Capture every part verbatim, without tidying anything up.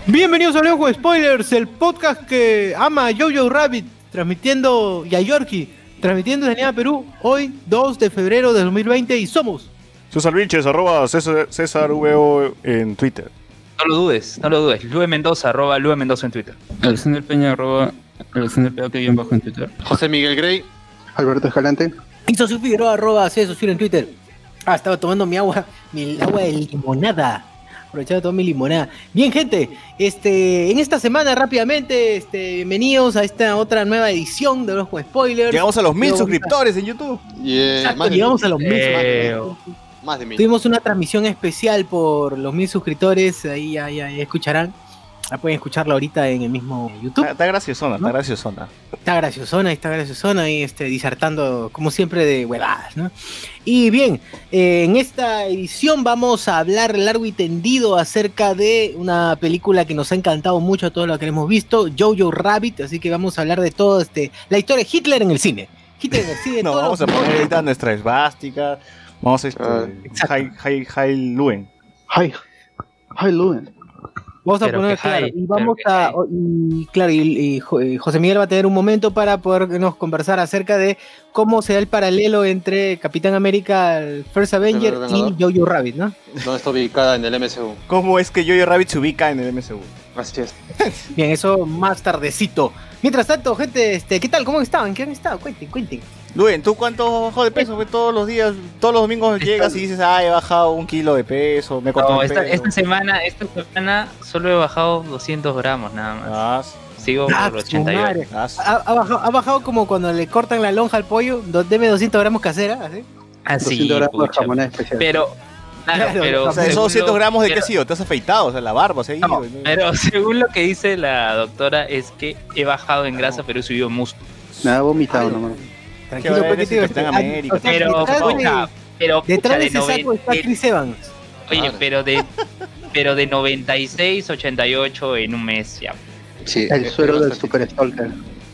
Bienvenidos a Luego Spoilers, el podcast que ama a Jojo Rabbit, transmitiendo, y a Yorkie, transmitiendo desde Lima, Perú, hoy dos de febrero de dos mil veinte, y somos César Vilches, arroba César, César V O en Twitter. No lo dudes, no lo dudes. Lue Mendoza, arroba Lue Mendoza en Twitter. Alexander Peña, arroba Alexander Peña, que bien bajo en Twitter. José Miguel Grey. Alberto Escalante. y Socio Figueroa, arroba C Socio en Twitter. Ah, estaba tomando mi agua, mi agua de limonada. Aprovechando toda mi limonada. Bien, gente, este, en esta semana rápidamente, este, bienvenidos a esta otra nueva edición de los Spoilers. Llegamos a los mil Luego, suscriptores en YouTube. Yeah, Exacto, más de llegamos mil. a los mil. Eh, Más de mil. Tuvimos una transmisión especial por los mil suscriptores, ahí ya, ya, ya escucharán. La pueden escucharla ahorita en el mismo YouTube. Está, está graciosona, ¿No? está graciosona. Está graciosona, está graciosona ahí este, disertando como siempre de huevadas, ¿no? Y bien, eh, en esta edición vamos a hablar largo y tendido acerca de una película que nos ha encantado mucho a todos los que hemos visto, Jojo Rabbit, así que vamos a hablar de todo este, la historia de Hitler en el cine. Hitler en el cine. No, todos vamos a los- poner ahorita nuestra esvástica. Vamos a este. Ah, Jai, Jai, Jai Luen. Hi. Hi, Luen. Vamos a Pero poner, que claro, hay, y vamos pero que a, hay. y claro, y, y Jo- y José Miguel va a tener un momento para podernos conversar acerca de cómo se da el paralelo entre Capitán América, el First Avenger y Jojo Rabbit, ¿no? ¿Dónde está ubicada en el M C U? ¿Cómo es que Jojo Rabbit se ubica en el M C U? Así es. Bien, eso más tardecito. Mientras tanto, gente, este, ¿qué tal? ¿Cómo estaban? ¿Qué han estado? Cuenten, cuenten. Luen, ¿tú cuánto bajó de peso? Fue todos los días, todos los domingos llegas y dices, ah, he bajado un kilo de peso, me he cortado No, el esta, pelo. esta semana, esta semana solo he bajado doscientos gramos nada más. Ah, Sigo Ah, por su ochenta y ocho. madre. ah, Ha, ha bajado, ha bajado como cuando le cortan la lonja al pollo, do- deme doscientos gramos casera, ¿así? Así, doscientos gramos de pucha. jamonés especial. Pero, claro, Claro, pero o sea, según esos doscientos lo- gramos de qué pero- ha sido, te has afeitado, o sea, la barba se ha ido. No, ¿no? pero según lo que dice la doctora es que he bajado en grasa, pero he subido músculo. Nada, vomitado nomás. Tranquilo, Qué pues, bueno, ¿qué te digo? ese Capitán Ah, América. o sea, Pero, detrás de- pucha, pero, pucha, detrás de de ese saco noven- está de- Chris Evans. Oye, Claro. pero de, pero de noventa y seis, ochenta y ocho en un mes ya. Sí. El suero del Super Stalker.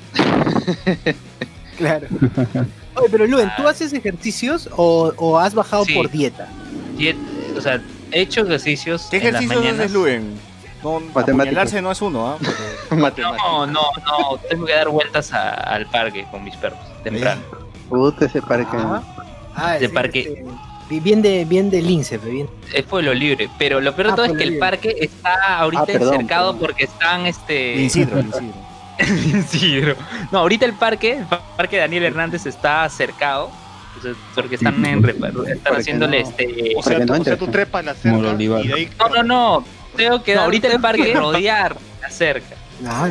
Claro. Oye, pero Luen, ¿tú haces ejercicios o, o has bajado Sí. por dieta? Diet- o sea, he hecho ejercicios ¿Qué en las ejercicio mañanas. haces, Luen? No, Matemáticas. apuñalarse no es uno, ¿ah? Pero- Matemáticas. No, no, no, tengo que dar vueltas a- al parque con mis perros, temprano. Puta ese parque. Ajá. Ah, De sí, parque. este, bi- bien de bien de lince, pe, bien. Es pueblo libre, pero lo peor de Ah, todo es pueblo que el libre. parque está ahorita Ah, perdón, encercado perdón. porque están este Isidro, Isidro. Isidro. No, ahorita el parque, el parque Daniel Hernández está cercado. O sea, porque están en reparo- están Para que haciéndole no- este O sea, Para que tú, no o sea, entre. tú trepas la Como cerca el olivar. y de ahí... No, no, no. Tengo que dar, ahorita el parque rodear la cerca. Ah,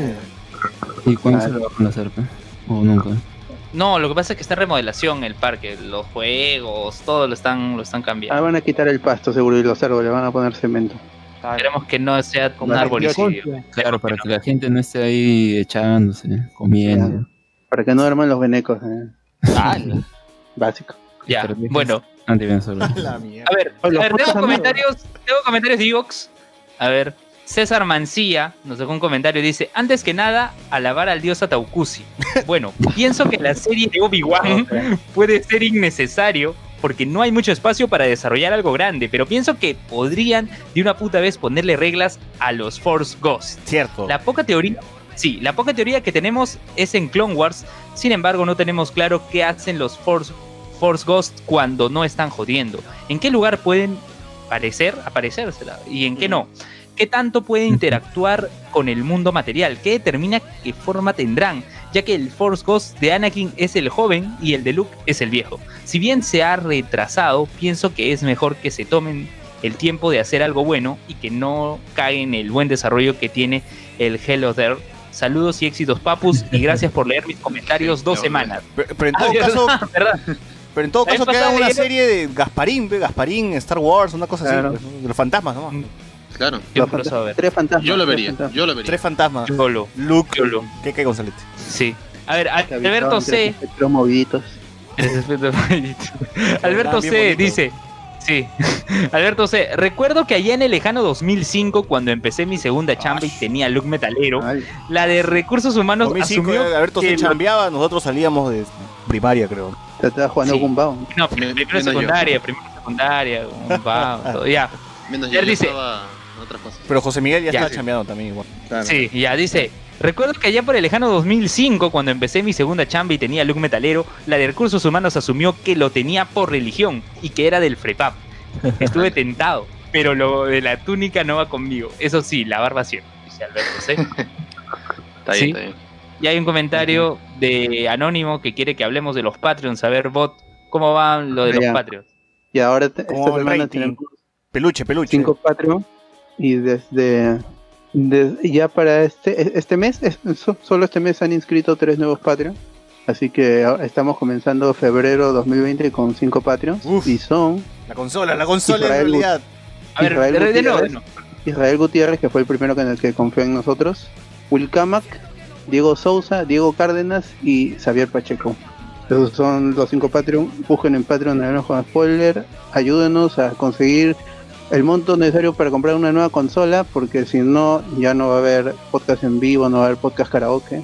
¿Y cuándo Claro. se le bajan la cerca? ¿O nunca? No, lo que pasa es que está en remodelación el parque, los juegos, todo lo están lo están Ah, cambiando. van a quitar el pasto seguro y los árboles van a poner cemento. Esperemos que no sea un Vale, arbolicidio. Claro, para que la gente no esté ahí echándose, comiendo. Para que no duerman los venecos. Eh. Ah, Básico. Ya, Estrategias bueno. Antivenezolanas. la mierda. A ver, a Oye, los ver, putos tengo amigos. comentarios, tengo comentarios de Evox. A ver, César Mancilla nos dejó un comentario y dice, antes que nada, alabar al dios Ataucusi. Bueno, pienso que la serie de Obi-Wan puede ser innecesario porque no hay mucho espacio para desarrollar algo grande, pero pienso que podrían de una puta vez ponerle reglas a los Force Ghosts. Cierto. La poca teoría, sí, la poca teoría que tenemos es en Clone Wars, sin embargo no tenemos claro qué hacen los Force, Force Ghosts cuando no están jodiendo. ¿En qué lugar pueden parecer, aparecérsela y en qué no? ¿Qué tanto pueden interactuar con el mundo material? ¿Qué determina qué forma tendrán? Ya que el Force Ghost de Anakin es el joven y el de Luke es el viejo. Si bien se ha retrasado, pienso que es mejor que se tomen el tiempo de hacer algo bueno y que no caguen el buen desarrollo que tiene el Hello There. Saludos y éxitos, papus, y gracias por leer mis comentarios dos semanas. Pero, pero en todo Ah, caso, ¿verdad? ¿verdad? pero en todo La vez caso queda pasada una leyeron- serie de Gasparín, ve, Gasparín, Star Wars, una cosa Claro. así, pues, ¿no? De los fantasmas, ¿no? Claro. Yo Los crossover. fantasmas. Tres fantasmas. Yo lo tres vería, fantasmas. yo lo vería. Tres fantasmas. Yo lo, Luke, yo lo- ¿qué que González? sí. A ver, Que Alberto habitaban C. tres espectros moviditos. Alberto Bien C. bonito. dice, sí, Alberto C. Recuerdo que allá en el lejano dos mil cinco, cuando empecé mi segunda chamba y tenía look metalero, Ay, la de recursos humanos dos mil cinco, asumió Alberto que se lo- chambeaba, nosotros salíamos de primaria, creo. te estaba jugando Sí. Gunbound. No, Me- primero menos yo. secundaria, primero secundaria, un va, todo, ya. Menos Él yo, yo dice- estaba con otras cosas. Pero José Miguel ya, Ya, está sí. chambeando también igual. Claro. Sí, ya dice. Recuerdo que allá por el lejano dos mil cinco, cuando empecé mi segunda chamba y tenía look metalero, la de recursos humanos asumió que lo tenía por religión y que era del FREPAP. Estuve tentado, pero lo de la túnica no va conmigo. Eso sí, la barba sí, dice Alberto, ¿sí? Está bien, Sí. está bien. Y hay un comentario de Anónimo que quiere que hablemos de los Patreons. A ver, Bot, ¿cómo van lo de los Ya. Patreons? Y ahora te- ¿Cómo esta va el semana rating? tenemos Peluche, peluche. cinco Patreon y desde, desde ya para este este mes, es- so- solo este mes han inscrito tres nuevos Patreon. Así que ahora estamos comenzando febrero dos mil veinte con cinco Patreons Uf. y son La consola, la consola en Israel realidad. A ver, Israel de, de nuevo, de Gutiérrez. nuevo. Israel Gutiérrez, que fue el primero en el que confió en nosotros, Will Camac, Diego Sousa, Diego Cárdenas y Xavier Pacheco. Esos son los cinco Patreon. Busquen en Patreon el con spoiler. Ayúdenos a conseguir el monto necesario para comprar una nueva consola, porque si no, ya no va a haber podcast en vivo, no va a haber podcast karaoke.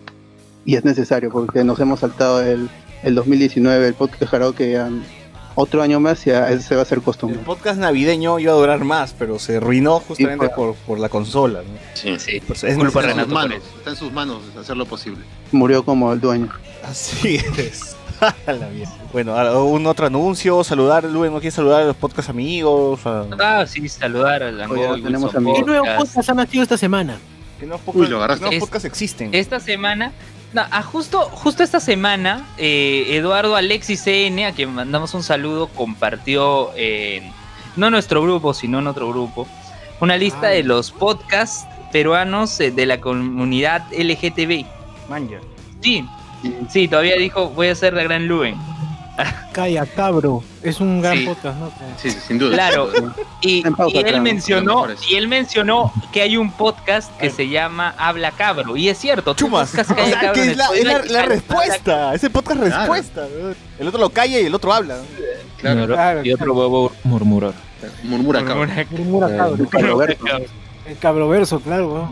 Y es necesario, porque nos hemos saltado el, el dos mil diecinueve, el podcast karaoke, ya otro año más, y ya se va a hacer El costumbre. podcast navideño iba a durar más, pero se arruinó justamente Sí, por, por la consola, ¿no? Sí. Sí. Pues es Culpa Está de en necesario. sus Renato por manos, eso. está en sus manos hacer lo posible. Murió como el dueño. Así es. A la mierda. Bueno, ahora un otro anuncio, saludar, Luen, ¿no quieres saludar a los podcast amigos? A... Ah, sí, saludar al Oye, Langoy, no tenemos Wilson amigos. ¿Qué nuevo Podcast. podcast han nacido esta semana? ¿Qué nuevos Uy, podcasts, lo agarraste. qué nuevos Es- podcasts existen? Esta semana, no, ah, justo, justo esta semana, eh, Eduardo Alexis C N, a quien mandamos un saludo, compartió, eh, no en nuestro grupo, sino en otro grupo, una lista Ah. de los podcasts peruanos eh, de la comunidad L G T B. Manja. Sí, sí, todavía dijo, voy a ser la gran Luen. Calla, cabro. Es un gran Sí. podcast, ¿no? Sí, sí, sin duda. Claro, y, En pausa, y él claro, mencionó, los mejores. y él mencionó que hay un podcast que se llama Habla Cabro, y es cierto, tú Chumas. buscas O Calla sea, Cabro que en es la, es Spotify la- y la sale respuesta. Ese podcast Claro. respuesta. ¿no? El otro lo calla y el otro habla. ¿no? Claro, Claro, y otro huevo murmurar. murmura Habla acá. Cabro. Murmura cabro. Cabroverso. El cabroverso, claro, weón.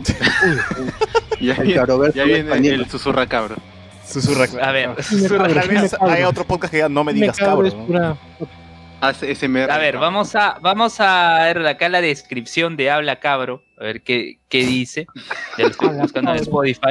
Ya, El viene- cabroverso ya viene español. el susurra cabro. Susurra. A ver, Susurra Tal vez cabro. haya otro podcast que ya no me Me digas cabro es cabro. ¿no? pura- Hace S M R. a ver, vamos a, vamos a ver acá la descripción de Habla Cabro, a ver qué, qué dice. Ya lo estoy Habla buscando en Cabro. Spotify.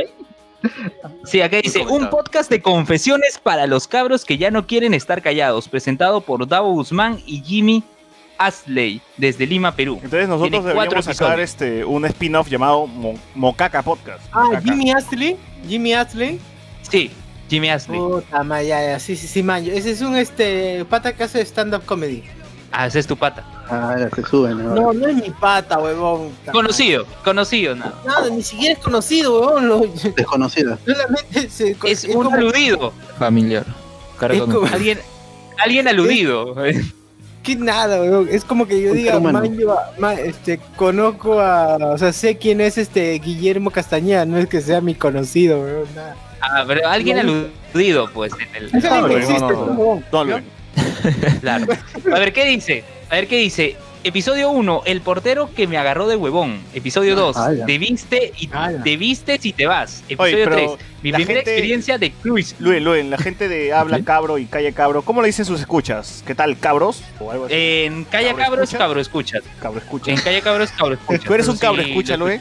Sí, acá dice, un comentado. podcast de confesiones para los cabros que ya no quieren estar callados, presentado por Davo Guzmán y Jimmy Asley, desde Lima, Perú. Entonces nosotros Tiene cuatro deberíamos sacar episodios. este, un spin-off llamado Mo- Mocaca Podcast. Ah, Mocaca. Jimmy Astley. Jimmy Astley. Sí, Jimmy Asley. Puta, ma, ya, ya. Sí, sí, sí, man. Ese es un este pata que hace stand-up comedy. Ah, esa es tu pata. Ah, ya se suben. ahora. No, no es mi pata, huevón. Puta Conocido, conocido, nada. madre. Nada, ni siquiera es conocido, huevón. Lo- Desconocida. solamente se, Es un como- aludido, Familiar. Carga Es con- como- alguien, alguien aludido. que nada, weón. Es como que yo Un diga, ser humano. man, yo, ma, este, conozco a, o sea, sé quién es este Guillermo Castañeda, no es que sea mi conocido, weón, nada. Ah, pero alguien aludido, pues, en el... Ese No, no no, existe, no, no. huevón. No, Luen. Claro. A ver, ¿qué dice? A ver, ¿qué dice? Episodio uno, el portero que me agarró de huevón. Episodio dos, Ah, ya. debiste y Ah, ya. debiste si te vas. Episodio pero tres, mi la primera gente- experiencia de cruise. Luen, Luen, la gente de Habla ¿Sí? Cabro y Calla Cabro, ¿cómo le dicen sus escuchas? ¿Qué tal, cabros? O algo así. En Calla ¿Cabro Cabro es escucha? cabro escucha. Cabro escucha. En Calla Cabro es cabro escucha. Tú eres un Sí, cabro escucha, lo Luen.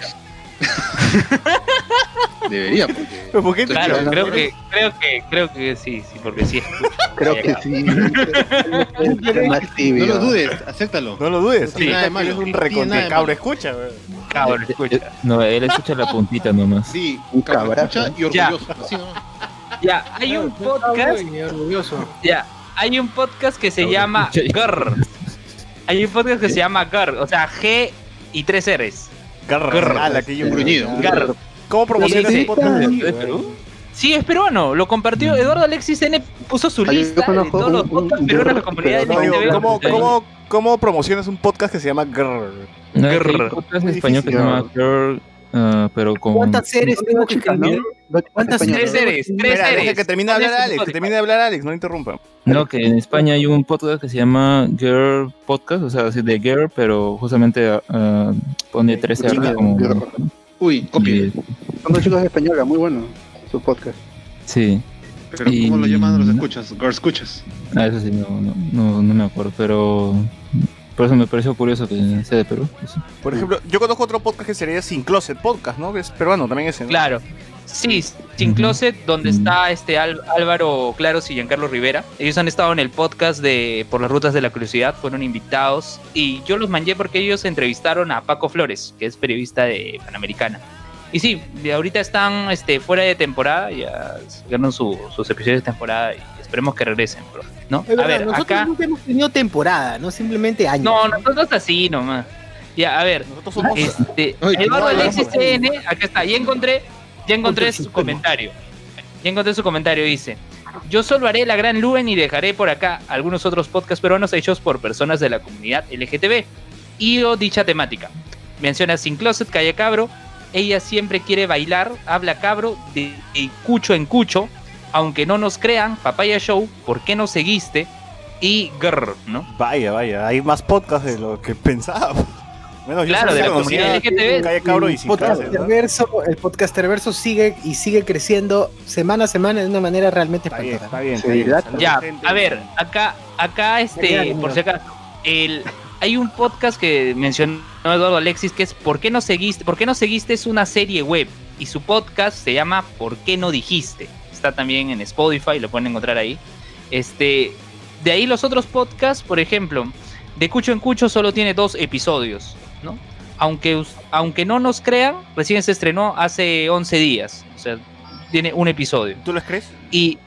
Debería, porque. ¿Pero por qué te- Claro, Claro, creo claro. que, creo que, creo que sí, sí, porque sí escucho. Creo Calla que Cabro. sí. Es más tibio. No lo dudes, acéptalo. No lo dudes. No tiene nada de malo. Eres un No tiene recontra nada de cabro malo. escucha, weón. Cabro escucha. No, él escucha la puntita nomás. Sí, Un cabro cabrazo. escucha y Ya. orgulloso. Así, ¿no? Ya, hay un Claro, podcast, y orgulloso. ya, hay un podcast que se Cabro llama escucha. Grr. Hay un podcast que se llama Grr, o sea, G y tres R's. Garra. Garra. Ah, la que yo. Un gruñido. Garr. ¿Cómo promocionas Sí, un sí. podcast ¿Es así, de weón? Perú? Sí, es peruano, lo compartió Eduardo Alexis N, puso su Ah, yo lista de conozco todos los un- podcasts un peruanos de la Grr, comunidad pero No, L G T B. digo, ¿cómo, Sí. cómo, ¿Cómo promocionas un podcast que se llama Grrr? No, hay Grr. un podcast Muy en español que se difícil. llama Girl, ah, pero con... ¿Cuántas series tengo que chicas, ¿no? escribir? ¿Cuántas Español. Tres series, tres Espera, deja series. que termine de hablar Con eso Alex, que Spotify. termine de hablar Alex, no interrumpa. No, que en España hay un podcast que se llama Girl Podcast, o sea, así de Girl, pero justamente ah, pone tres R Girl, como... Girl. Uy, copia. y- Son dos chicos de española, muy bueno su podcast. Sí, Pero y- ¿cómo lo llaman los escuchas? Girl escuchas. ah, eso sí, no, no, no, no me acuerdo, pero... Por eso me pareció curioso que sea de Perú. Sí. Por ejemplo, yo conozco otro podcast que sería Sin Closet Podcast, ¿no? Que es peruano también ese, ¿no? Claro. Sí, Sin Closet, donde está este Al- Álvaro Claros y Giancarlo Rivera. Ellos han estado en el podcast de Por las Rutas de la Curiosidad, fueron invitados. Y yo los manché porque ellos entrevistaron a Paco Flores, que es periodista de Panamericana. Y sí, de ahorita están este, fuera de temporada, ya sacaron su- sus episodios de temporada y esperemos que regresen, bro, ¿no? Es verdad, A ver, nosotros acá... nunca hemos tenido temporada, no simplemente años. No, nosotros así nomás. Ya, a ver, Nosotros somos... este, Ay, Eduardo no, Alexis no. C N, acá está, ya encontré, ya encontré Otro su sistema. comentario. Ya encontré su comentario, dice: yo solo haré la gran Luen y dejaré por acá algunos otros podcasts peruanos hechos por personas de la comunidad L G T B. Y o dicha temática. Menciona Sin Closet, Calle Cabro. Ella siempre quiere bailar, habla cabro, de, de cucho en cucho. Aunque no nos crean, Papaya Show, ¿por qué no seguiste? Y grrr, ¿no? Vaya, vaya, hay más podcasts de lo que pensaba. Bueno, yo Claro, solo de la conocía comunidad L G T B. Calle Cabro y Sin Podcaster Closet, ¿no? verso, el podcaster verso sigue y sigue creciendo semana a semana de una manera realmente Está bien, está espantosa. bien. Se está bien. dilata. Saludos, Ya, gente. a ver, acá, acá este, Genial, por si acaso, el, hay un podcast que mencionó Eduardo Alexis que es ¿Por qué no seguiste? ¿Por qué no seguiste? Es una serie web y su podcast se llama ¿Por qué no dijiste? Está también en Spotify, lo pueden encontrar ahí. Este, de ahí los otros podcasts, por ejemplo, de Cucho en Cucho solo tiene dos episodios, ¿no? Aunque, us- aunque no nos crean, recién se estrenó hace once días, o sea, tiene un episodio. ¿Tú les crees? Y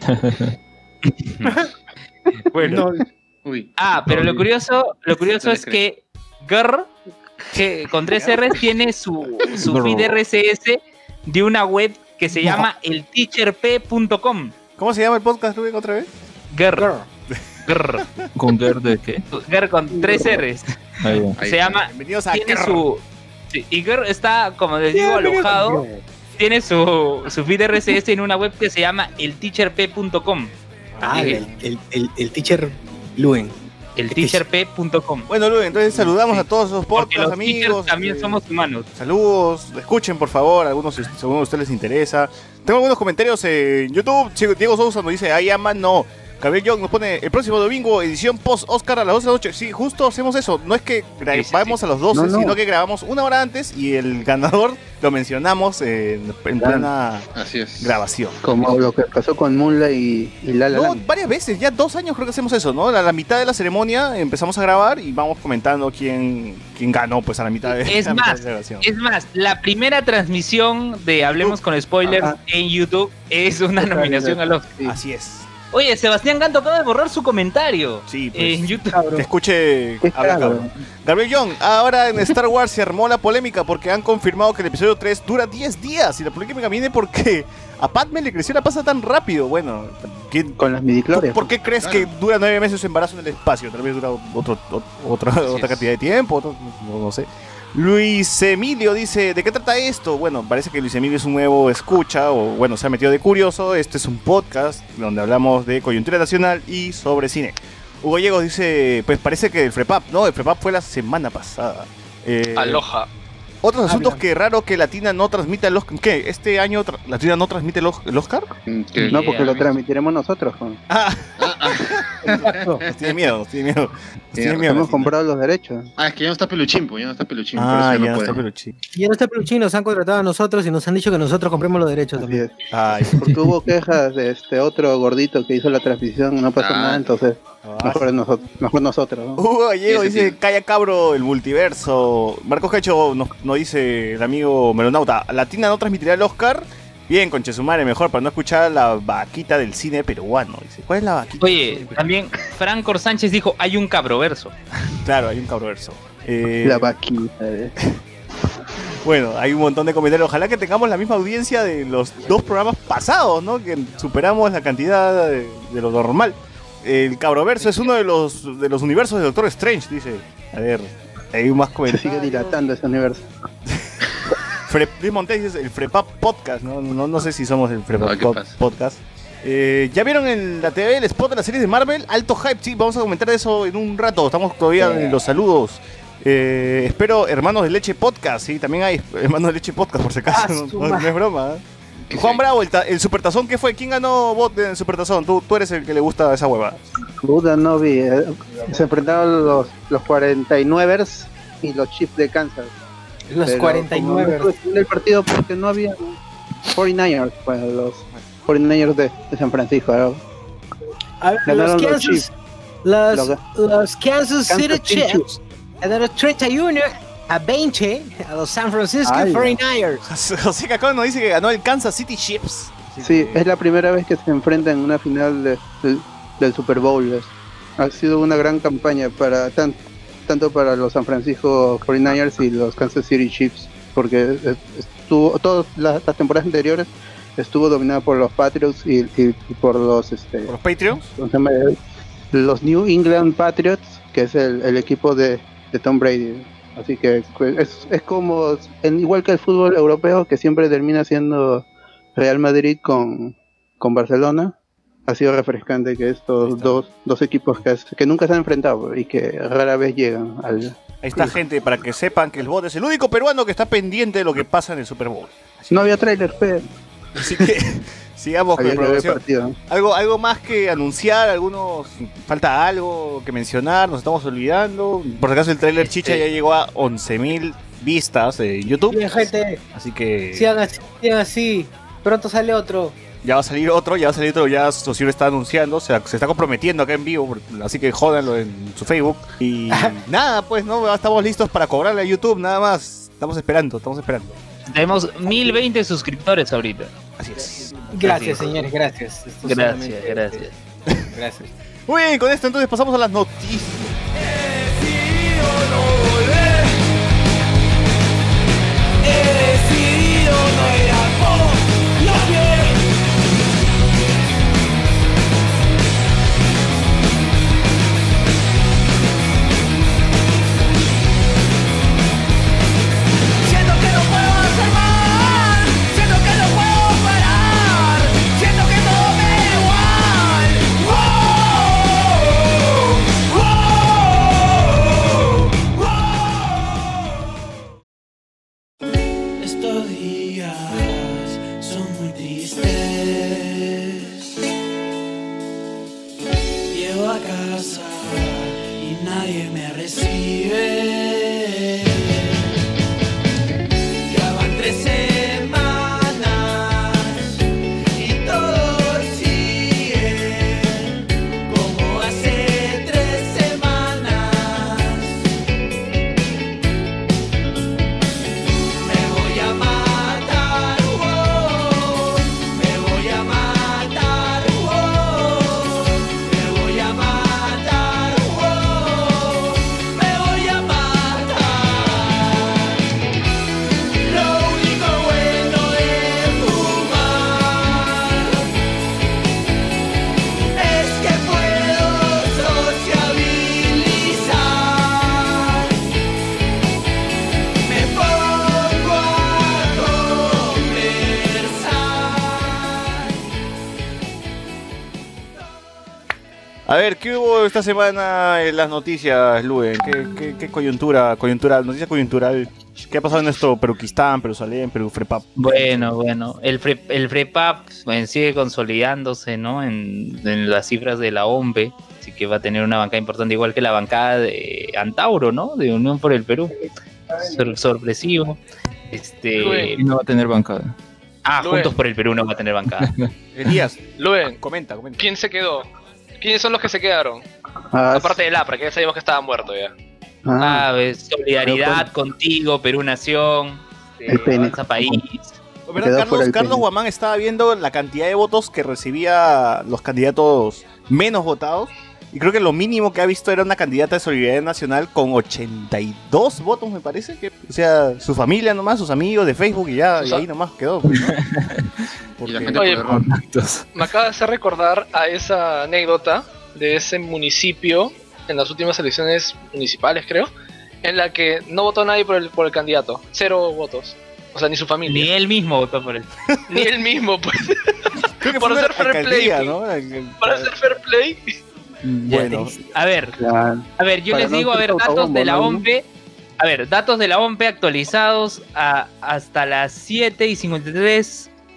bueno, No, Uy. ah, pero lo curioso, lo curioso No le es que Grr, que con tres R's tiene su, su Grr. feed R S S de una web que se llama el teacher p punto com. ¿Cómo se llama el podcast, Rubén, otra vez? Grr, Grr, ¿Con Girl de qué? Grr con tres R's. Ah, ya. Ahí Se llama, Bienvenidos a tiene Grr. su, sí, y Grr está, como les digo, alojado, tiene su, su feed R S S en una web que se llama el teacher p punto com. Ah, el, el, el, el teacher Luen. El teacher p punto com. Bueno, Luen, entonces saludamos a todos esos Porque podcasts, los amigos. teachers también este, somos humanos. Saludos, escuchen por favor, algunos si según a ustedes les interesa. Tengo algunos comentarios en YouTube. Chico, Diego Sousa nos dice, ay ama no. Gabriel Young nos pone el próximo domingo, edición post-Oscar a las doce de la noche. Sí, justo hacemos eso. No es que Sí, sí, grabamos sí. a las doce, No, no. sino que grabamos una hora antes y el ganador lo mencionamos en, en Claro. plena Así es. grabación. Como lo que pasó con Moonlight y, y La La No, Land. varias veces, ya dos años creo que hacemos eso, ¿no? A la mitad de la ceremonia empezamos a grabar y vamos comentando quién, quién ganó, pues a la mitad de, Es la mitad más, de la grabación. Es más, la primera transmisión de Hablemos con Spoilers Ajá. en YouTube es una nominación a los... Sí. Así es. Oye, Sebastián Ganto acaba de borrar su comentario Sí, pues. en YouTube. Te escuche Qué habla, caro. cabrón. Gabriel Young, ahora en Star Wars se armó la polémica porque han confirmado que el episodio tres dura diez días y la polémica viene porque a Padme le creció la pasa tan rápido. Bueno, ¿quién- Con las midichlorians. ¿por qué crees Claro. que dura nueve meses su embarazo en el espacio? Tal vez dura otro, otro- otra, Así otra es. cantidad de tiempo, otro- no, no sé. Luis Emilio dice, ¿de qué trata esto? Bueno, parece que Luis Emilio es un nuevo escucha, o bueno, se ha metido de curioso. Este es un podcast donde hablamos de coyuntura nacional y sobre cine. Hugo Llegos dice, pues parece que el FREPAP, no, el FREPAP fue la semana pasada. Eh, Aloha. Otros Ah, asuntos mira. que raro que Latina no transmite el Oscar. ¿Qué? ¿Este año tra- Latina no transmite el, Os- el Oscar? Mm, que- No, porque lo Yeah. transmitiremos nosotros. Juan. Ah, Ah, ah. nos tiene miedo, nos tiene miedo. Nos tiene Ya, miedo. Hemos Latina. comprado los derechos. Ah, es que ya no está Peluchín, pues, ya no está Peluchín. Ah, por eso ya no no puede. está Peluchín. Y ya no está Peluchín, nos han contratado a nosotros y nos han dicho que nosotros compremos los derechos Así también. es. Ay, Porque hubo quejas de este otro gordito que hizo la transmisión, no pasó Ah. nada, entonces ah, mejor nosotros, mejor nosotros. ¿no? Hugo Gallego Sí, sí, dice, sí. calla cabro, el multiverso. Marcos Cacho nos, nos dice el amigo Melonauta, Latina no transmitirá el Oscar. Bien, con Chesumare, mejor para no escuchar la vaquita del cine peruano. Dice, ¿cuál es la vaquita? del Oye, cine peruano? también Franco Sánchez dijo, hay un cabroverso. Claro, hay un cabroverso. Eh, La vaquita. eh. Bueno, hay un montón de comentarios. Ojalá que tengamos la misma audiencia de los dos programas pasados, ¿no? Que superamos la cantidad de, de lo normal. El cabroverso es uno de los de los universos de Doctor Strange, dice. A ver, hay más Se comentarios. sigue dilatando ese universo. Fre Luis Montes dice el Frepap Podcast, ¿no? No, no sé si somos el Frepap No, ¿qué Pod- pasa? Podcast. Eh, ¿Ya vieron en la T V el spot de las series de Marvel? Alto hype, sí, vamos a comentar eso en un rato. Estamos todavía en los saludos. Eh, espero Hermanos de Leche Podcast, sí, también hay Hermanos de Leche Podcast, por si acaso. Ah, no, su no- no madre. es broma. ¿eh? ¿Qué Juan sé? Bravo, el, ta- el Supertazón, ¿qué fue? ¿Quién ganó bot en el Supertazón? Tú, tú eres el que le gusta esa huevada. Buda no vi. eh, Se enfrentaron los, los cuarenta y nuevers y los Chiefs de Kansas. Los Pero cuarenta y como nueve. no pude seguir el partido porque no había cuarenta y nueve ers, bueno, los cuarenta y nueve ers de, de San Francisco. ¿no? A ver, Ganaron los los Kansas, Chiefs. los, Los- los Kansas City Kansas City Chiefs ganaron treinta y uno a veinte a los San Francisco Ay, cuarenta y nueve ers. José Cacón nos dice que ganó el Kansas City Chiefs. Así Sí, que- es la primera vez que se enfrentan en una final de- del, del Super Bowl. Es- Ha sido una gran campaña para tan- tanto para los San Francisco cuarenta y nueve ers y los Kansas City Chiefs, porque es- estuvo todas las, las temporadas anteriores estuvo dominada por los Patriots y, y- y por los este ¿Por los Patreons? ¿cómo se llama? Los New England Patriots, que es el, el equipo de, de Tom Brady. Así que pues, es, es como en, igual que el fútbol europeo, que siempre termina siendo Real Madrid con, con Barcelona. Ha sido refrescante que estos dos, dos equipos que, que nunca se han enfrentado y que rara vez llegan al... Ahí está, gente, para que sepan que el bot es el único peruano que está pendiente de lo que pasa en el Super Bowl. No había trailer, pero Así que sigamos con la había que ver el programación. partido. ¿Algo, algo más que anunciar, algunos falta algo que mencionar, nos estamos olvidando. Por si acaso el trailer Chicha ya llegó a once mil vistas en YouTube. Bien, gente, Así que sigan así, sigan así. Pronto sale otro. ya va a salir otro, ya va a salir otro, ya Socio está anunciando, se, se está comprometiendo acá en vivo, así que jódanlo en su Facebook. Y nada, pues no, ya estamos listos para cobrarle a YouTube, nada más. Estamos esperando, estamos esperando. Tenemos mil veinte suscriptores ahorita. Así es. Gracias, Gracias. señores, gracias. Esto Gracias, solamente- gracias. Gracias. Muy bien, con esto entonces pasamos a las noticias. Siento que no puedo hacer más, siento que no puedo parar, siento que todo me da igual. ¡Wow! ¡Wow! Estos días son muy tristes. Llego a casa y nadie me recibe. Ya van tres semanas y todo sigue como hace tres semanas. Me voy a matar, wow, me voy a matar, wow, me voy a matar, wow, me voy a matar. Lo único bueno de fumar es que puedo sociabilizar. Me pongo a conversar. A ver, ¿qué hubo esta semana en las noticias, Luen? ¿Qué, qué, qué coyuntura, coyuntural, noticia coyuntural? ¿Qué ha pasado en nuestro Peruquistán, Perusalén, Perú Frepap? Bueno, bueno, el Fre el FREPAP bueno, sigue consolidándose, ¿no? En, en las cifras de la O M P E, así que va a tener una bancada importante, igual que la bancada de Antauro, ¿no? De Unión por el Perú. Sor- sorpresivo. Este, Y no va a tener bancada. ah, Luen. Juntos por el Perú no va a tener bancada. Elías, Luen, comenta, comenta. ¿quién se quedó? ¿Quiénes son los que se quedaron? Ah, Aparte del APRA, que ya sabíamos que estaba muerto ya. ah, Ah, ves, solidaridad contigo, Perú Nación, El eh, pene. Avanza País. ¿Verdad? Quedó Carlos, fuera el Carlos pene. Guamán estaba viendo la cantidad de votos que recibía los candidatos menos votados. Y creo que lo mínimo que ha visto era una candidata de Solidaridad Nacional con ochenta y dos votos, me parece. Que, o sea, su familia nomás, sus amigos de Facebook y ya, y ahí nomás quedó. Pues, ¿no? Y la Porque- gente Oye, por error. Me acaba de hacer recordar a esa anécdota de ese municipio en las últimas elecciones municipales, creo, en la que no votó nadie por el, por el candidato. Cero votos. O sea, ni su familia. Ni él mismo votó por él. Ni él mismo, pues. creo que por fue hacer una fair alcaldía, play, ¿no? En el- Para hacer fair play. Bueno, A ver, claro. a ver, yo Para les no digo, a ser ver, datos autobombo, de la ¿no? O M P E. A ver, datos de la O M P E actualizados a, hasta las siete y cincuenta y tres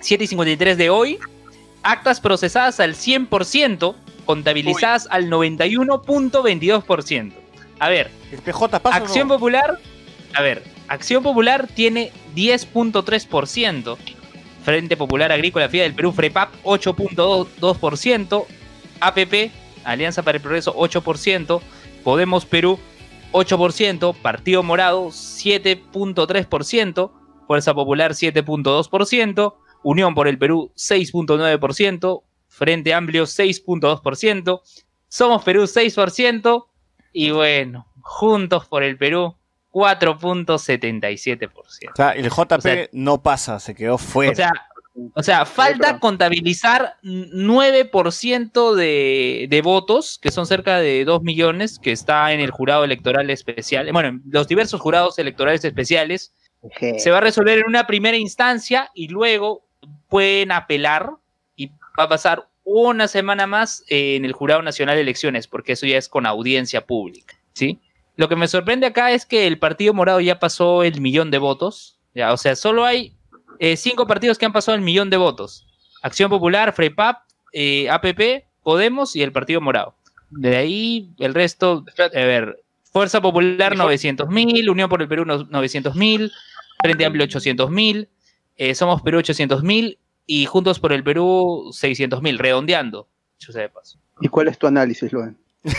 siete y cincuenta y tres de hoy, actas procesadas al cien por ciento, contabilizadas Uy. al noventa y uno punto veintidós por ciento. A ver, ¿el P J pasa Acción no? Popular, a ver, Acción Popular tiene diez punto tres por ciento, Frente Popular Agrícola Fiel del Perú, FREPAP, ocho punto dos por ciento, A P P, Alianza para el Progreso, ocho por ciento, Podemos Perú, ocho por ciento, Partido Morado, siete punto tres por ciento, Fuerza Popular, siete punto dos por ciento, Unión por el Perú, seis punto nueve por ciento, Frente Amplio, seis punto dos por ciento, Somos Perú, seis por ciento, y bueno, Juntos por el Perú, cuatro punto setenta y siete por ciento. O sea, el J P o sea, no pasa, se quedó fuera. O sea, o sea falta contabilizar nueve por ciento de, de votos, que son cerca de dos millones, que está en el jurado electoral especial. Bueno, en los diversos jurados electorales especiales. Okay. Se va a resolver en una primera instancia y luego pueden apelar y va a pasar una semana más en el Jurado Nacional de Elecciones, porque eso ya es con audiencia pública, ¿sí? Lo que me sorprende acá es que el Partido Morado ya pasó el millón de votos, ya, o sea, solo hay eh, cinco partidos que han pasado el millón de votos: Acción Popular, FREPAP, eh, A P P, Podemos y el Partido Morado. De ahí el resto, a ver, Fuerza Popular novecientos mil, Unión por el Perú novecientos mil, Frente Amplio ochocientos mil, eh, Somos Perú ochocientos mil y Juntos por el Perú seiscientos mil, redondeando. Yo sé de paso. ¿Y cuál es tu análisis, Loen?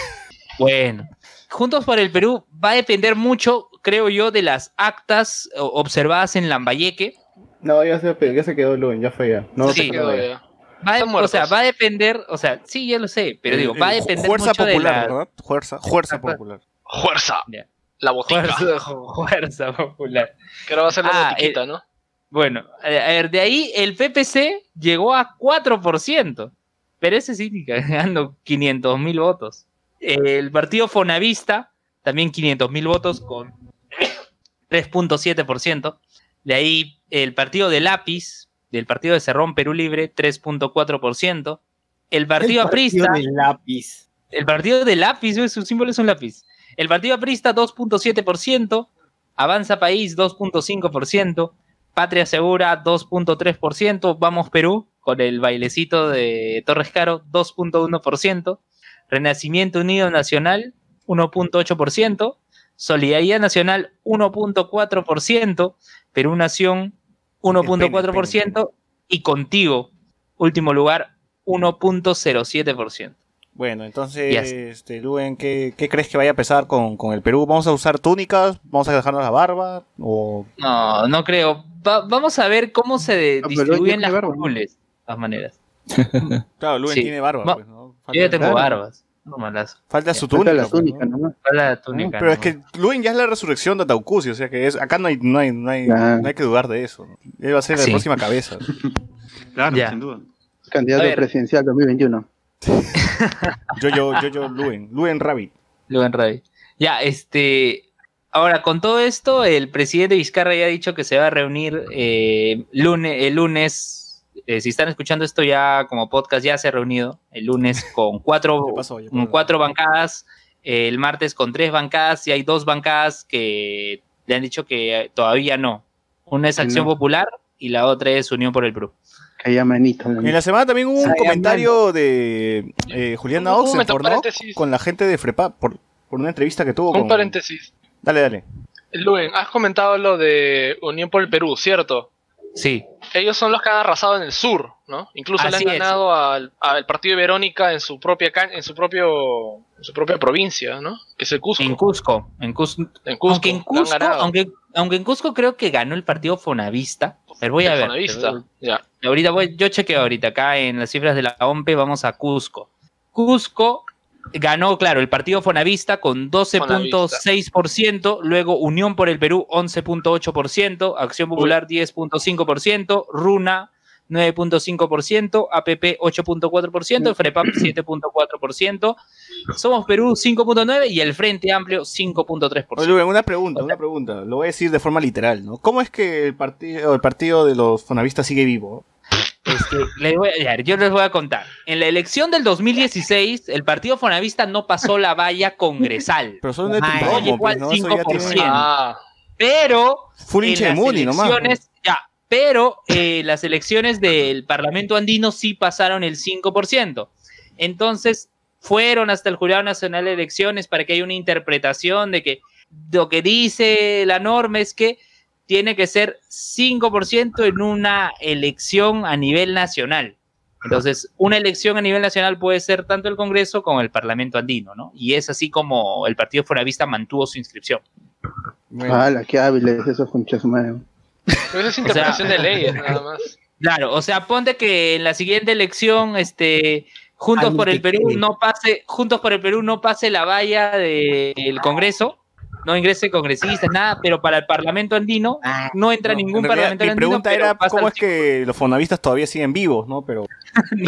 Bueno, Juntos por el Perú va a depender mucho, creo yo, de las actas observadas en Lambayeque. No, ya se, ya se quedó Loen, ya fue ya. No, sí, quedó ya. Va a, o sea, va a depender, o sea, sí, ya lo sé, pero digo, va a depender Fuerza mucho popular, de la... ¿verdad? Fuerza, Fuerza Popular. Fuerza. Yeah. La botica. Fuerza, fuerza Popular. Que ahora va a ser la ah, botiquita, eh, ¿no? Bueno, a ver, de ahí el P P C llegó a cuatro por ciento, pero ese sí ganando quinientos mil votos. El partido Fonavista, también quinientos mil votos con tres punto siete por ciento. De ahí el partido de Lápiz, del partido de Cerrón Perú Libre, tres punto cuatro por ciento. El partido el Aprista. Partido de Lápiz. El partido de Lápiz, su símbolo es un lápiz. El partido Aprista, dos punto siete por ciento. Avanza País, dos punto cinco por ciento. Patria Segura, dos punto tres por ciento. Vamos Perú, con el bailecito de Torres Caro, dos punto uno por ciento. Renacimiento Unido Nacional, uno punto ocho por ciento. Solidaridad Nacional, uno punto cuatro por ciento. Perú Nación, uno punto cuatro por ciento. Y Contigo, último lugar, uno punto cero siete por ciento. Bueno, entonces, este, Luen, ¿qué, ¿qué crees que vaya a pasar con, con el Perú? ¿Vamos a usar túnicas? ¿Vamos a dejarnos la barba? ¿O... No, no creo. Va, vamos a ver cómo se no, distribuyen las curules, de todas maneras. Claro, Luen sí. tiene barba. No, pues, ¿no? Falta yo ya tengo claro. barbas. No malas. Falta su túnica. Falta la túnica, pues, ¿no? ¿no? Falta la túnica. No, pero no. es que Luen ya es la resurrección de Ataucusi, o sea que es, acá no hay, no hay, no hay, ah. no hay que dudar de eso. ¿No? Él va a ser la sí. próxima cabeza. Claro, ya. sin duda. Candidato presidencial dos mil veintiuno. yo, yo, yo, yo, Luen, Luen Rabbit. Luen Rabbit. Ya, este... Ahora, con todo esto, el presidente Vizcarra ya ha dicho que se va a reunir eh, lunes, el lunes, eh, si están escuchando esto ya como podcast, ya se ha reunido el lunes con cuatro, pasó, con cuatro bancadas, eh, el martes con tres bancadas, y hay dos bancadas que le han dicho que todavía no. Una es Acción no. Popular y la otra es Unión por el Perú. Manito, manito. En la semana también hubo un Say comentario manito. de eh, Julián Oxenford, ¿no? Con la gente de FREPAP, por, por una entrevista que tuvo. Un con... paréntesis. Dale, dale. Luen, has comentado lo de Unión por el Perú, ¿cierto? Sí. Ellos son los que han arrasado en el sur, ¿no? Incluso Así le han ganado al, al partido de Verónica en su propia en su propio en su propia provincia, ¿no? Que es el Cusco. En Cusco, en Cusco. En Cusco aunque en Cusco, aunque, aunque en Cusco creo que ganó el partido Fonavista. Pero voy a ver. Fonavista, ya. Ahorita voy, yo chequeo ahorita acá en las cifras de la O M P E, vamos a Cusco. Cusco ganó, claro, el partido Fonavista con doce punto seis por ciento, luego Unión por el Perú once punto ocho por ciento, Acción Popular diez punto cinco por ciento, Runa nueve punto cinco por ciento, A P P ocho punto cuatro por ciento, FREPAP siete punto cuatro por ciento, Somos Perú cinco punto nueve por ciento y el Frente Amplio cinco punto tres por ciento. Oye, una pregunta, una pregunta, lo voy a decir de forma literal, ¿no? ¿Cómo es que el partido, el partido de los Fonavistas sigue vivo? Este, les voy a, yo les voy a contar. En la elección del dos mil dieciséis, el partido Fonavista no pasó la valla congresal. Pero son de tu promo, pues, ¿no? cinco por ciento. Tiene... Ah. Pero Full en las Muni, elecciones, nomás. ya, pero eh, las elecciones del Parlamento andino sí pasaron el cinco por ciento. Entonces fueron hasta el Jurado Nacional de Elecciones para que haya una interpretación de que lo que dice la norma es que tiene que ser cinco por ciento en una elección a nivel nacional. Entonces, una elección a nivel nacional puede ser tanto el Congreso como el Parlamento andino, ¿no? Y es así como el Partido Foravista mantuvo su inscripción. ¡Hala, qué hábiles esos conchas humanos! Pero esa es interpretación O sea, de leyes, nada más. Claro, o sea, ponte que en la siguiente elección, este, Juntos Ay, por el te Perú creo. no pase, Juntos por el Perú no pase la valla del Congreso, no ingrese congresistas, nada, pero para el Parlamento andino no entra No, ningún en realidad, parlamentario mi andino. pregunta pero era pasa cómo el es que los fonavistas todavía siguen vivos, ¿no? Pero Ni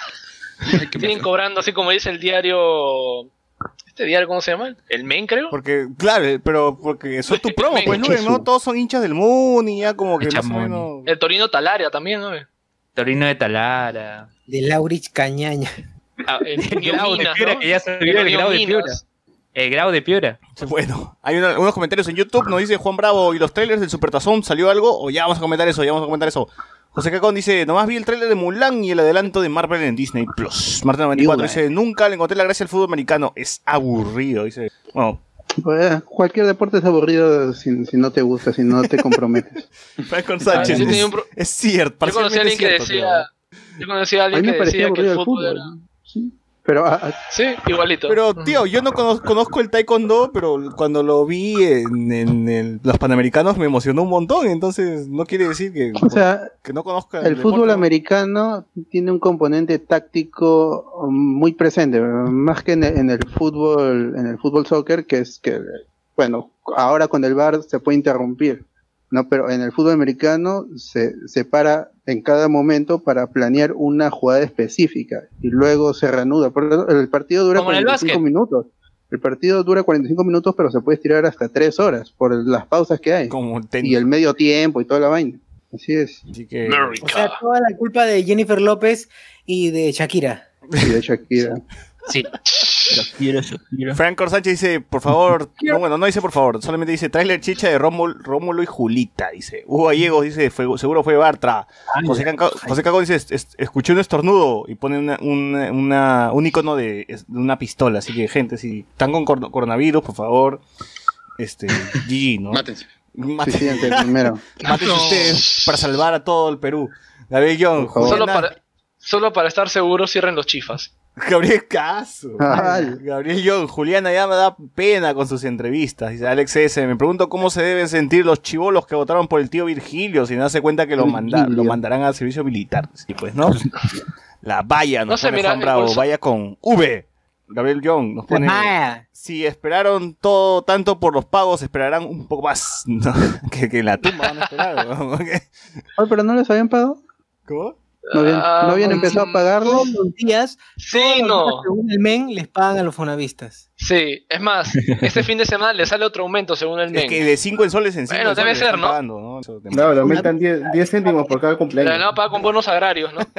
idea. Siguen cobrando, así como dice el diario. ¿Este diario cómo se llama? ¿El Men, creo? porque, claro, pero porque son tu promo, pues, Venga, ¿no? ¿no? Todos son hinchas del Muni, ya como que Hincha más o Muni. menos... El Torino Talaria también, ¿no? Torino de Talara. De Laurich Cañaña. Ah, el El grado de Minas, Piura, ¿no? que ya se vio el grado de Piura. El grado de Piura. Bueno, hay una- unos comentarios en YouTube, nos dice Juan Bravo, ¿y los trailers del Supertazón salió algo? O ya vamos a comentar eso, ya vamos a comentar eso. José Cacón dice, nomás vi el trailer de Mulan y el adelanto de Marvel en Disney Plus. Marta noventa y cuatro dice, nunca le encontré la gracia al fútbol americano, es aburrido. Dice, bueno, Pues, cualquier deporte es aburrido si, si no te gusta, si no te comprometes. Franco Sánchez, yo tenía es, un pro- es cierto, Yo conocí a alguien que parcialmente decía. Yo conocí a A mí alguien me que parecía decía que aburrido el el fútbol fútbol. era. Sí. Pero ah, ah, Sí, igualito. Pero, tío, yo no conozco, conozco el taekwondo, pero cuando lo vi en, en el- los Panamericanos me emocionó un montón, entonces no quiere decir que, o sea, que no conozca el fútbol deporte, ¿no? americano tiene un componente táctico um, muy presente, más que en el, en el fútbol, en el fútbol soccer, que es que, bueno, ahora con el V A R se puede interrumpir, no, pero en el fútbol americano se, se para en cada momento para planear una jugada específica y luego se reanuda. Por lo- el partido dura Como en el cuarenta y cinco básquet. minutos. El partido dura cuarenta y cinco minutos, pero se puede estirar hasta tres horas por las pausas que hay. Como el tenis. Y el medio tiempo y toda la vaina. Así es. Así que... O sea, toda la culpa de Jennifer López y de Shakira. Y de Shakira. Sí. Shakira, Shakira. Franco Sánchez dice, por favor, no, bueno, no dice por favor, solamente dice tráiler chicha de Rómulo, Rómulo y Julita, dice. Hugo Gallegos dice, fue- seguro fue Bartra. José Canca- José Cago dice, "Es- es- escuché un estornudo y pone una, una, una- un icono de, es- de una pistola. Así que, gente, si están con cor- coronavirus, por favor, este, G G, ¿no? Mátense. Mate- Suicídate primero. Mátense ustedes para salvar a todo el Perú. Gabriel Young, Por favor. Solo Juliana- para, solo para estar seguros, cierren los chifas. Gabriel Caso. Ay. Gabriel Young, Juliana ya me da pena con sus entrevistas. Dice Alex S. Me pregunto cómo se deben sentir los chivolos que votaron por el tío Virgilio sin darse cuenta que lo, manda, Virgilio. lo mandarán al servicio militar. Sí, pues, ¿no? La valla nos No sé, pone mira, Juan Bravo, por eso- vaya con V. Gabriel Young nos pone. Maya. Si esperaron todo tanto por los pagos, esperarán un poco más. ¿no? que, que en la tumba van a esperar. ¿no? Oye, pero no les habían pagado. ¿Cómo? ¿No habían, Ah, ¿no habían mm, empezado a pagarlo? Todos los días, Sí, todos los no. días, según el men, les pagan a los fonavistas. Sí, es más, este fin de semana le sale otro aumento según el Es men. que de cinco en soles en cinco Bueno, en debe soles ser, están ¿no? pagando, ¿no? Eso te- No, le aumentan diez céntimos por cada Le cumpleaños. van a pagar con bonos agrarios, ¿no?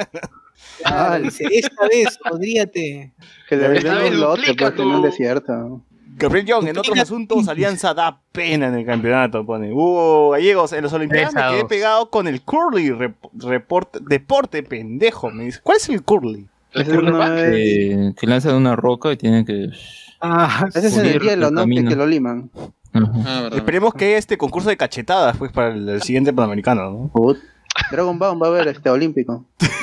Ah, dice, esta vez, podríate. Que le Esta den vez un lote duplica porque en un tu- desierto. Gabriel Young, en otros asuntos, Alianza da pena en el campeonato, pone. Hugo Gallegos, en los Olimpiadas me tres a quedé dos. pegado con el curly, rep- report- deporte pendejo, me dice. ¿Cuál es el curly? Ese no es- Que, que lanzan una roca y tienen que... Ah, ese es en el subir hielo, el ¿no? Que, camino. que lo liman. Ajá. Ah, verdad. Esperemos que haya este concurso de cachetadas, pues, para el, el siguiente Panamericano, ¿no? Put. Dragon Ball va a haber este olímpico.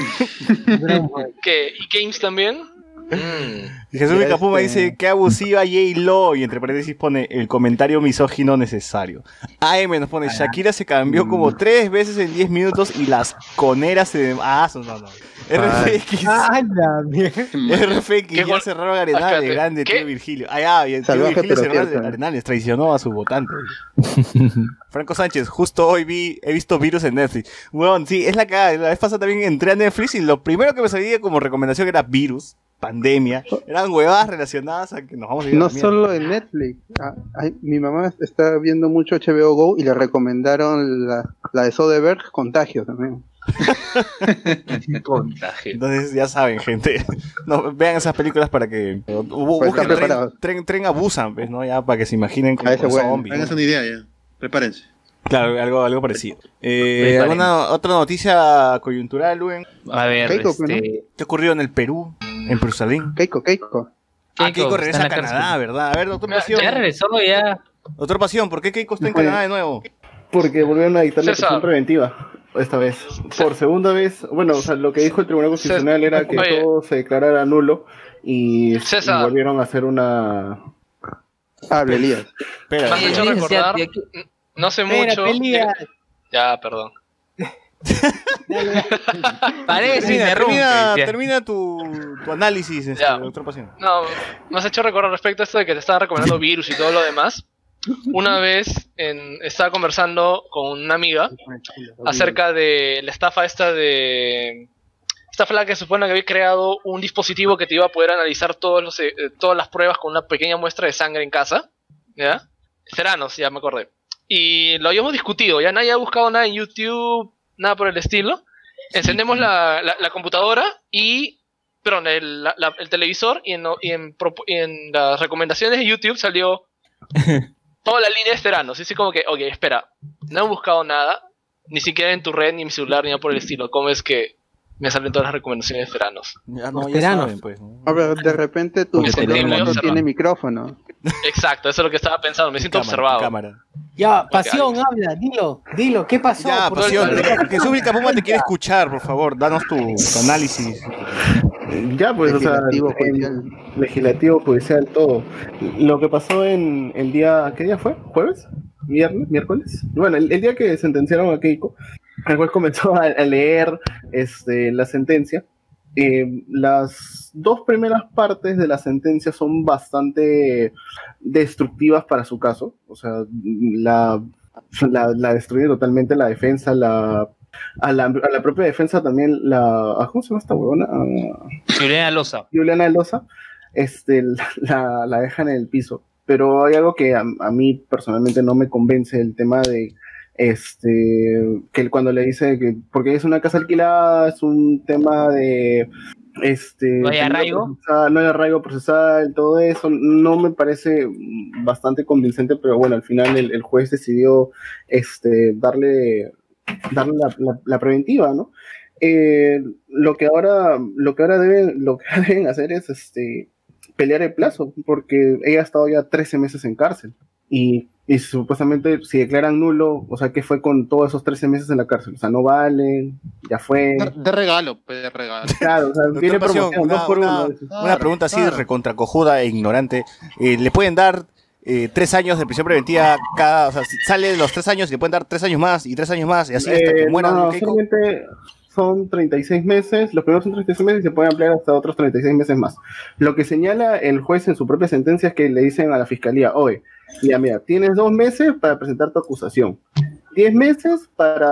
¿Qué? ¿Y Games también? Mm. Y Jesús Ya Vicapuma este- dice, qué abusiva J-Lo, y entre paréntesis pone el comentario misógino necesario. A M nos pone, Shakira se cambió como tres veces en diez minutos y las coneras se... Ah, no, no. R F X. Ah, la mierda. R F X ¿Qué ya gol- cerraron Arenales, Espérate, grande ¿qué? tío Virgilio. Ah, ya, y el tío Salvaje, Virgilio pero cerró cierto. Arenales, traicionó a sus votantes. Franco Sánchez, justo hoy vi, he visto Virus en Netflix. Bueno, sí, es la cagada. La vez pasada también entré a Netflix y lo primero que me salía como recomendación era Virus, pandemia. Eran huevadas relacionadas a que nos vamos a ir a No la mierda. solo en Netflix. Ah, ay, mi mamá está viendo mucho H B O Go y le recomendaron la, la de Soderbergh, Contagio también. Contagio. Entonces ya saben, gente. No, vean esas películas para que uh, bu- Para estar busquen tren, preparados. tren, tren a Busan, pues, ¿no? Ya para que se imaginen como A ese huevo. zombies. Háganse ¿no? una idea ya. Prepárense. Claro, algo, algo parecido. Eh, Preparen. ¿Alguna otra noticia coyuntural, Luen? A ver, Keiko, este... ¿Qué ha ocurrido en el Perú? En Jerusalén. Keiko, Keiko. Ah, Keiko está regresa en a la Canadá, cárcel. ¿verdad? A ver, doctor Ya- Pasión. Ya regresó, ya. Doctor Pasión, ¿por qué Keiko está en Bueno. Canadá de nuevo? Porque volvieron a dictar la César. prisión preventiva. Esta vez. Por segunda vez. Bueno, o sea, lo que dijo el Tribunal Constitucional era que Oye. todo se declarara nulo. Y, y César. volvieron a hacer una. Hable, Elías. Espera, Me has Sí, hecho sí, recordar, sí, aquí- no hace Espera, mucho... pelea. Ya, perdón. Parece termina, interrumpe, termina, ya. termina tu, tu análisis, este, Ya. doctor Pasión. No, me has hecho recordar respecto a esto de que te estaban recomendando virus y todo lo demás. Una vez en- estaba conversando con una amiga acerca de la estafa esta de... Esta flaca que se supone que había creado un dispositivo que te iba a poder analizar todos los, eh, todas las pruebas con una pequeña muestra de sangre en casa. ¿Ya? Ceranos, ya me acordé. Y lo habíamos discutido, ya nadie ha buscado nada en YouTube, nada por el estilo. Encendemos la, la- la computadora y... Perdón, el, la- la- el televisor y en, y en propo- y en las recomendaciones de YouTube salió toda la línea de Ceranos. Y así como que, ok, espera, no he buscado nada, ni siquiera en tu red, ni en mi celular, ni nada por el estilo. ¿Cómo es que me salen todas las recomendaciones de Ceranos? Ya, no, Los ya teranos. saben, pues. ¿no? A ver, de repente tu Porque teléfono tenemos- no tiene micrófono. Exacto, eso es lo que estaba pensando, me siento Cámara, observado. cámara. Ya, Pasión, habla, dilo, dilo, ¿qué pasó? Ya, ¿Por Pasión, qué? Jesús Vilcapuma te quiere escuchar, por favor, danos tu, tu análisis. Ya, pues, o sea, Legislativo, en- judicial. legislativo, judicial, todo. Lo que pasó en el día, ¿qué día fue? ¿Jueves? ¿Viernes? ¿Miércoles? Bueno, el, el día que sentenciaron a Keiko, el juez comenzó a, a leer este, la sentencia. Eh, las dos primeras partes de la sentencia son bastante destructivas para su caso. O sea, la, la, la destruye totalmente la defensa, la, a, la, a la propia defensa también la... ¿a ¿Cómo se llama esta huevona? Ah, Juliana Loza. Juliana Loza, este, la, la dejan en el piso. Pero hay algo que a, a mí personalmente no me convence, el tema de este que él cuando le dice que porque es una casa alquilada, es un tema de este ¿No hay arraigo? procesal, no hay arraigo procesal, todo eso no me parece bastante convincente, pero bueno, al final el, el juez decidió este darle darle la, la- la preventiva, ¿no? Eh, lo que ahora lo que ahora deben lo que deben hacer es este pelear el plazo, porque ella ha estado ya trece meses en cárcel y, y supuestamente si declaran nulo, o sea, ¿qué fue con todos esos trece meses en la cárcel? O sea, no valen, ya fue. De, de regalo, pues de regalo. Claro, o sea, Doctor viene Pasión, promoción, una, dos por una- uno. una pregunta así claro. recontracojuda e ignorante. Eh, ¿Le pueden dar eh, tres años de prisión preventiva cada... O sea, si sale de los tres años y le pueden dar tres años más y tres años más y así hasta que Eh, muera no, no, Keiko? solamente son treinta y seis meses, los primeros son treinta y seis meses y se puede ampliar hasta otros treinta y seis meses más. Lo que señala el juez en su propia sentencia es que le dicen a la fiscalía, oye, ya mira, tienes dos meses para presentar tu acusación, diez meses para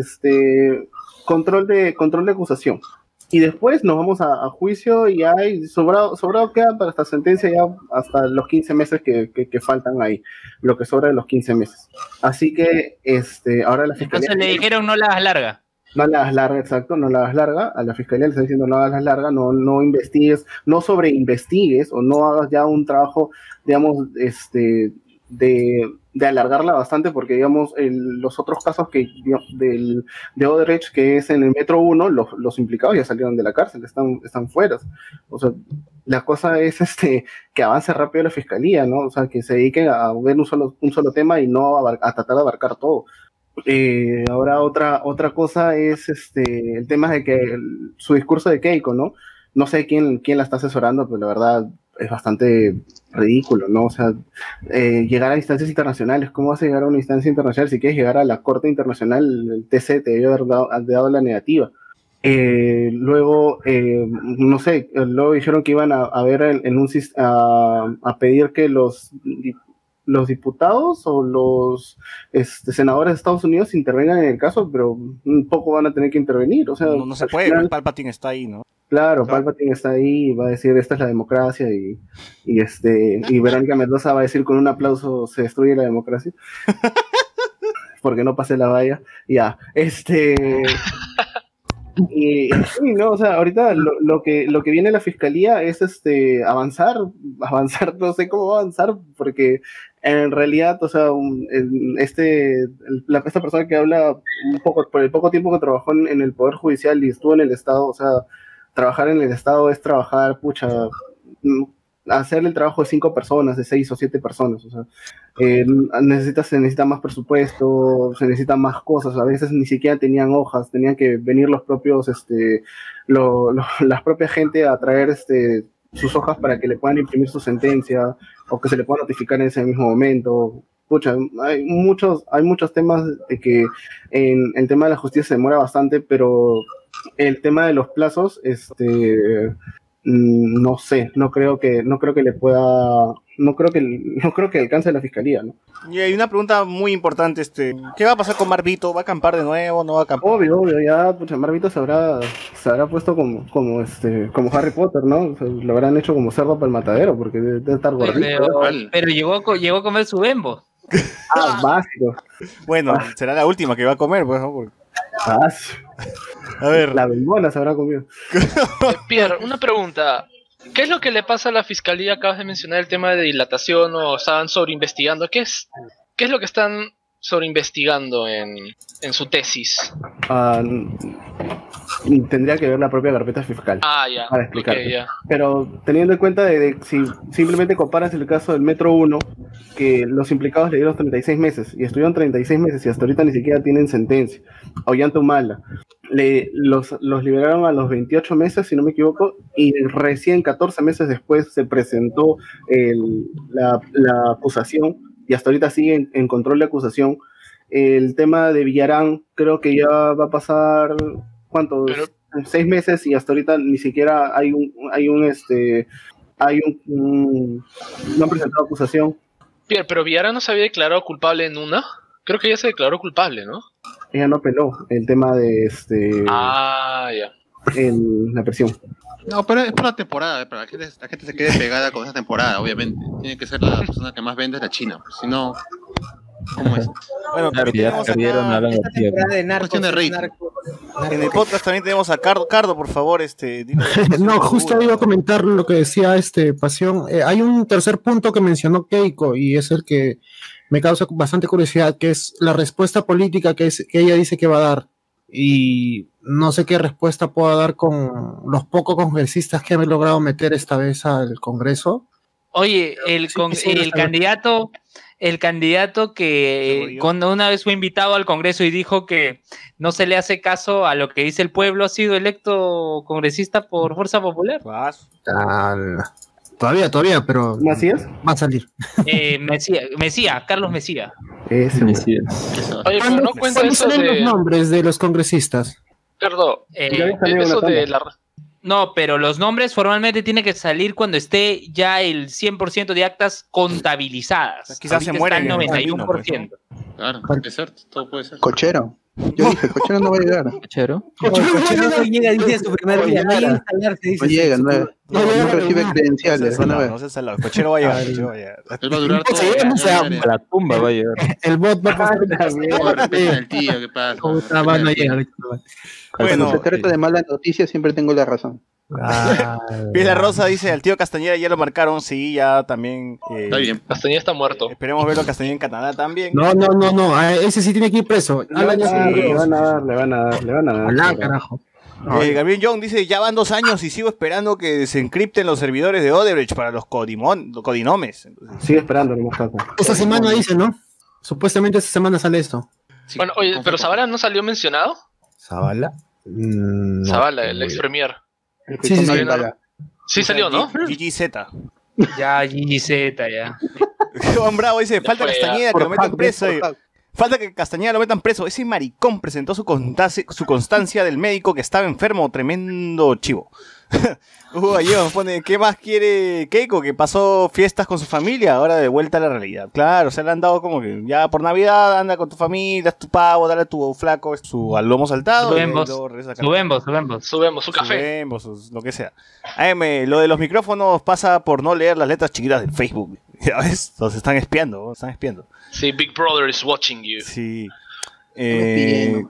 este control de control de acusación. Y después nos vamos a, a juicio y hay sobrado, sobrado queda para esta sentencia ya hasta los quince meses que, que, que faltan ahí, lo que sobra de los quince meses. Así que este ahora la fiscalía... Entonces le dijeron no la hagas larga. No la hagas larga, exacto, no la hagas larga. A la fiscalía le está diciendo no hagas larga, no, no investigues, no sobreinvestigues o no hagas ya un trabajo, digamos, este, de, de alargarla bastante, porque, digamos, el- los otros casos que digamos, del, de Odebrecht, que es en el Metro uno, los, los implicados ya salieron de la cárcel, están, están fuera. O sea, la cosa es este que avance rápido la fiscalía, ¿no? O sea, que se dediquen a ver un solo, un solo tema y no abar- a tratar de abarcar todo. Eh, ahora otra otra cosa es este el tema de que el- su discurso de Keiko, ¿no? No sé quién, quién la está asesorando, pero la verdad es bastante ridículo, ¿no? O sea, eh, llegar a instancias internacionales, ¿cómo vas a llegar a una instancia internacional? Si quieres llegar a la Corte Internacional, el T C te debió haber dado, dado la negativa. Eh, luego, eh, no sé, luego dijeron que iban a, a ver en, en un sis- a, a pedir que los di- los diputados o los este, senadores de Estados Unidos intervengan en el caso, pero un poco van a tener que intervenir. O sea, No, no se al puede, final- pues Palpatine está ahí, ¿no? Claro, Palpatine está ahí y va a decir esta es la democracia y, y este y Verónica Mendoza va a decir con un aplauso se destruye la democracia porque no pase la valla. Ya, este Y sí, no, o sea, ahorita lo, lo que lo que viene la fiscalía es este avanzar, avanzar, no sé cómo va a avanzar, porque en realidad, o sea, un- el- este el- la, esta persona que habla un poco por el poco tiempo que trabajó en, en el Poder Judicial y estuvo en el Estado, o sea, trabajar en el Estado es trabajar, pucha, mm, hacer el trabajo de cinco personas, de seis o siete personas, o sea, eh, necesita, se necesita más presupuesto, se necesitan más cosas, a veces ni siquiera tenían hojas, tenían que venir los propios, este, lo, lo- las propias gente a traer este, sus hojas para que le puedan imprimir su sentencia o que se le pueda notificar en ese mismo momento. Pucha, hay muchos, hay muchos temas de que en el tema de la justicia se demora bastante, pero el tema de los plazos, este, mm, no sé, no creo que, no creo que le pueda, no creo que, no creo que alcance la fiscalía, ¿no? Y hay una pregunta muy importante, este, ¿qué va a pasar con Marvito? ¿Va a acampar de nuevo? ¿No va a acampar? Obvio, obvio, ya, pucha, Marvito se habrá, se habrá puesto como, como este, como Harry Potter, ¿no? O sea, lo habrán hecho como cerdo para el matadero, porque debe, debe estar gordito. Pero, Vale. pero llegó, a co- llegó a comer su bembo. Ah, básico. Bueno, será la última que va a comer, pues, ¿no? Porque- Ah, sí. A ver, La bembola se habrá comido. Eh, Pierre, una pregunta. ¿Qué es lo que le pasa a la fiscalía? Acabas de mencionar el tema de dilatación o estaban sobreinvestigando. ¿Qué es, qué es lo que están sobreinvestigando en, en su tesis? Ah, y tendría que ver la propia carpeta fiscal Ah, ya. para Ok, explicarte. ya. Pero teniendo en cuenta de, de si simplemente comparas el caso del Metro uno, que los implicados le dieron treinta y seis meses y estuvieron treinta y seis meses y hasta ahorita ni siquiera tienen sentencia. Ollanta Humala, le, los, los liberaron a los veintiocho meses, si no me equivoco, y recién catorce meses después se presentó el- la, la acusación y hasta ahorita sigue en, en control de acusación. El tema de Villarán creo que ya va a pasar, ¿cuántos? Pero- Seis meses y hasta ahorita ni siquiera hay un, hay un, este, hay un, un- no han presentado acusación. Pierre, pero Villara no se había declarado culpable en una. Creo que ya se declaró culpable, ¿no? Ella no apeló el tema de este, Ah, ya. el- la presión. No, pero es por la temporada, eh, para que la gente, la gente se quede pegada con esa temporada, obviamente. Tiene que ser la persona que más vende es la China, pues, si no, ¿cómo es? bueno, Claro, también ya tenemos perdieron acá, a la Esta García. temporada de narcos, Cuestión de rating. narco- en el podcast también tenemos a Cardo, Cardo, por favor, este, dinos- No, justo iba a comentar lo que decía este Pasión. Eh, hay un tercer punto que mencionó Keiko y es el que me causa bastante curiosidad, que es la respuesta política que, es, que ella dice que va a dar. Y no sé qué respuesta pueda dar con los pocos congresistas que han logrado meter esta vez al Congreso. Oye, el, Sí, con- quisiera el saber. candidato, el candidato que eh, cuando una vez fue invitado al Congreso y dijo que no se le hace caso a lo que dice el pueblo, ha sido electo congresista por Fuerza Popular. Vas. Tal- Todavía, todavía, pero ¿Macías? va a salir. Eh, Mesía, Mesía, Carlos Mesía. Ese, güey. Mesías. Eso. Oye, pero ¿Cuándo, no cuenta cuándo eso salen los de. nombres de los congresistas? Ricardo, Eh, Ya había salido eso una de tanda. la. No, pero los nombres formalmente tienen que salir cuando esté ya el cien por ciento de actas contabilizadas. Quizás se Ahorita mueren está en el el camino, noventa y uno por ciento. Claro, es cierto, todo puede ser. Cochero. Yo dije, Cochero no va a llegar. Chero. Cochero no llega, dice su primer día. No llega a No instalarse, dice. llega, su- no, su- no, no recibe No credenciales, seas van a salado, ver. no seas salado. El cochero va a llegar, el cochero va a llegar. Él va a durar todo. Sí, ya, no ya, sea- ya, ya. A la tumba va a llegar. El bot va a pasar. Oh, respeten al tío, ¿qué pasa? Puta, va, no llega. Bueno, Cuando se trata de malas noticias siempre tengo la razón. Piela Rosa dice, al tío Castañeda ya lo marcaron, sí, ya también. eh, Está bien. Castañeda está muerto. Esperemos verlo a Castañeda en Canadá también. No, no, no, no. a ese sí tiene que ir preso. Le van a dar, le van a dar, le van a dar, le van a dar. Alá, carajo. Eh, Gabriel Young dice, ya van dos años y sigo esperando que desencripten los servidores de Odebrecht para los, codimon, los codinomes. Entonces, Sigue esperando, no Caco. Esta semana dice, ¿no? Supuestamente esta semana sale esto. Sí, Bueno, oye, confío, pero confío. Zavala no salió mencionado. ¿Zavala? Mm, no. Zavala, el ex premier. Sí, sí, sí. sí. Sí salió, ¿no? G G Z. Ya, G Z, ya. Juan Bravo dice, falta fue, Castañeda que Por lo metan hack, preso. por eh. hack. Falta que Castañeda lo metan preso. Ese maricón presentó su, constancia, su constancia del médico que estaba enfermo. Tremendo chivo. Hugo Gallego pone, ¿qué más quiere Keiko? Que pasó fiestas con su familia, ahora de vuelta a la realidad. Claro, se le han dado como que ya por Navidad anda con tu familia, haz tu pavo, dale a tu flaco su al lomo saltado. y Subemos, luego regresa a casa. subemos, subemos. Subemos su café. Subemos, sus- lo que sea. A M, lo de los micrófonos pasa por no leer las letras chiquitas del Facebook. Ya ves, los están espiando, los están espiando. Sí, Big Brother is watching you. Sí. me Eh, pillen.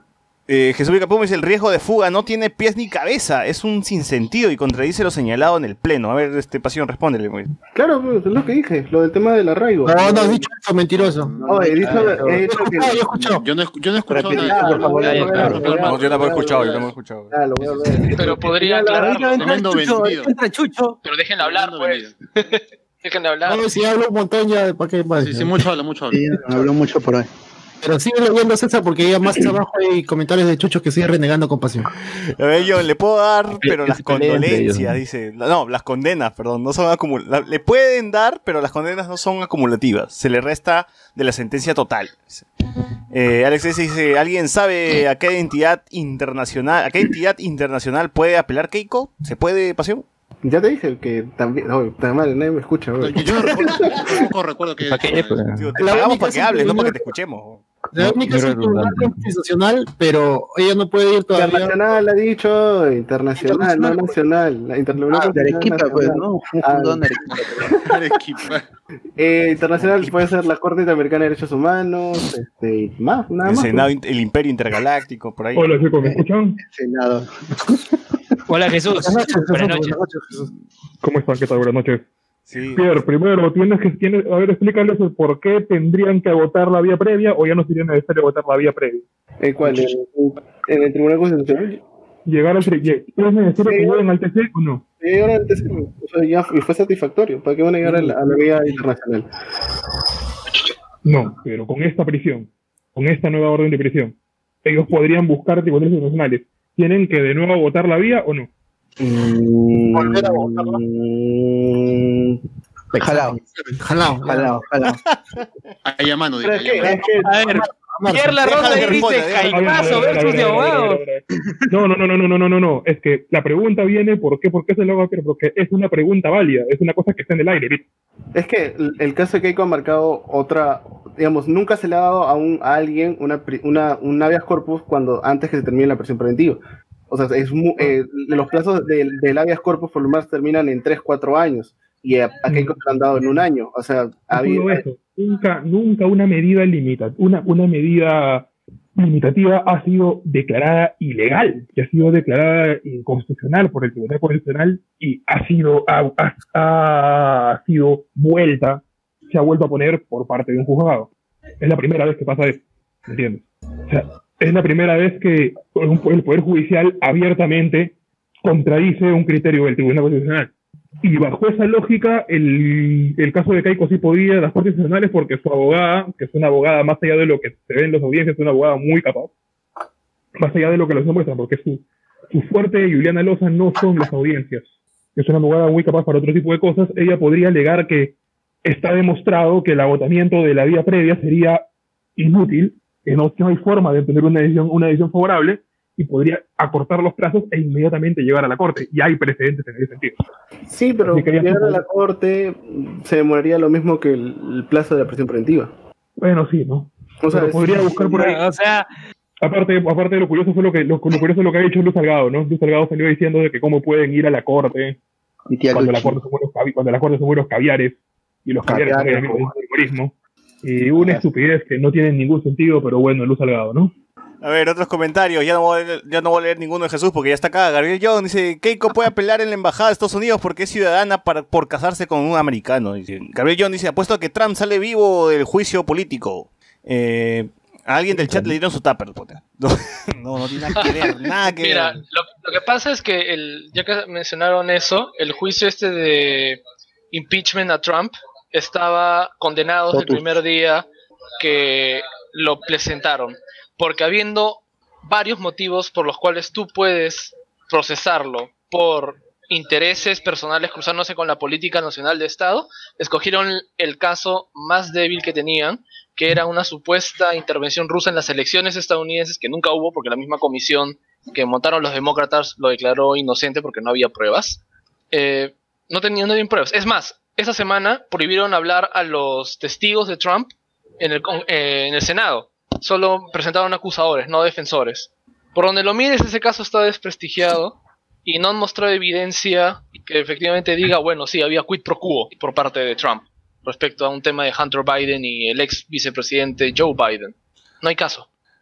Eh, Jesús Vicapum dice, el riesgo de fuga no tiene pies ni cabeza, es un sinsentido y contradice lo señalado en el pleno. A ver, este Pasión, respóndele. Güey. Claro, pues, es lo que dije, lo del tema del arraigo. No, no has dicho eso, mentiroso. No, he dicho, he dicho que... Yo he escuchado. Yo no, he- yo no he escuchado Repetí, nada. por favor, Ya, ya, ya, claro, ya, claro. ya, No, yo tampoco he escuchado, yo tampoco he escuchado. Ah, lo voy a ver. Pero podría Ahorita aclararlo. entra Tremendo Chucho, vendido. entra Chucho. Pero déjenle hablar, pues. Déjenle hablar. No, si hablo un montón ya, ¿para qué más? Sí, sí, mucho habla, mucho habla. Sí, habló mucho por hoy. Pero sigue leyendo César porque ya más abajo hay comentarios de Chucho que sigue renegando con pasión. A ver, yo le puedo dar, pero Es las pelea entre condolencias, ellos. dice. No, las condenas, perdón, no son acumulativas. Le pueden dar, pero las condenas no son acumulativas. Se le resta de la sentencia total. Eh, Alex S. dice, ¿alguien sabe a qué entidad internacional, a qué entidad internacional puede apelar Keiko? ¿Se puede, Pasión? Ya te dije que también... No, tan mal, nadie me escucha. Yo, güey. yo no recuerdo, tampoco recuerdo que... ¿Para qué? Pues, Digo, te La pagamos única para que es un hables, no para tribunal- que te escuchemos. La No, única no es un es tribunal redundante. constitucional, pero ella no puede ir todavía. Internacional, ha dicho, internacional, no nacional. La Intertribunal Ah, de Constitucional Arequipa, pues, Nacional. ¿no? Un Ah, fundón de Arequipa. Arequipa. Eh, internacional puede ser la Corte Interamericana de Derechos Humanos, este, y más, nada El más. Senado, el Imperio Intergaláctico, por ahí. Hola chicos, ¿me escuchan? Senado. Hola Jesús. Buenas noches, Jesús, Buenas buenas noches. noches, Jesús. ¿Cómo están? ¿Qué tal? Buenas noches. Sí. Pierre, primero, tienes que, tienes, a ver, explícales el por qué tendrían que agotar la vía previa o ya no sería necesario agotar la vía previa. ¿En cuál? ¿En, en el Tribunal Constitucional? Llegar al tri- ¿Es necesario que Sí. lleguen al T C o no? Llegaron al T C, o sea, ya y fue satisfactorio. ¿Para qué van a llegar a la, a la vía internacional? No, pero con esta prisión, con esta nueva orden de prisión, ellos podrían buscar tribunales internacionales. ¿Tienen que de nuevo agotar la vía o no? Volver a votarla. Mm, Jalao, Jalao. jalao, jalao. Ahí a mano, digo. pero es ahí que- a es mano. que- A ver, Pierre La Déjale Rosa que ahí responda, dice déjale. Jaimazo A ver, a ver, versus a de ver, a ver, a ver, abogados. a ver, a ver. No, no, no, no, no, no, no, no, no. Es que la pregunta viene, ¿por qué? ¿Por qué se lo hago? Porque es una pregunta válida, es una cosa que está en el aire. ¿viste? Es que el, el caso de Keiko ha marcado otra, digamos, nunca se le ha dado a, un, a alguien una, pri- una, un habeas corpus cuando antes que se termine la prisión preventiva. O sea, es mu- eh, los plazos del, del habeas corpus por lo más terminan en tres cuatro años y a, a Keiko se lo han dado en un año. O sea, No había, solo eso, nunca, nunca una medida limita, una, una medida limitativa ha sido declarada ilegal, que ha sido declarada inconstitucional por el Tribunal Constitucional y ha sido, ha, ha- ha sido vuelta, se ha vuelto a poner por parte de un juzgado. Es la primera vez que pasa eso, ¿me entiendes? O sea, es la primera vez que un- el Poder Judicial abiertamente contradice un criterio del Tribunal Constitucional. Y bajo esa lógica, el, el caso de Keiko sí podía las Cortes Nacionales porque su abogada, que es una abogada más allá de lo que se ve en las audiencias, es una abogada muy capaz, más allá de lo que los demuestran, porque su, su fuerte de Juliana Loza no son las audiencias. Es una abogada muy capaz para otro tipo de cosas. Ella podría alegar que está demostrado que el agotamiento de la vía previa sería inútil, que no, que no hay forma de obtener una decisión, una decisión favorable, y podría acortar los plazos e inmediatamente llegar a la Corte. Y hay precedentes en ese sentido. sí, pero Así que ya llegar se a la Corte se demoraría lo mismo que el, el plazo de la prisión preventiva. Bueno, sí, ¿no? O sea, Pero podría sí, buscar por ahí. O sea, Aparte, aparte de lo curioso fue lo que lo, lo curioso es lo que ha dicho Luz Salgado, ¿no? Luz Salgado salió diciendo de que cómo pueden ir a la corte Mi tía cuando la Luchi. corte son buenos cavi- cuando la corte son buenos caviares y los caviares son Caviares, enemigos como- del terrorismo. Y una estupidez que no tiene ningún sentido, pero bueno, Luz Salgado, ¿no? A ver, otros comentarios. Ya no, voy a leer, ya no voy a leer ninguno de Jesús porque ya está acá. Gabriel John dice: Keiko puede apelar en la embajada de Estados Unidos porque es ciudadana para, por casarse con un americano. Dice. Gabriel John dice: apuesto a que Trump sale vivo del juicio político. Eh, a alguien del chat le dieron su tupper. puta. No, no, no tiene nada que ver. Nada que Mira, ver. lo, lo que pasa es que, el, ya que mencionaron eso, el juicio este de impeachment a Trump estaba condenado desde el Totus. primer día que lo presentaron, porque habiendo varios motivos por los cuales tú puedes procesarlo por intereses personales cruzándose con la política nacional de Estado, escogieron el caso más débil que tenían, que era una supuesta intervención rusa en las elecciones estadounidenses que nunca hubo porque la misma comisión que montaron los demócratas lo declaró inocente porque no había pruebas. Eh, no tenían no había pruebas. Es más, esa semana prohibieron hablar a los testigos de Trump en el, con- eh, en el Senado. Solo presentaron acusadores, no defensores. Por donde lo mires, ese caso está desprestigiado y no han mostrado evidencia que efectivamente diga, bueno, sí, había quid pro quo por parte de Trump respecto a un tema de Hunter Biden y el ex vicepresidente Joe Biden. No hay caso.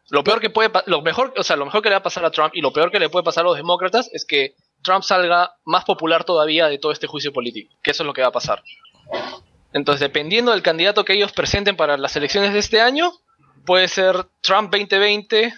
Lo peor que puede, pa- lo mejor, o sea, lo mejor que le va a pasar a Trump y lo peor que le puede pasar a los demócratas es que Trump salga más popular todavía de todo este juicio político, que eso es lo que va a pasar. Entonces, dependiendo del candidato que ellos presenten para las elecciones de este año, puede ser Trump veinte veinte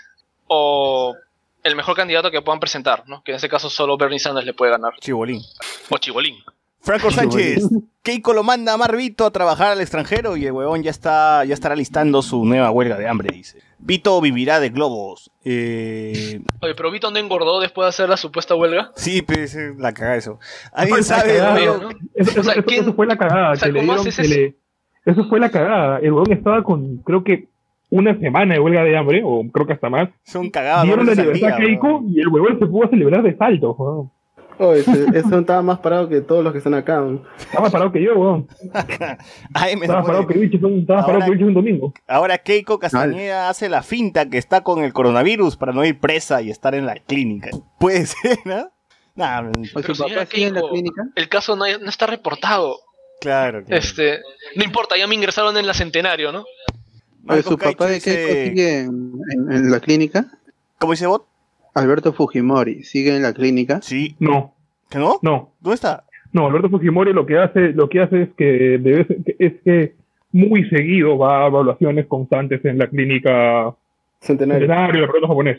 o el mejor candidato que puedan presentar, ¿no? Que en ese caso solo Bernie Sanders le puede ganar. Chibolín. O Chibolín. Franco Sánchez, Keiko lo manda a Mar Vito a trabajar al extranjero y el huevón ya está, ya estará listando su nueva huelga de hambre, dice. Vito vivirá de globos. Eh... Oye, pero Vito no engordó después de hacer la supuesta huelga. Sí, pues eh, la caga eso. ¿Alguien Pues, la sabe? cagada, huevón? ¿no? Eso, eso- eso- eso fue la cagada. o sea, que le ¿cómo dieron, haces que le- eso fue la cagada. El huevón estaba con, creo que, una semana de huelga de hambre, o creo que hasta más. Son cagados. Dieron la veces al libertad a día, Keiko y el huevón se pudo celebrar de salto. Huevón. Oh, ese, ese estaba más parado que todos los que están acá. ¿no? Estaba más parado que yo, huevón. Ay, me Estaba lo parado puede- que Vichy, estaba parado Ahora- que Vichy un domingo. Ahora Keiko Castañeda hace la finta que está con el coronavirus para no ir presa y estar en la clínica. Puede ser, ¿no? Nah, Pero señora Keiko, el caso no, no está reportado. claro. claro. Este, no importa, ya me ingresaron en la Centenario, ¿no? Oye, ¿su papá de Keiko sigue en, en- en la clínica? ¿Cómo dice vos? Alberto Fujimori, ¿sigue en la clínica? Sí. No. ¿Que no? No. ¿Dónde está? No, Alberto Fujimori lo que hace, lo que hace es que debe ser- que- es que muy seguido va a evaluaciones constantes en la clínica Centenario, Centenario, la pelota japonesa.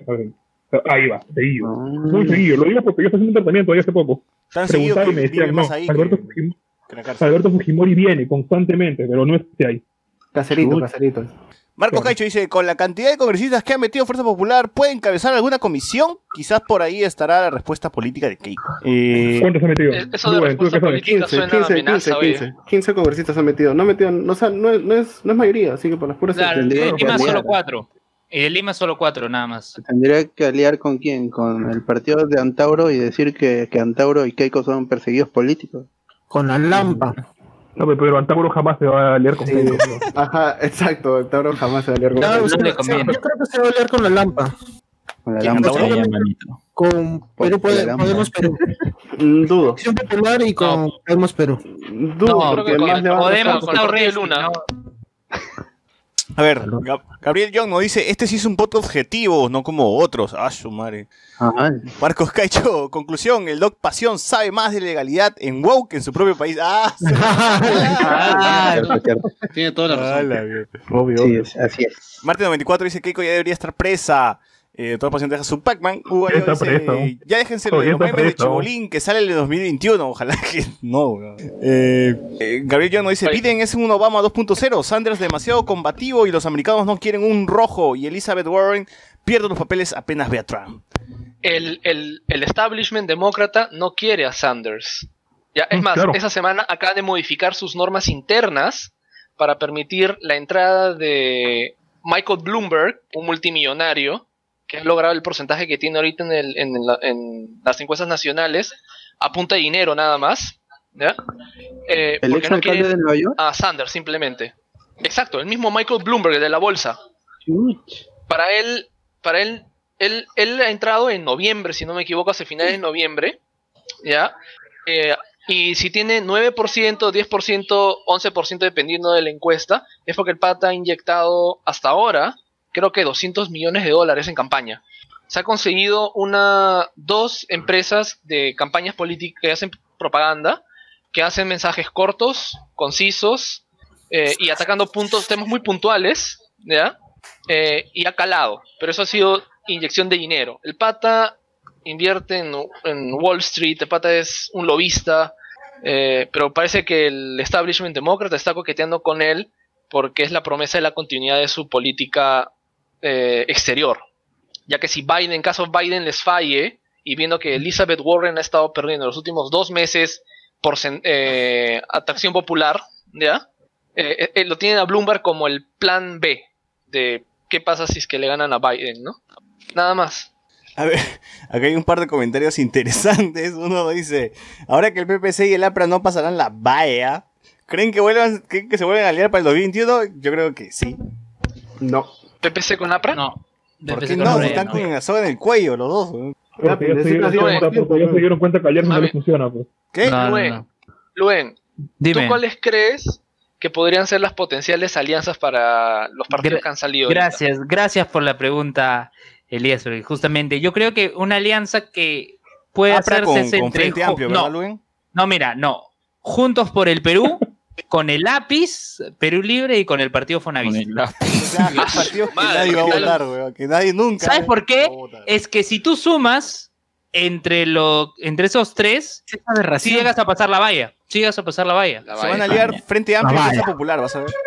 Ahí va, seguido. Ah. Muy seguido. Lo digo porque yo estoy haciendo un tratamiento ahí hace poco. Tan seguido Preguntaba que y me vive decían, no, más ahí Alberto, que- Fujim- que la cárcel. Alberto Fujimori viene constantemente, pero no esté ahí. Caserito, caserito. Marcos Caicho dice, con la cantidad de congresistas que ha metido Fuerza Popular, ¿puede encabezar alguna comisión? Quizás por ahí estará la respuesta política de Keiko. Eh, ¿Cuántos ha metido? Eh, Eso de Rubén, ¿tú respuesta qué sabes? política quince, suena a quince, amenaza, quince, oye. quince. quince congresistas han metido. No, han metido, no, o sea, no, es- no, es, no es mayoría, así que por las puras. Claro, tendría de que Lima aliar. solo cuatro. Y de Lima solo cuatro, nada más. ¿Tendría que aliar con quién? ¿Con el partido de Antauro y decir que, que Antauro y Keiko son perseguidos políticos? Con la Lampa. No, pero Antauro jamás se va a liar con Keiko. ¿no? Ajá, exacto. Tauro jamás se va a liar con No, Keiko. o sea, le o sea, conviene. yo creo que se va a liar con la Lampa. Con la ¿Quién, Lampa. Antauro? Con- Ya, manito. Con Perú, Con la Pode- Lampa. Podemos Perú. Mm, Dudo. Acción Popular y con Podemos Perú. Dudo, No, porque creo que más le van a Podemos, restar- con el partido de Luna. no. a ver, Gab- Gabriel Young nos dice, este sí es un voto objetivo, no como otros. Ah, su madre. Ajá. Marcos Caicho, conclusión, el Doc Pasión sabe más de legalidad en WoW que en su propio país. Ah, sí. Cierto, cierto. Tiene toda la Ah, razón. la mierda. Obvio. Sí, obvio. es- así es. Marte noventa y cuatro dice Keiko ya debería estar presa. Eh, todo paciente deja su Pac-Man. Hugo Ya está dice, preso. ya déjense Oh, de ya los está memes de preso. Chibolín que sale el de dos mil veintiuno. Ojalá que no. weón. Eh, eh, Gabriel Young nos dice, Oye. Biden es un Obama dos punto cero. Sanders demasiado combativo y los americanos no quieren un rojo. Y Elizabeth Warren pierde los papeles apenas ve a Trump. El, el, el establishment demócrata no quiere a Sanders. Ya, es Mm, más, claro. esa semana acaba de modificar sus normas internas para permitir la entrada de Michael Bloomberg, un multimillonario, que ha logrado el porcentaje que tiene ahorita en, el, en, la- en las encuestas nacionales, a punta de dinero nada más. ¿Ya? Eh, ¿El porque ex no alcalde quieren de Nueva York? a Sanders simplemente. Exacto, el mismo Michael Bloomberg de la bolsa. Chuch. Para él, para él, él, él ha entrado en noviembre, si no me equivoco, hacia finales de noviembre, ¿ya? Eh, y si tiene nueve por ciento, diez por ciento, once por ciento dependiendo de la encuesta, es porque el pata ha inyectado hasta ahora, creo que doscientos millones de dólares en campaña. Se ha conseguido una, dos empresas de campañas políticas que hacen propaganda, que hacen mensajes cortos, concisos, eh, y atacando puntos, temas muy puntuales, ¿ya? Eh, y ha calado, pero eso ha sido inyección de dinero. El pata invierte en, en Wall Street, el pata es un lobista, eh, pero parece que el establishment demócrata está coqueteando con él porque es la promesa de la continuidad de su política eh, exterior. Ya que si Biden, en caso Biden les falle, y viendo que Elizabeth Warren ha estado perdiendo los últimos dos meses por sen- eh, atracción popular, ¿ya? Eh, eh, lo tienen a Bloomberg como el plan B de qué pasa si es que le ganan a Biden, ¿no? Nada más. A ver, acá hay un par de comentarios interesantes. Uno dice, ahora que el P P C y el APRA no pasarán la valla, ¿creen que vuelvan, creen que se vuelven a aliar para el dos mil veintiuno? Yo creo que sí. No. ¿P P C con APRA? No. ¿Por P P C qué con no? APRA Si ya están no. con la soga en el cuello los dos. ¿no? Porque ya, se Decir dieron así, cuenta, bueno, porque ya se dieron cuenta que ayer no A les ver. funciona. Pues. ¿Qué? No, no, Luen, no. Luen, ¿tú Dime. cuáles crees que podrían ser las potenciales alianzas para los partidos Gra- que han salido ahorita? Gracias, gracias por la pregunta, Elías. Porque justamente yo creo que una alianza que puede APRA hacerse con, es con entre Frente ju- Amplio, ¿verdad, no, Luen? no, mira, no. Juntos por el Perú, con el lápiz, Perú Libre y con el partido Fonavista. O sea, hay partidos que Madre, nadie va a ¿qué tal? votar, weón. Que nadie nunca. ¿Sabes por qué? va a votar. Es que si tú sumas entre, lo, entre esos tres, si llegas a pasar la valla. Si llegas a pasar la valla. La Se valla. van a aliar Frente Amplio y vaya. Fuerza Popular, vas a ver.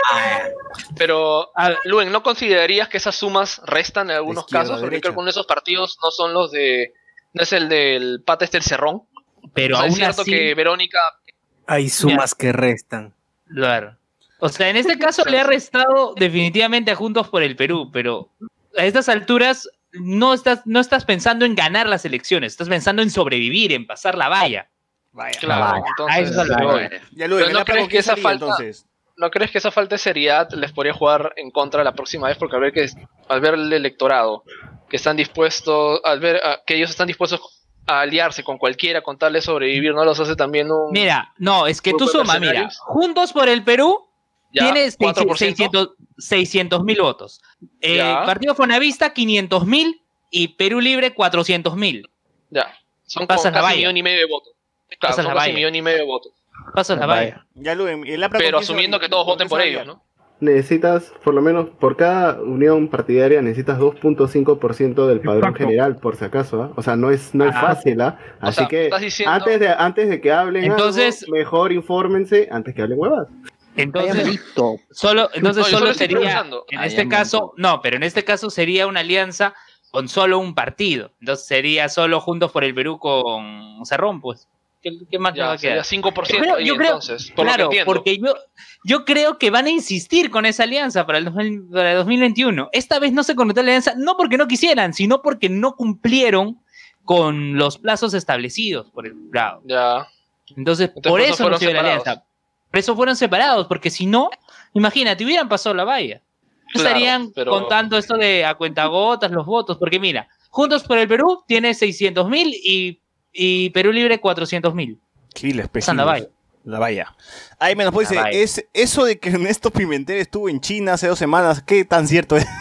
Pero, Luen, ¿no considerarías que esas sumas restan en algunos izquierda, casos? Porque derecha. creo que uno de esos partidos no son los de... No es el del pata este, el Cerrón. Pero O sea, es aún cierto así, que Verónica... Hay sumas que restan. claro. O sea, en este caso le ha restado definitivamente a Juntos por el Perú, pero a estas alturas no estás, no estás pensando en ganar las elecciones, estás pensando en sobrevivir, en pasar la valla. Vaya. Claro, A entonces... eso es lo que voy. Ya Luen, Pero ¿el ¿no APRA crees con que quién esa salía, falta- entonces? ¿No crees que esa falta de seriedad les podría jugar en contra la próxima vez? Porque al ver que al ver el electorado que están dispuestos, al ver ah, que ellos están dispuestos a aliarse con cualquiera con tal de sobrevivir, ¿no los hace también un Mira, no, es que tú grupo de suma, mira, mercenarios? Juntos por el Perú ya, tiene cuatro por ciento? seiscientos mil votos. Eh, Ya. Partido Fonavista quinientos mil y Perú Libre cuatrocientos mil. Ya, son Pasas con la casi valla. millón y medio de votos. Claro, Pasas son la casi valla. millón y medio de votos. Pasas la valla. Ya Luen, ¿el APRA Pero con quién se asumiendo va- que todos con voten quién por se va a ellos, aliar? ¿no? Necesitas, por lo menos, por cada unión partidaria necesitas dos punto cinco por ciento del padrón Exacto. general, por si acaso, ¿ah? O sea, no es, no es Ah. fácil, ¿ah? O Así sea, que estás diciendo- antes, de, antes de que hablen Entonces- algo, mejor infórmense antes que hablen huevas. Entonces, solo, entonces No, yo solo solo estoy sería, pensando. en Ay, este ya, caso, no, pero en este caso sería una alianza con solo un partido. Entonces sería solo Juntos por el Perú con Cerrón, pues. ¿Qué, qué más le va Ya, a sería quedar? cinco por ciento Pero ahí, yo creo- entonces, por lo que Claro, entiendo. porque yo, yo creo que van a insistir con esa alianza para el, dos mil para el dos mil veintiuno. Esta vez no se concretó la alianza, no porque no quisieran, sino porque no cumplieron con los plazos establecidos por el jurado. Ya. Entonces, Entonces, por por eso eso no fueron se dio la separados. alianza. Por eso fueron separados, porque si no, imagínate, hubieran pasado la valla. No Claro, estarían pero- contando esto de a cuentagotas los votos, porque mira, Juntos por el Perú tiene seiscientos mil y, y Perú Libre cuatrocientos mil. Giles, Pasan la pejiles. valla. La valla. Ahí menos pues La dice, valla. es eso de que Ernesto Pimentel estuvo en China hace dos semanas, ¿qué tan cierto es?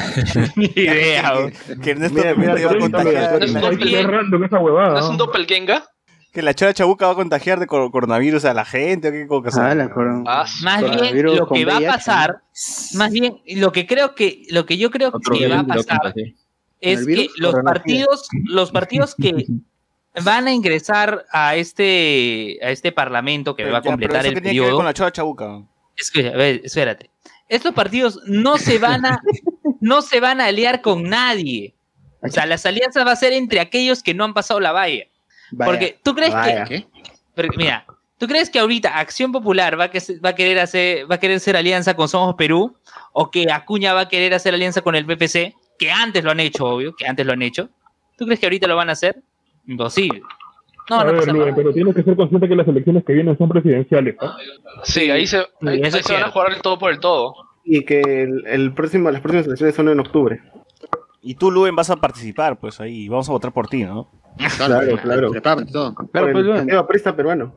Ni idea. que, que Ernesto Mira, mira, Pimentel va a pregúntame, contagiar, No es un Hay que doppelganger. ser random esa huevada. ¿No es un ¿no? doppelganger? que la chora chabuca va a contagiar de cor- coronavirus a la gente o qué cosa. Ah, la coron- Ah, Más bien, Coronavirus lo con que va a V I H, pasar, más bien, lo que creo que, lo que yo creo Otro que va a virus lo pasar contagié. es ¿El que virus? los Coronavirus. partidos, los partidos que van a ingresar a este, a este parlamento que Pero va a ya, pero completar eso el que tiene que ver periodo. con la chora chabuca. Escucha, a ver, espérate. Estos partidos no se van a, no se van a aliar con nadie. O sea, las alianzas va a ser entre aquellos que no han pasado la valla. Vaya. Porque tú crees Vaya. que, porque, mira, tú crees que ahorita Acción Popular va a, que, va a querer hacer, va a querer hacer alianza con Somos Perú, o que Acuña va a querer hacer alianza con el P P C, que antes lo han hecho, obvio, que antes lo han hecho. ¿Tú crees que ahorita lo van a hacer? Imposible. No, a no ver, pasa Luen, nada. pero tienes que ser consciente que las elecciones que vienen son presidenciales. ¿no? Sí, ahí se, ahí, eso ahí es se van a cierto. jugar el todo por el todo. Y que el, el próximo, las próximas elecciones son en octubre. Y tú, Luen, vas a participar, pues ahí vamos a votar por ti, ¿no? Claro, claro. Prepárate todo. Por Claro, el pues, Luen. Partido Aprista peruano.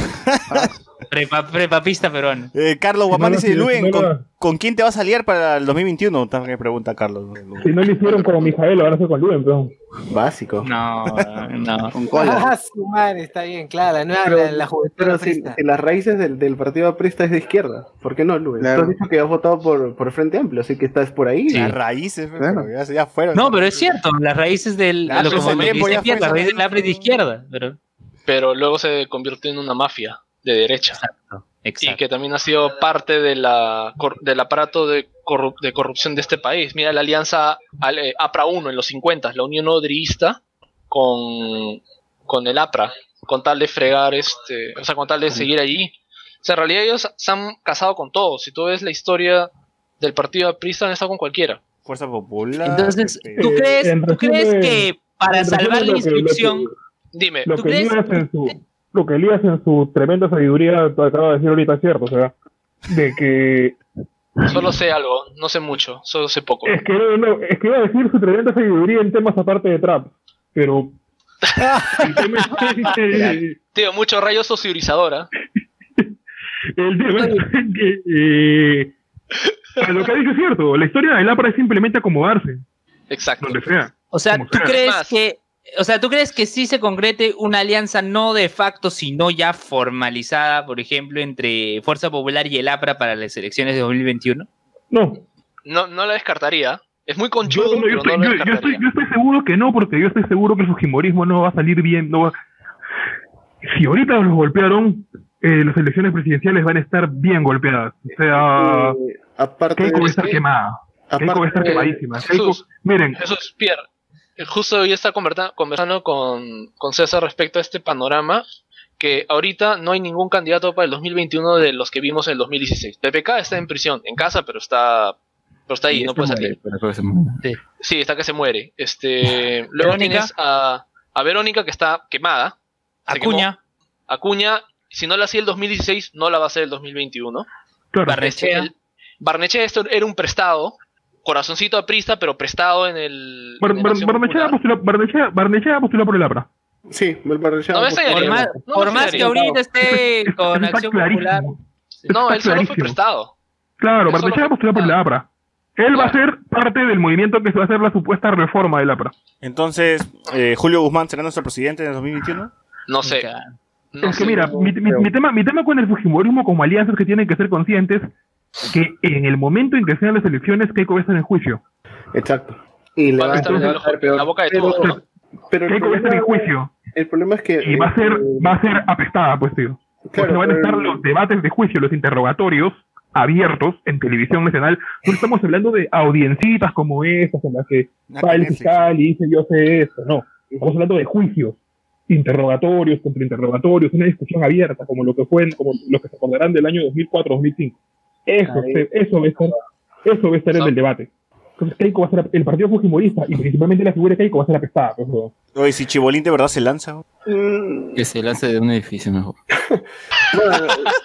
Prepa, prepapista peruano. Eh, Carlos Guamán No, dice, sí, Luen, no, ¿con, no. con quién te vas a aliar para el dos mil veintiuno? También pregunta Carlos. Si no lo hicieron como Mijael, lo van a hacer con Luen, pero... Básico. No, no. Con cola. Ah, su madre, está bien, claro, la nueva, Pero, la, la juventud pero si, aprista. si las raíces del, del Partido Aprista es de izquierda, ¿por qué no, Luis? Claro. Tú has dicho que has votado por, por Frente Amplio, así que estás por ahí. Las raíces, Claro. pero ya, ya fueron. No, pero es cierto, las raíces del. Claro, lo- pero como ese lo tiempo dice ya Pierre, fue, las raíces de la esa APRE de izquierda. Pero, Pero luego se convirtió en una mafia de derecha. Y exacto. que también ha sido parte de la, cor- del aparato de, corru- de corrupción de este país. Mira la alianza al- eh, APRA uno en los cincuenta, la Unión Odriguista con, con el APRA, con tal de fregar, este, o sea, con tal de seguir allí. O sea, en realidad ellos se han casado con todos. Si tú ves la historia del partido aprista, han estado con cualquiera. Fuerza Popular. Entonces, P P. ¿tú Eh, crees, en ¿tú crees resumen- que para en resumen, salvar la lo que- lo que- inscripción, Dime, Lo ¿tú que, crees? Elías en su, lo que Elías en su tremenda sabiduría te acaba de decir ahorita es cierto, o sea, de que solo sé algo, no sé mucho, solo sé poco. es que no, no, es que iba a decir su tremenda sabiduría en temas aparte de trap, pero el tema es que- Tío, mucho rayo sociorizadora. El tema es que eh, lo que ha dicho es cierto, la historia del APRA es simplemente acomodarse. Exacto. Donde sea. O sea, como ¿tú sea. crees Más. que, o sea, ¿tú crees que sí se concrete una alianza no de facto, sino ya formalizada, por ejemplo, entre Fuerza Popular y el APRA para las elecciones de dos mil veintiuno? No, No, no la descartaría. Es muy yo, conchudo, no, yo pero estoy, no la yo- yo estoy, descartaría. yo estoy seguro que no, porque yo estoy seguro que el fujimorismo no va a salir bien. No va... Si ahorita los golpearon, eh, las elecciones presidenciales van a estar bien golpeadas. O sea, Eh, aparte Keiko va a de estar que- quemada. Keiko va a estar eh, quemadísima. Jesús, Keiko, miren, Jesús, Pierre, eh, justo hoy está conversa- conversando con, con César respecto a este panorama, que ahorita no hay ningún candidato para el dos mil veintiuno de los que vimos en el dos mil dieciséis. P P K está en prisión, en casa, pero está, pero está ahí, Y no este puede muere, salir. pero creo que se muere. Sí, está que se muere. Este, luego Verónica. tienes a, a Verónica, que está quemada. Se quemó. Acuña, Acuña, si no la hacía el dos mil dieciséis, no la va a hacer el dos mil veintiuno. claro, Barnechea. El- Barnechea esto era un prestado, corazoncito aprista, pero prestado en el. Bar- en Bar- Acción Barnechea Popular. postuló- Barnechea- Barnechea postuló por el APRA. Sí, el Barnechea. No me por- extrañaría. por más, no, por no más que sería. ahorita esté con Está Acción Popular, clarísimo. No, Está él solo fue clarísimo. prestado. Claro, Él solo Barnechea fue postuló por el prestado. APRA. Él va a ser parte del movimiento que se va a hacer la supuesta reforma del APRA. Entonces, eh, Julio Guzmán será nuestro presidente en el dos mil veintiuno. No sé. Claro. No es que sé. mira, mi, mi- mi tema, mi tema con el fujimorismo como alianza es que tienen que ser conscientes que en el momento en que sean las elecciones, Keiko va a estar en juicio. Exacto. Y le Va va a a estar en, el estar ojo- peor. en la boca de Pero- todos, ¿no? Pero el Keiko va a estar en problema, juicio el problema es que. y va a ser, eh, va a ser apestada, pues, tío. Porque Claro, van a estar pero- los debates de juicio, los interrogatorios abiertos en televisión nacional. No estamos hablando de audiencitas como estas en las que Ah, va el Netflix. fiscal y dice yo sé esto. No, estamos hablando de juicios, interrogatorios, contrainterrogatorios, una discusión abierta, como lo que fue, en- como lo que se acordarán del año dos mil cuatro dos mil cinco. Eso, Ahí. se- eso va a estar, eso va a estar en el debate. Entonces Keiko va a ser, el partido fujimorista y principalmente la figura de Keiko va a ser apestada. Pues, ¿no? Oye, si Chibolín de verdad se lanza. mm, Que se lance de un edificio mejor. bueno,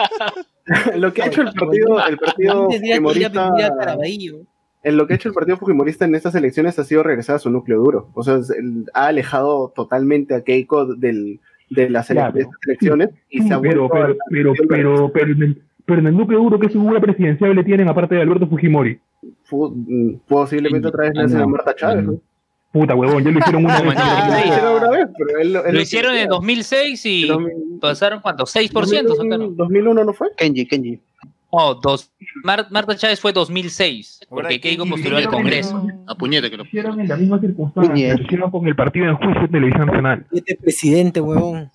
lo que ha hecho el partido, el partido Tendría que ir a fujimorista, vivir a Caraballo. en lo que ha hecho el partido fujimorista en estas elecciones ha sido regresar a su núcleo duro. O sea, es- el- ha alejado totalmente a Keiko del, de las ele- Claro. de estas elecciones y se ha pero, vuelto a pero, la pero, elección pero, pero, en el, pero en el núcleo duro, ¿qué figura presidencial le tienen aparte de Alberto Fujimori? fu- mm, posiblemente otra vez Ah, lancen a no. Marta Chávez. Mm. ¿no? Puta huevón, ya lo hicieron una Como vez. en dos mil Lo seis. hicieron una vez, pero él, él Lo hicieron en dos mil seis y dos mil- pasaron, ¿cuánto? seis por ciento sacaron. dos mil uno no fue. Kenji, Kenji. No, dos. Mar- Marta Chávez fue dos mil seis, Ahora porque hay Keiko que postuló al hicieron en- Congreso. A puñete que lo. Lo hicieron en la misma circunstancia, Muñeca. lo hicieron con el partido en juicio de televisión nacional. Este presidente, huevón.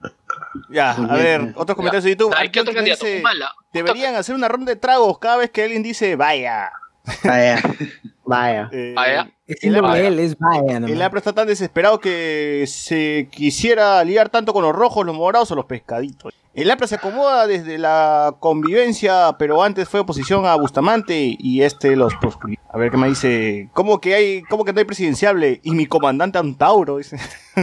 Ya, a ver, otros comentarios de YouTube. Hay que otro Alguien candidato. dice, Mala. deberían hacer una ronda de tragos cada vez que alguien dice vaya. Vaya. Vaya. Eh, Vaya. Es el, APRA, él, es vaya, nomás. el APRA está tan desesperado que se quisiera liar tanto con los rojos, los morados o los pescaditos. El APRA se acomoda desde la convivencia, pero antes fue oposición a Bustamante y este los proscribió. A ver qué me dice. ¿Cómo que hay, cómo que no hay presidenciable? Y mi comandante Antauro, dice.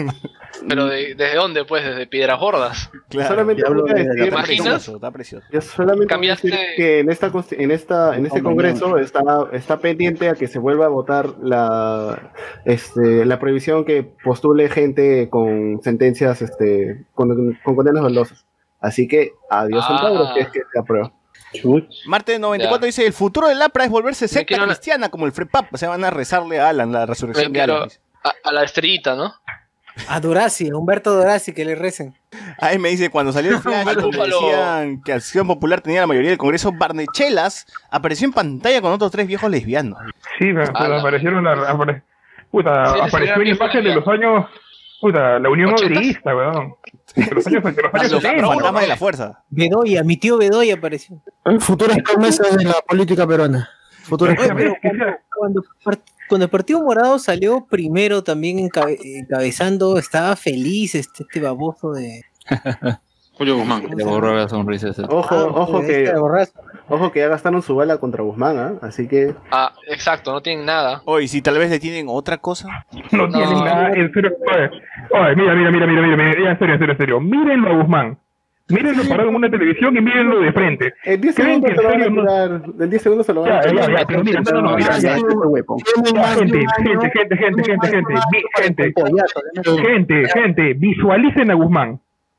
Pero de- ¿desde dónde? Pues desde Piedras Gordas. Claro. Solamente Diablo voy a de la decir, Está ¿Imaginas? precioso, está precioso. yo solamente voy a decir Cambiaste- que en esta consti- en esta en este No, congreso mañana. está está pendiente a que se vuelva a votar la este la prohibición que postule gente con sentencias este con, con condenas dolosa. Así que adiós Ah. Antauro, que es que se aprueba. Marte noventa y cuatro dice, el futuro del APRA es volverse secta quiero una- cristiana como el FREPAP. O sea, van a rezarle a Alan, la resurrección Me de Alan. quiero- dice. A, a la estrellita, ¿no? A Doraci, a Humberto Doraci, que le recen. Ahí me dice, cuando salió el flash Al donde búfalo. decían que Acción Popular tenía la mayoría del Congreso, Barnechelas apareció en pantalla con otros tres viejos lesbianos. Sí, pero Ah, la- aparecieron la, apare- puta, Sí, apareció sí, en sí, imagen de sí. los años, puta, la Unión ¿Ochentas? Obrerista, weón. De los años, de los años Los setenta. fantasmas de la fuerza. Bedoya, mi tío Bedoya apareció. Futuras promesas de la política peruana. Futuras Oye, promesas. pero que sea- Cuando, par- cuando el Partido Morado salió primero también encabe- encabezando, estaba feliz este, este baboso de... Julio Guzmán. Le borró la sonrisa. ese. Ojo, Ah, ojo este que de borrazo. ojo que ya gastaron su bala contra Guzmán, ¿ah? Así que Ah, exacto, no tienen nada. Oye, si tal vez le tienen otra cosa. No, No. tienen nada, en serio. Oye, oye, mira, mira, mira, mira, mira, mira, ya, en serio, en serio, en serio. Mírenlo a Guzmán. Mírenlo parado en una televisión y mírenlo de frente. en diez ¿Creen segundos que se lo en van a serio no- tirar, en diez segundos se lo van a Ya, ya, tirar. ya, pero mira, no, no, no, mira, ya. Ya, gente, gente, gente, gente, gente, gente, vi- gente, gente, gente, visualicen a Guzmán.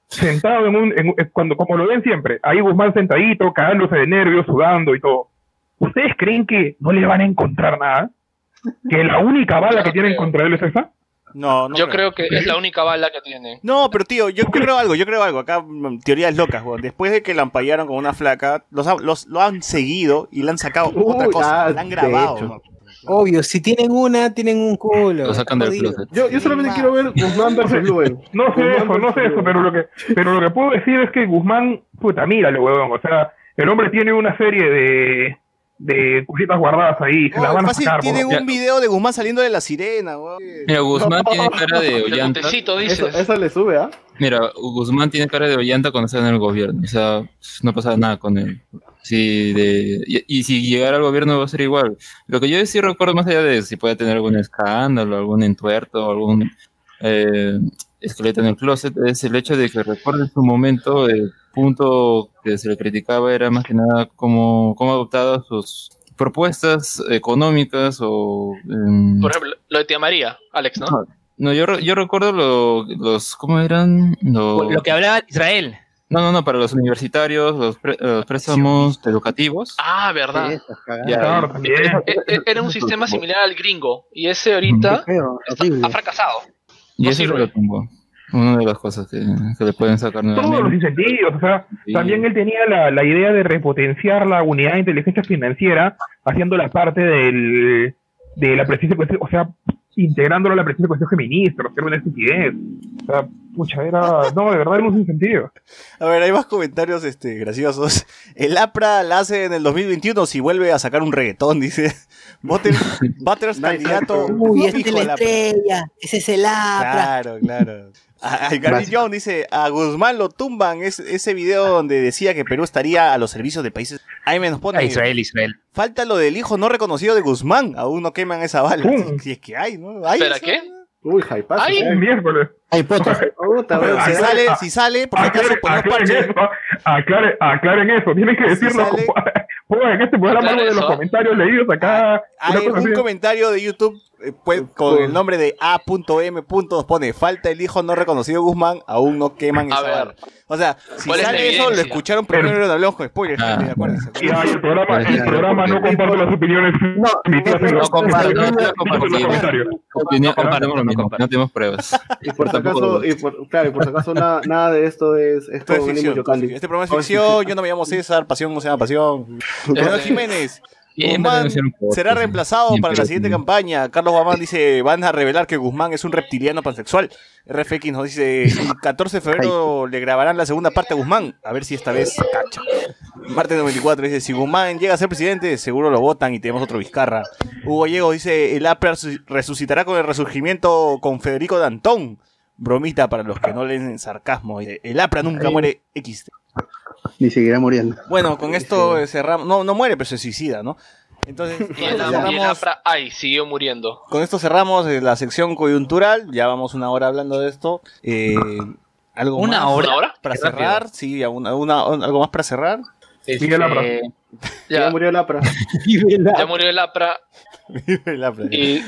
sentado en un, en, cuando como lo ven siempre, ahí Guzmán sentadito, cagándose de nervios, sudando y todo. ¿Ustedes creen que no le van a encontrar nada? ¿Que la única bala que tienen contra él es esa? No, no Yo creo que es la única bala que tiene. No, pero tío, yo creo algo, yo creo algo. Acá, mm, teorías locas, weón. Después de que la ampallaron con una flaca, los, ha- los lo han seguido y le han sacado otra Uy, cosa. ah, La han de grabado. hecho. ¿no? Obvio, si tienen una, tienen un culo. Lo sacan del Jodido. closet. Yo, yo solamente quiero ver Guzmán versus Luen. No sé eso, no sé eso, pero lo que pero lo que puedo decir es que Guzmán, puta, mírale, huevón. O sea, el hombre tiene una serie de, de cositas guardadas ahí, se las Oh, van a fácil, sacar. tienen huevón. un video de Guzmán saliendo de la sirena, weón. Mira, Guzmán tiene cara de De Ollanta. Montecito, Eso, dices. eso le sube, ¿ah? Mira, Guzmán tiene cara de Ollanta cuando está en el gobierno. O sea, no pasa nada con él. Sí, de, y, y si llegara al gobierno va a ser igual. Lo que yo sí recuerdo, más allá de si puede tener algún escándalo, algún entuerto, algún eh, esqueleto en el closet, es el hecho de que recuerdo en su momento el punto que se le criticaba era más que nada cómo, cómo adoptaba sus propuestas económicas o... em, Por ejemplo, lo de Tía María, Alex, ¿no? no, no, yo, re- yo recuerdo lo- los... ¿Cómo eran? Los- Lo que hablaba Israel. No, no, no, para los universitarios, los, pre- los préstamos educativos. Ah, verdad. Sí, esas cagadas. Ya, Claro, y- también. E- e- Era un sistema similar al gringo. Y ese ahorita Feo, está- horrible. ha fracasado. Y No eso se sirve. lo tumbó. Una de las cosas que, que le pueden sacar Todos los nuevamente. incentivos, o sea, Sí. también él tenía la, la idea de repotenciar la unidad de inteligencia financiera, haciendo la parte del, de la presidencia, o sea, integrándolo a la presidencia del Consejo de Ministros, que era una estupidez. O sea, pucha, era, no, de verdad era un sinsentido. A ver, hay más comentarios este, graciosos. El APRA la hace en el dos mil veintiuno si vuelve a sacar un reggaetón, dice. Voten Butters Nice, candidato Uy, esta es fijo la al APRA. estrella. Ese es el APRA. Claro, claro. A, a Gary Jones dice, a Guzmán lo tumban, es, ese video donde decía que Perú estaría a los servicios de países. Ahí me nos pone, A Israel, Israel. falta lo del hijo no reconocido de Guzmán, aún no queman esa bala. Pum. Si es que hay, ¿no? Hay ¿Espera eso. qué? Uy, hypazo. Ay. El miércoles. Hay potas. Puta, A ver, weón, Si a si ver, sale, a- si sale, por si acaso Aclaren, ponemos aclaren parche. eso, aclaren, aclaren eso, tienen que Si decirlo. sale- Pongan en este programa Aclaren algo de los eso. comentarios leídos acá. Hay una cosa un así. comentario de YouTube eh, pues, con el nombre de A M. Nos pone, falta el hijo no reconocido de Guzmán, aún no queman A esa ver. bala. O sea, si ¿Cuál es la sale eso, lo evidencia? escucharon primero y hablamos con spoilers, Ah. gente, acuérdense. Y ah, el programa, el Ya, programa no porque- comparte las opiniones emitidas en No los comparto, no, no en los compartimos. comentarios. Opinión- comparto, opinamos lo no mismo, comparto. no tenemos pruebas. Y por si Tampoco- acaso, y por, claro, y por si acaso nada, nada de esto es, es Esto es todo ficción. Nimo Yocandi. Este programa es Todo es ficción, yo no me llamo César, pasión no se llama pasión. Señor Jiménez, Bien, Guzmán deben ser un poco, será sí. reemplazado Bien, para la pero siguiente sí. campaña. Carlos Guamán dice, van a revelar que Guzmán es un reptiliano pansexual. R F X nos dice, el catorce de febrero le grabarán la segunda parte a Guzmán, a ver si esta vez cacha. Marte noventa y cuatro dice, si Guzmán llega a ser presidente, seguro lo votan y tenemos otro Vizcarra. Hugo Diego dice, el APRA resu- resucitará con el resurgimiento con Federico Dantón. Bromita para los que no leen sarcasmo. Dice, el APRA nunca Ay. muere X. Ni seguirá muriendo. Bueno, con esto eh, cerramos. No, no muere, pero se suicida, ¿no? Entonces, Y el, y el cerramos, APRA, ay, siguió muriendo. con esto cerramos eh, la sección coyuntural. Ya vamos una hora hablando de esto. Eh, ¿Algo ¿Una más hora? ¿Una hora? para Qué rápido. cerrar? Sí, una, una- algo más para cerrar. Sigue el APRA. Este, Ya Ya, murió el APRA. ya murió el APRA El APRA. y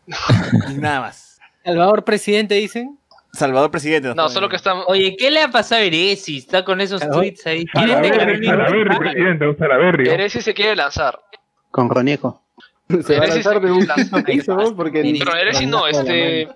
Y nada más. Salvador presidente, dicen. Salvador presidente. nos no, pone. solo que estamos. Oye, ¿qué le ha pasado a Eresi? Está con esos Claro. tweets ahí. ¿Quieren Salaverry, dejar Salaverry, presidente, un Salaverry. Eresi se quiere lanzar. Con Ronieco. Se va a Eresi lanzar se de un quiere lanzar. piso, ¿no? Porque Pero Eresi no, este.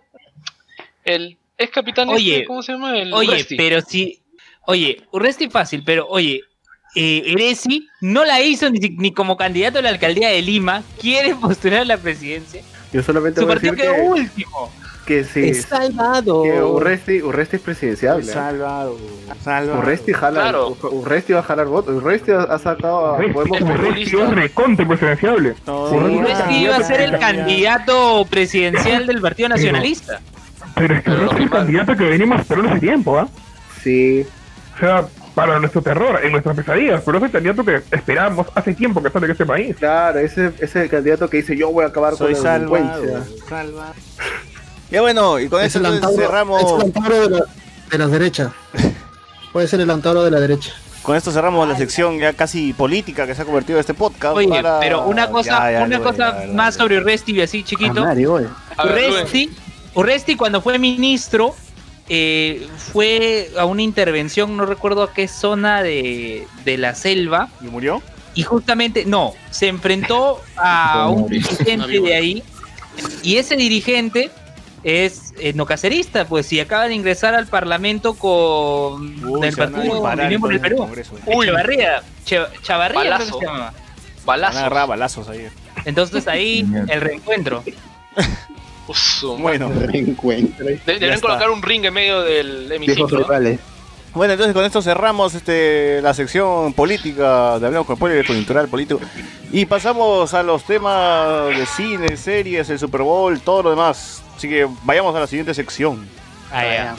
El. Es capitán. Oye, este, ¿cómo se llama? El Oye, Urresti. pero si. Oye, Urresti fácil, pero oye. Eh, Eresi no la hizo ni, ni como candidato a la alcaldía de Lima. Quiere postular a la presidencia. yo solamente Su voy a partido decir quedó que, último. que sí, Es Salvador. que Urresti, Urresti es presidenciable. ¿eh? Salvador. Salvador. Urresti jala, Claro. Urresti va a jalar votos. Urresti ha, ha sacado a Podemos Urresti es reconte presidenciable. No, Sí, Urresti iba a ser el candidato presidencial del Partido Nacionalista. Pero es que Pero Urresti es el normal. candidato que venimos esperando hace tiempo, ¿ah? Sí, O sea, para nuestro terror, en nuestras pesadillas, pero es el candidato que esperábamos hace tiempo que sale en este país. claro, ese, ese es el candidato que dice yo voy a acabar Soy con la Salvador. delincuencia. Salvador. Ya bueno, y con Es eso el entonces antauro, cerramos. es el antauro de la, de la derecha. Puede ser el antauro de la derecha. Con esto cerramos la sección ya casi política que se ha convertido en este podcast. Oye, para- pero una cosa, Ya, ya, una ya, cosa ya, ya, más ya. sobre Urresti y así chiquito. Ah, Mario, oye. A ver, Luen. Urresti, Urresti cuando fue ministro eh, fue a una intervención, no recuerdo a qué zona de, de la selva. ¿Y murió? Y justamente, no, se enfrentó a un dirigente de ahí. Y ese dirigente es etnocacerista, pues, y acaba de ingresar al Parlamento con Uy, el se van a partido disparar Unimos del en el Perú. Congreso. Uy, Chavarría, Che- Chavarría creo Balazo. que se llama. Van a agarrar Balazo. balazos ahí. Entonces ahí el reencuentro. Bueno, reencuentro. De- Deberían está. colocar un ring en medio del Viejos hemiciclo. rivales. Bueno, entonces con esto cerramos este la sección política de Hablamos con Spoiler, coyuntural político. Y pasamos a los temas de cine, series, el Super Bowl, todo lo demás. Así que vayamos a la siguiente sección. Ah, ya.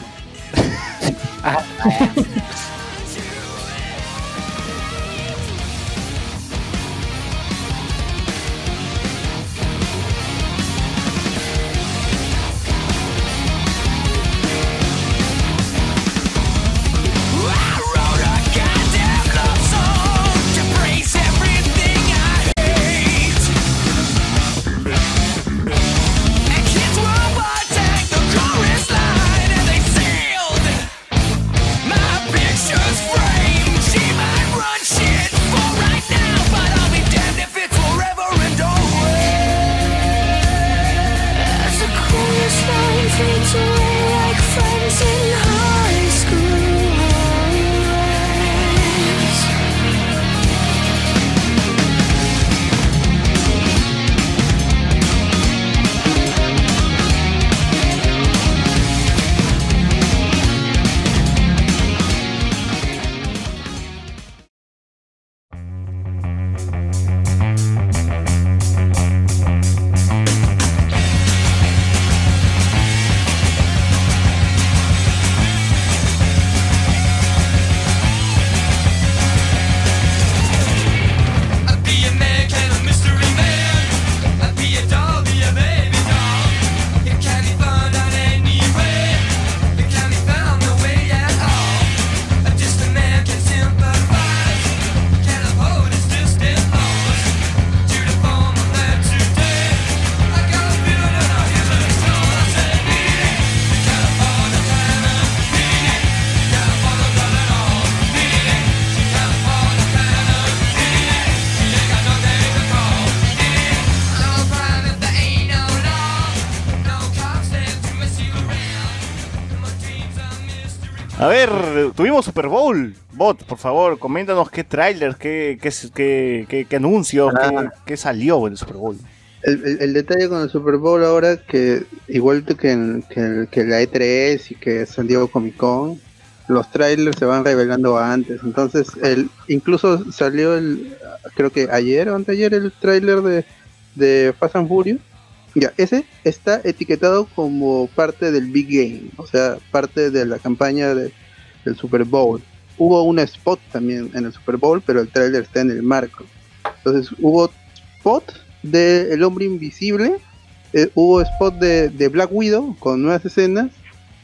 A ver, tuvimos Super Bowl. Bot, por favor, coméntanos qué tráiler, qué, qué, qué, qué, qué anuncios, Ah. qué, qué salió en el Super Bowl. El, el- el detalle con el Super Bowl ahora que igual que, en- que, que la E tres y que San Diego Comic Con, los trailers se van revelando antes. Entonces, el incluso salió el creo que ayer o anteayer el trailer de, de Fast and Furious. Ya, ese está etiquetado como parte del Big Game, o sea, parte de la campaña de- del Super Bowl. Hubo un spot también en el Super Bowl, pero el trailer está en el marco. Entonces, hubo spot de El Hombre Invisible, eh, hubo spot de, de Black Widow con nuevas escenas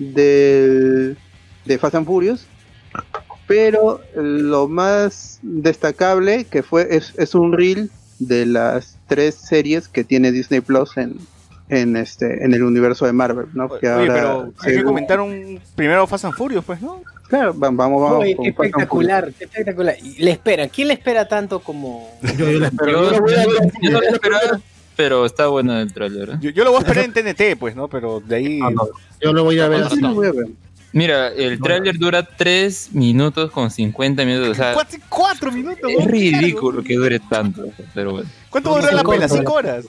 del, de Fast and Furious, pero lo más destacable que fue es, es un reel de las tres series que tiene Disney Plus en, en este en el universo de Marvel, ¿no? Que Oye, ahora pero hay que según- comentar un primero Fast and Furious, pues, ¿no? Claro, va- vamos, vamos. Oye, con qué Fast and espectacular, qué espectacular. Y le espera, ¿quién le espera tanto como Yo, yo la espero. Yo, Yo la voy a yo- ver. yo no lo esperaba, pero está bueno el trailer. ¿eh? Yo, yo lo voy a esperar en T N T, pues, ¿no? Pero de ahí... Ah, no, yo lo voy a ver. Furious. Sí, lo voy a ver. Mira, el tráiler dura tres minutos con cincuenta minutos. O sea, Cuatro, cuatro minutos, es weón, ridículo claro. que dure tanto. Pero bueno. ¿Cuánto va a durar la Dos pela? horas. ¿Cinco horas?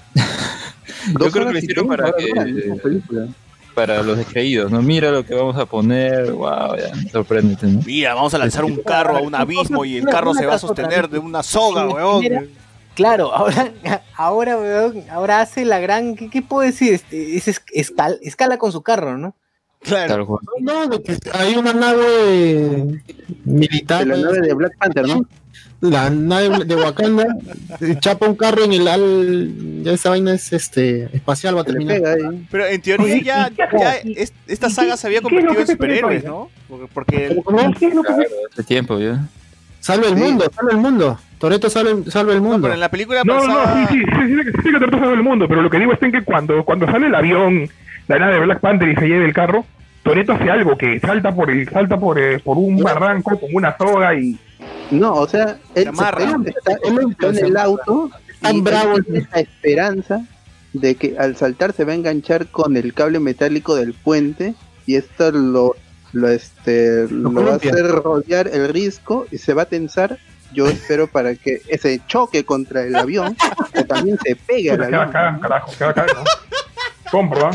Yo Dos creo que horas lo y hicieron treinta, para ahora que- dura, esa película. Para los descreídos, ¿no? Mira lo que vamos a poner. Wow, ya, sorpréndete, ¿no? Mira, vamos a lanzar un carro a un abismo y el carro se va a sostener de una soga, Sí, weón. mira. Claro, ahora, ahora, weón, ahora hace la gran, ¿qué, qué puedo decir? Este, es es- escal- escala con su carro, ¿no? Claro. Tal cual. No, de que hay una nave militar. De la nave de Black Panther, ¿no? La nave de Wakanda eh, chapa un carro en el al. Ya esa vaina es este espacial, va a Se le terminar. pega ahí. Pero en teoría ya, ya es- esta saga se había ¿Y qué es lo convertido en que te parece, superhéroes, oiga? ¿no? Porque, porque el- ¿Cómo? ¿Qué es lo que Claro, hace tiempo ya. Salva el Sí. mundo, salva el mundo. Toretto salva, salva el no, mundo. pero en la película No, no, pasada... no, sí, sí, sí, sí, sí, sí que te todo el mundo, pero lo que digo es que cuando, cuando sale el avión, la nave de Black Panther y se lleve el carro, Toretto hace algo que salta por el salta por, eh, por un barranco con una soga y No, o sea, él, amarra. él está, él está en el auto Tan y bravo. él tiene la esperanza de que al saltar se va a enganchar con el cable metálico del puente y esto lo, lo, este, lo, va a columpia. hacer rodear el risco y se va a tensar. Yo espero para que ese choque contra el avión que también se pegue al queda avión. acá, carajo, queda acá, ¿no? Compro, ¿ah?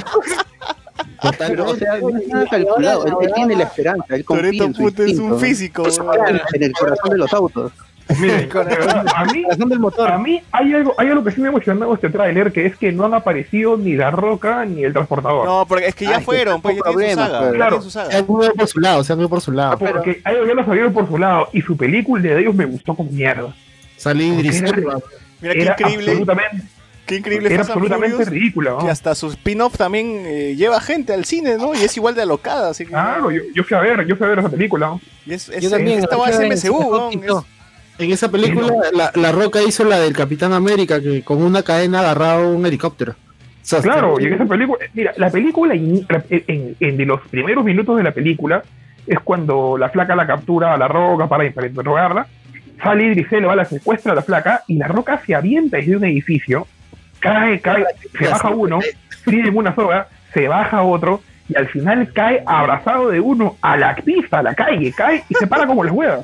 Pero, o sea, no está calculado, él, él tiene la esperanza, él confía Toretto en su puta es instinto, un físico. ¿no? weón. en el corazón de los autos. Miren, de verdad, a mí, Razón del motor. a mí hay algo, hay algo que sí me emocionó este tráiler, que es que no han aparecido ni La Roca ni el transportador. No, porque es que ya Ah, es que fueron, está pues ya con tienen su problemas, saga. pues. ya Claro. tienen su saga. Se han ido por su lado, se han ido por su lado. Porque a ellos ya lo salieron por su lado y su película de ellos me gustó como mierda. Salí Idris Era- Elba. Mira qué Era increíble, absolutamente, qué increíble era Fast and absolutamente Furious, ridícula, ¿no? que hasta su spin-off también eh, lleva gente al cine, ¿no? Y es igual de alocada, así que... Claro, yo, yo fui a ver, yo fui a ver esa película, ¿no? Y es, es, Yo también, esta la va a fui a ser ver M en C U, Cinepolis weón, y es- todo. En esa película, la, la Roca hizo la del Capitán América, que con una cadena agarraba un helicóptero. O sea, Claro, hasta- y en esa película, mira, la película, in- la- en, en de los primeros minutos de la película, es cuando la flaca la captura a La Roca para, para interrogarla, sale Idris Elba, la secuestra a la flaca, y La Roca se avienta desde un edificio, cae, cae, se baja uno, tiene una soga, se baja otro, y al final cae abrazado de uno a la pista, a la calle, cae y se para como las huevas.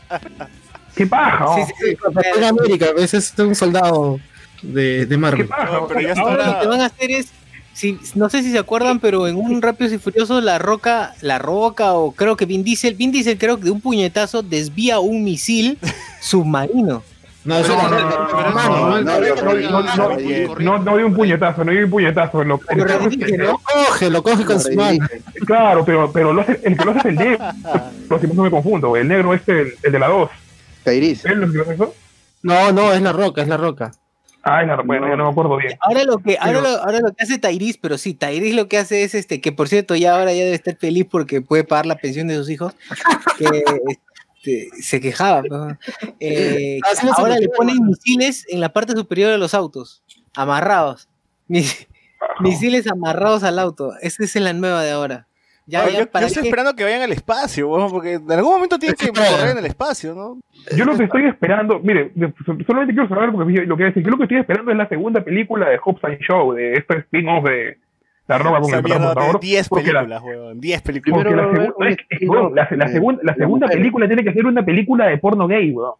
¡Qué paja! oh. Sí, sí, sí. Capitán América, ese es un soldado de, de ¡Qué Marvel. paja! No, pero ya está- Ahora lo que van a hacer es, si, no sé si se acuerdan, pero en un Rápidos y Furiosos, la Roca, la Roca o creo que Vin Diesel, Vin Diesel creo que de un puñetazo desvía un misil submarino. No, eso No, es- no, no, no, no, no, no, no, no, no, no de un puñetazo, no de un puñetazo. Lo, Pero el- redirige, ¿no? Lo coge, lo coge con su mano. Claro, pero, pero lo hace, el que lo hace es el negro. Lo siempre no me confundo. El negro este, el, el de la dos. Kairis. ¿Él es el que lo hace eso? No, no, es la Roca, es la Roca. Ah, es la, bueno, ya no me acuerdo bien. Ahora lo que, ahora Pero- lo, ahora lo que hace Tyrese, pero sí, Tyrese lo que hace es este, que por cierto ya ahora ya debe estar feliz porque puede pagar la pensión de sus hijos, que este, se quejaba, ¿no? Eh, Ah, sí, no se ahora le quejaba. ponen misiles en la parte superior de los autos, amarrados, Mis- misiles amarrados al auto, esa es la nueva de ahora. Ya, Ahora, ya, yo, yo ¿para estoy qué? esperando que vayan al espacio, weón, porque en algún momento tienen que correr en el espacio, ¿no? Yo lo que estoy esperando, mire, de- solamente quiero saber porque yo- lo que voy a decir. Yo lo que estoy esperando es la segunda película de Hobbs and Shaw, de este spin-off de La Roca con Esa el mierda tiene transportador. diez porque la- películas, weón, diez películas. Porque la, Primero va a segunda, haber es que, un weón, la, la estilo segunda, la de segunda mujeres. película tiene que ser una película de porno gay, weón.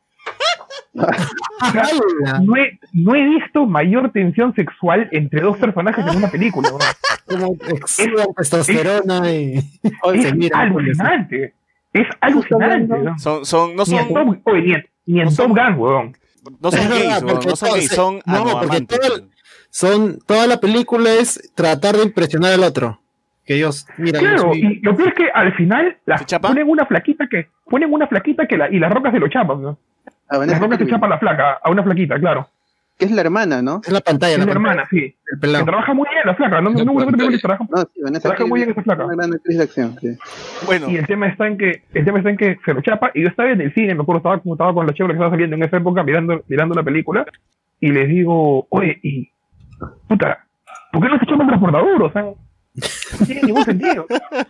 O sea, no, he, no he visto mayor tensión sexual entre dos personajes en una película, weón. Como exudan testosterona y Oye, se Es miran. alucinante. Es alucinante, weón. Son, son, no Ni en son, Top, oye, ni en, ni en no son- Top Gun, weón. no son Es verdad, gays, weón, porque no son todo gays, se- son no, porque anoamantes. todo- Son, toda la película es tratar de impresionar al otro. Que ellos, mira, yo Claro, soy- y lo peor es que al final la, ¿Se chapa? ponen una flaquita que ponen una flaquita que la, y las rocas se lo chapan, ¿no? A Las Vanessa rocas se Kirby, chapa a la flaca, a una flaquita, claro. que es la hermana, ¿no? es la pantalla, Es la la pantalla, hermana, sí. el Que pelado. trabaja muy bien la flaca, no, no, no, no, no, no, trabaja. No, sí, Vanessa Trabaja muy Kirby bien esa flaca. es una gran actriz de acción, sí. Bueno, Y el tema está en que, el tema está en que se lo chapa, y yo estaba en el cine, me acuerdo, estaba, como estaba con la chica que estaba saliendo en esa época mirando, mirando la película, y les digo, oye, y puta, ¿por qué no se chapa el transportador? O sea, no tiene ningún sentido.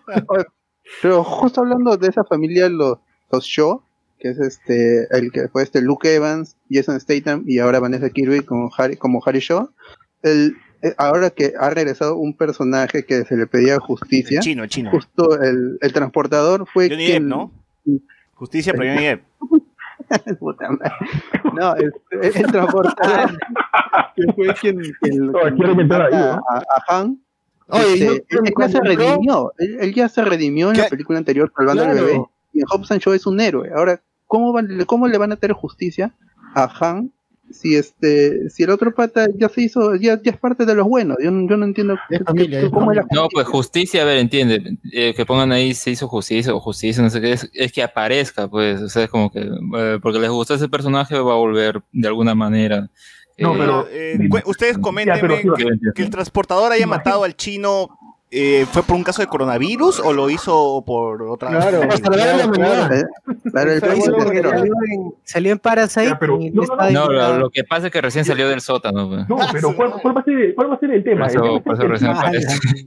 Pero justo hablando de esa familia, los, los Shaw, que es este, el que fue este Luke Evans, Jason Statham y ahora Vanessa Kirby como Harry, como Harry Shaw, el, eh, ahora que ha regresado un personaje que se le pedía justicia, chino, chino. justo el, el transportador fue Johnny quien... Depp, ¿no? Justicia para Johnny Depp. Puta madre. No, el, el, el transportador que fue quien, quien, No, quien quiero meter ahí, mata ¿no? a, a Han. Oye, Este, yo- él, él ya cuando se entró- redimió, él, él ya se redimió en ¿Qué? la película anterior salvando al Claro. bebé, y en Hobbs and Shaw es un héroe. Ahora, ¿cómo, van, ¿cómo le van a tener justicia a Han si este si el otro pata ya se hizo, ya, ya es parte de los buenos? Yo, no- yo no entiendo Es familia, es cómo es la No, pues justicia. justicia, a ver, entiende, eh, que pongan ahí se hizo justicia o justicia, no sé qué, es, es que aparezca, pues, o sea, es como que, eh, porque les gustó ese personaje, va a volver de alguna manera. No, eh, pero- Eh, cu- ustedes coméntenme Ya, pero- que, pero- que el transportador haya matado al chino. Eh, ¿Fue por un caso de coronavirus o lo hizo por otra? Claro, para salvar a la humanidad. Eh, Claro, el Pero país eso es porque héroe. salió en, salió en Parasite Ya, pero- y no, está no, ahí No, lo, pegado. lo que pasa es que recién salió del sótano, pues. No, pero ¿cuál, cuál, va a ser, ¿cuál va a ser el tema? Por eso- El tema por es eso que- recién Ah, aparece.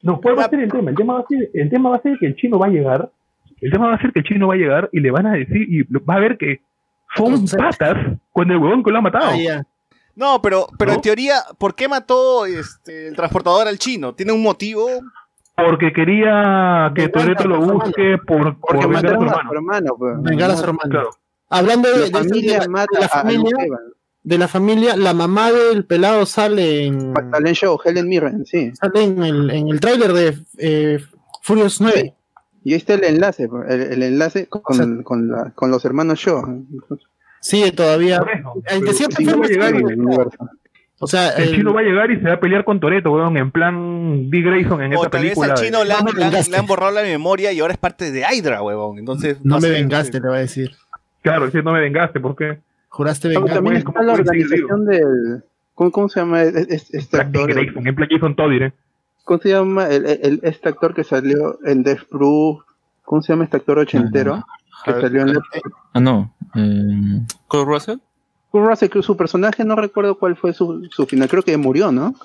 No, ¿cuál va a ser el tema? El tema va a ser, el tema va a ser que el chino va a llegar, el tema va a ser que el chino va a llegar y le van a decir, y va a ver que son patas con el huevón que lo ha matado. Ah, ya. No, pero, pero ¿No? en teoría, ¿por qué mató este, el transportador al chino? ¿Tiene un motivo? Porque quería que Venganza Toretto lo por su busque por, Porque por vengar a su mataron a hermano. su hermano, pues. Vengar a su hermano. Claro. Hablando de, La de esto, familia de la, mata de la a- a familia, Luke Evans. de la familia, la mamá del pelado sale en, Talent Show, Helen Mirren, sí. sale en el, en el tráiler de eh, Furious nueve. Y ahí está el enlace, pues, el, el enlace con, O sea, con, la, con los hermanos Shaw. Sigue todavía. Por eso, Eh, de pero cierta el chino forma, va a llegar sí, y- el universo. o sea, El el- chino va a llegar y se va a pelear con Toretto, weón, en plan Dick Grayson en O esta tal vez película. al chino le han, No me le han- vengaste. le han borrado la memoria y ahora es parte de Hydra, huevón. Entonces, no va a me ser- vengaste, le voy a decir. Claro, si no me vengaste, ¿por qué? Juraste Pero vengar. también puede- está cómo la puede seguir organización del... ¿Cómo, cómo se llama es- es- este Plan Dick actor? Grayson, en plan Jason Todd, diré. ¿Cómo se llama el, el- el- este actor que salió en Death Proof? ¿Cómo se llama este actor ochentero? Que salió en Death Proof. Ah, no. Eh, Kurt Russell. Kurt Russell, que su personaje no recuerdo cuál fue su, su final, creo que murió, ¿no?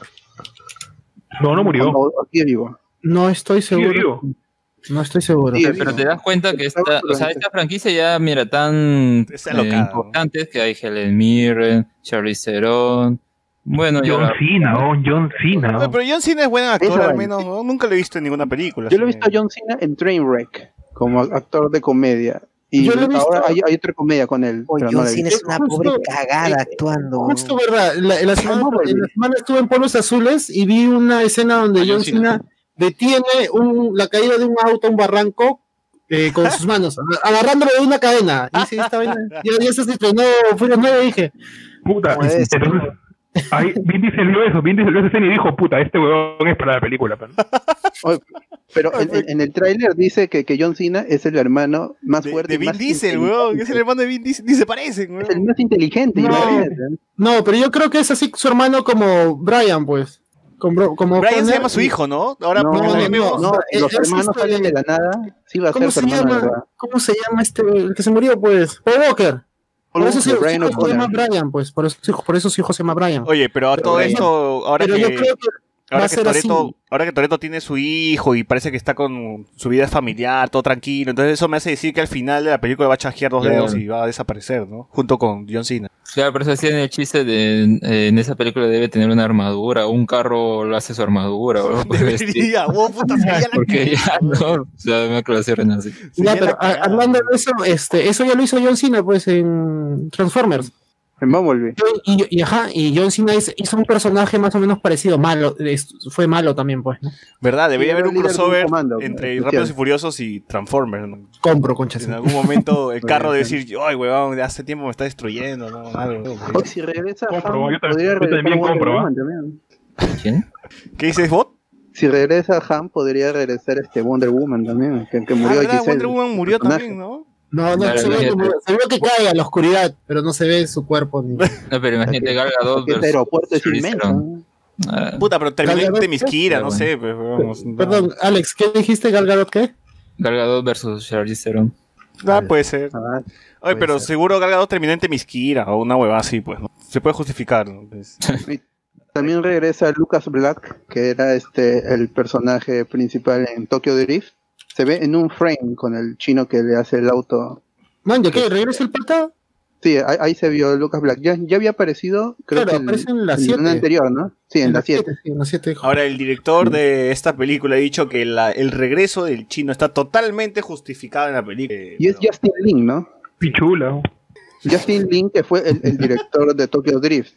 No, no murió. O, o sigue vivo. No estoy Sigue seguro. vivo. No estoy seguro. Sigue Pero vivo. te das cuenta que esta, Estaba o sea, esta franquicia ya, mira, tan Es eh, alocada, ¿no? importantes que hay Helen Mirren, Charlize Theron. Bueno, y John ahora- Cena, oh, John Cena. Oye, oh. pero John Cena es buen actor, Esa al vaina. menos. ¿no? Nunca lo he visto en ninguna película. Yo lo he así visto a John Cena en Trainwreck, como actor de comedia. Y Yo lo he visto- ahora hay, hay otra comedia con él. Oye, pero no John la he Cena visto. es una Justo- pobre cagada eh, actuando. Justo, weón. ¿verdad? La, la semana, no, en la semana estuve en Polos Azules y vi una escena donde Ah, John John Cena. Cena detiene un, la caída de un auto a un barranco eh, con sus manos, agarrándolo de una cadena. Y dice, esta vaina, ya, ya se estrenó Furious nueve, dije. Puta, ¿Cómo es? entonces, ahí Vin Diesel vio eso, Vin Diesel vio esa escena y dijo, puta, este huevón es para la película. Pero... Oye, pero en, en- en el tráiler dice que, que John Cena es el hermano más De, fuerte. de y Vin más Diesel, inteligente. weón. Es el hermano de Vin Diesel. Ni se parecen, Es el weón. más inteligente. No. imagínate. No, pero yo creo que es así su hermano como Brian, pues. Como, como Brian se Connor llama su y- hijo, ¿no? Ahora No, por no, la no, M O. No, Es- los es hermanos este- salen de la nada. Sí va a ¿Cómo ser se su hermano, de llama? verdad. ¿Cómo se llama este, el que se murió, pues? Paul Walker. Por eso, su de hijo Brian se llama O'Connor. Brian, pues. Por eso, su hijo- por eso su hijo se llama Brian. Oye, pero a Pero todo Brian- esto, ahora Pero que... yo creo que va Ahora a que, ser Toretto, así. ahora que Toretto tiene su hijo y parece que está con su vida familiar, todo tranquilo, entonces eso me hace decir que al final de la película va a chasquear dos Claro. dedos y va a desaparecer, ¿no? Junto con John Cena. Claro, pero eso hacían el chiste de eh, en esa película debe tener una armadura, un carro lo hace su armadura, o algo por el estilo. Debería, wow, puta, sería la Porque ya no, o sea, me acuerdo cierran así. Ya, sería pero la a- cagada. hablando de eso, este, eso ya lo hizo John Cena, pues, en Transformers. En Bumblebee. Y, y- y, ajá, y John Cena hizo, hizo un personaje más o menos parecido, malo, es- fue malo también, pues, ¿no? ¿Verdad? Debería Sí, haber era un líder de un crossover comando, entre especial. Rápidos y Furiosos y Transformers, ¿no? Compro, conchas. En algún momento el carro debe Podría decir, ay, weón, de hace tiempo me está destruyendo, ¿no? Algo, ¿no? Hoy si regresa Compro, Ham, yo también- podría yo regresar también Wonder compro, ¿ah? Woman también. ¿Quién? ¿Qué dices, Bot? Si regresa Ham, podría regresar este Wonder Woman también, que, que Ah, murió ¿verdad? Giselle, Wonder Woman murió personaje. también, ¿no? No, no, Claro, se, ve, imagínate. como- se ve que cae a la oscuridad, pero no se ve su cuerpo. Ni... No, pero imagínate Gal Gadot Porque este versus aeropuerto es Charlize inmenso. Theron. ¿no? Ah, Puta, pero terminó Gal en Gadot, Temisquira, pero no bueno. sé, pues, vamos. no. Perdón, Alex, ¿qué dijiste, Gal Gadot, qué? Gal Gadot versus Charlize Theron. Ah, puede ser. Ah, Oye, pero puede ser. seguro Gal Gadot terminó en Temisquira o una hueva así, pues, ¿no? Se puede justificar, ¿no? Pues, También regresa Lucas Black, que era este el personaje principal en Tokyo Drift. Se ve en un frame con el chino que le hace el auto. Man, ¿ya qué? ¿Regresa el pata? Sí, ahí, ahí se vio Lucas Black. Ya, ya había aparecido, creo Claro, que en, aparece en la en siete. una anterior, ¿no? Sí, en la siete. Sí, en la siete. Ahora, el director de esta película ha dicho que la- el regreso del chino está totalmente justificado en la película. Y es Justin Lin, ¿no? Pichula. oh. Justin Lin, que fue el, el director de Tokyo Drift.